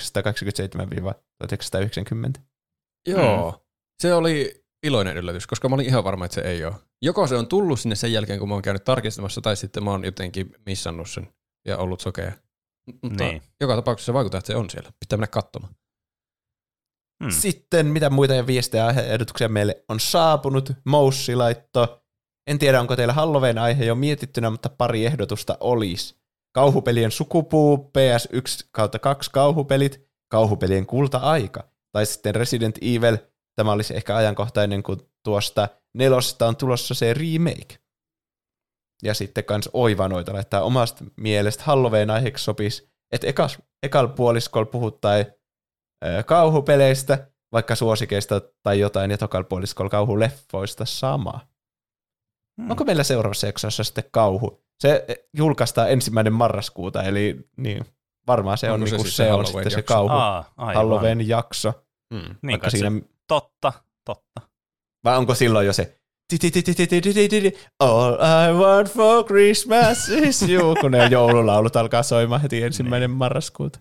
1927-1990. Joo. Se oli iloinen yllätys, koska mä olin ihan varma, että se ei ole. Joko se on tullut sinne sen jälkeen, kun mä oon käynyt tarkistamassa, tai sitten mä oon jotenkin missannut sen ja ollut sokea. Mutta Niin. joka tapauksessa vaikuttaa, että se on siellä. Pitää mennä katsomaan. Sitten mitä muita ja viestejä ja ehdotuksia meille on saapunut. Moussi laitto. En tiedä, onko teillä Halloween-aihe jo mietittynä, mutta pari ehdotusta olisi. Kauhupelien sukupuu, PS1/2 kauhupelit, kauhupelien kulta-aika. Tai sitten Resident Evil. Tämä olisi ehkä ajankohtainen, kun tuosta 4 on tulossa se remake. Ja sitten kans Oivanoita laittaa omasta mielestä Halloween-aiheeksi sopisi, että ekal puoliskolla puhuttain kauhupeleistä, vaikka suosikeista tai jotain, ja tokal puoliskolla kauhuleffoista sama. Onko meillä seuraavassa jaksossa sitten kauhu? Se julkaistaan 1. marraskuuta, eli niin, varmaan se on, Onko se niinku, sitten se on Halloween sitten se jakso? kauhu Aivan. Halloween-jakso. Niin Vaikka siinä, Totta. vai onko silloin jo se All I want for Christmas is you, kun ne joululaulut alkaa soimaan heti 1. marraskuuta.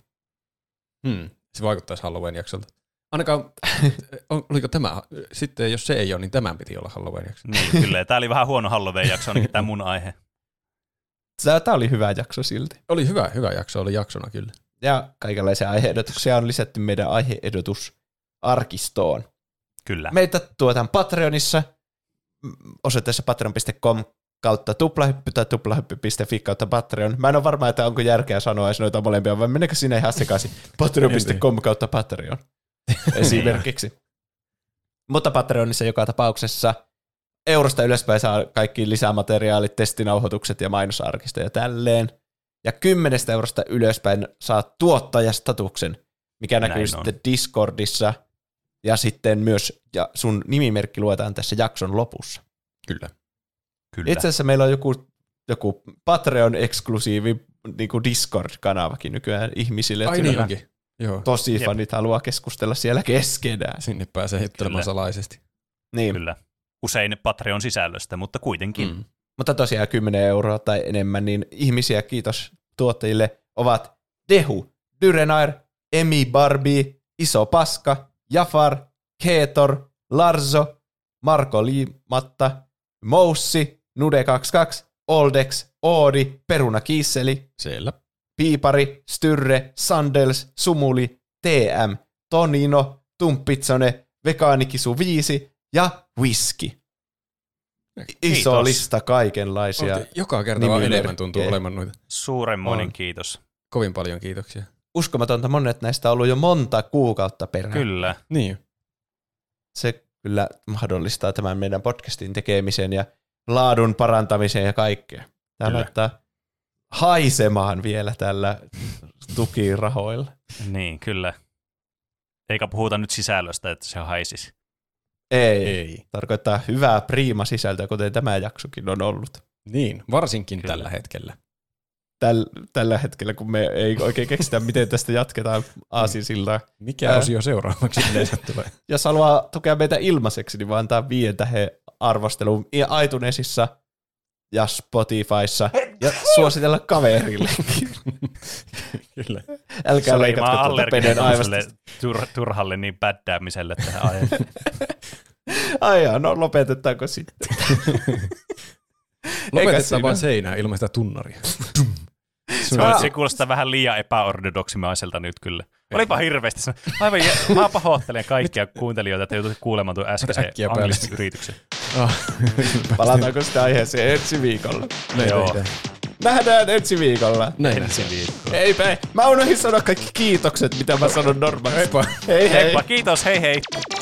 Se vaikuttaisi Halloween-jaksolta. Ainakaan, oliko tämä, sitten jos se ei ole, niin tämän piti olla Halloween-jakso. Niin, kyllä. Tämä oli vähän huono Halloween-jakso, ainakin tämä mun aihe. Tämä oli hyvä jakso silti. Oli hyvä jakso, oli jaksona kyllä. Ja kaikenlaisia aihe-ehdotuksia on lisätty meidän aihe-ehdotusarkistoon. Kyllä. Meitä tuotaan Patreonissa osoitteessa patreon.com kautta tuplahyppy tai tuplahyppy.fi kautta Patreon. Mä en ole varma, että onko järkeä sanoa edes noita molempia, vai menekö sinne ihan sekaisin patreon.com kautta Patreon esimerkiksi. Mutta Patreonissa joka tapauksessa eurosta ylöspäin saa kaikki lisämateriaalit, testinauhoitukset ja mainosarkisto ja tälleen. Ja 10 eurosta ylöspäin saa tuottajastatuksen, mikä näkyy sitten Discordissa. Ja sitten myös ja sun nimimerkki luetaan tässä jakson lopussa. Kyllä. Itse asiassa meillä on joku Patreon-eksklusiivi niin kuin Discord-kanavakin nykyään ihmisille. Ai niin onkin. Joo. Tosi fanit haluaa keskustella siellä keskenään. Sinne pääsee juttelemaan salaisesti. Niin. Kyllä. Usein Patreon sisällöstä, mutta kuitenkin. Mutta tosiaan 10 euroa tai enemmän, niin ihmisiä, kiitos tuottajille, ovat Dehu, Dyrenair, Emi Barbie, Iso Paska, Jafar, Keetor, Larzo, Marko Liimatta, Moussi, Nude22, Oldex, Oodi, Peruna Kiisseli, Siellä. Piipari, Styrre, Sandels, Sumuli, TM, Tonino, Tumppitsone, Vekaanikisu 5 ja Whisky. Iso lista kaikenlaisia. Joka kerta vaan enemmän tuntuu olevan noita. Suuremmoinen kiitos. Kovin paljon kiitoksia. Uskomatonta, monet näistä on ollut jo monta kuukautta perään. Kyllä. Niin. Se kyllä mahdollistaa tämän meidän podcastin tekemisen ja laadun parantamisen ja kaikkea. Tämä laittaa haisemaan vielä tällä tukirahoilla. Niin, kyllä. Eikä puhuta nyt sisällöstä, että se haisisi. Ei. Tarkoittaa hyvää priima sisältöä, kuten tämä jaksokin on ollut. Niin, varsinkin kyllä. tällä hetkellä. Tällä hetkellä, kun me ei oikein keksitä, miten tästä jatketaan aasinsiltaa. Mikä osio seuraavaksi yleensä tulee? Jos haluaa tukea meitä ilmaiseksi, niin vaan antaa 5 tähden arvosteluun iTunesissa ja Spotifyssa ja suositella kaverillekin. Kyllä. Älkää leikatko tuota Peden aivasta. Turhalle niin bäddäämiselle tähän ajan. Ai jaa, no lopetetaanko sitten? Lopetetaan vaan seinään ilman sitä tunnaria. Se kuulostaa vähän liian epäortodoksimaiselta nyt kyllä. Olipa hirveästi. Aivan mä pahoittelen kaikkia kuuntelijoita, että joutuisit kuulemaan tuon äskeisen anglistyrityksen. Palataanko sitä aiheeseen ensi viikolla? Joo. Nähdään ensi viikolla. Ensi viikolla. Heipä. Mä unohdin sanoa kaikki kiitokset, mitä mä sanon normaalisti. Heippa. Hei hei. Heippa, kiitos, hei hei.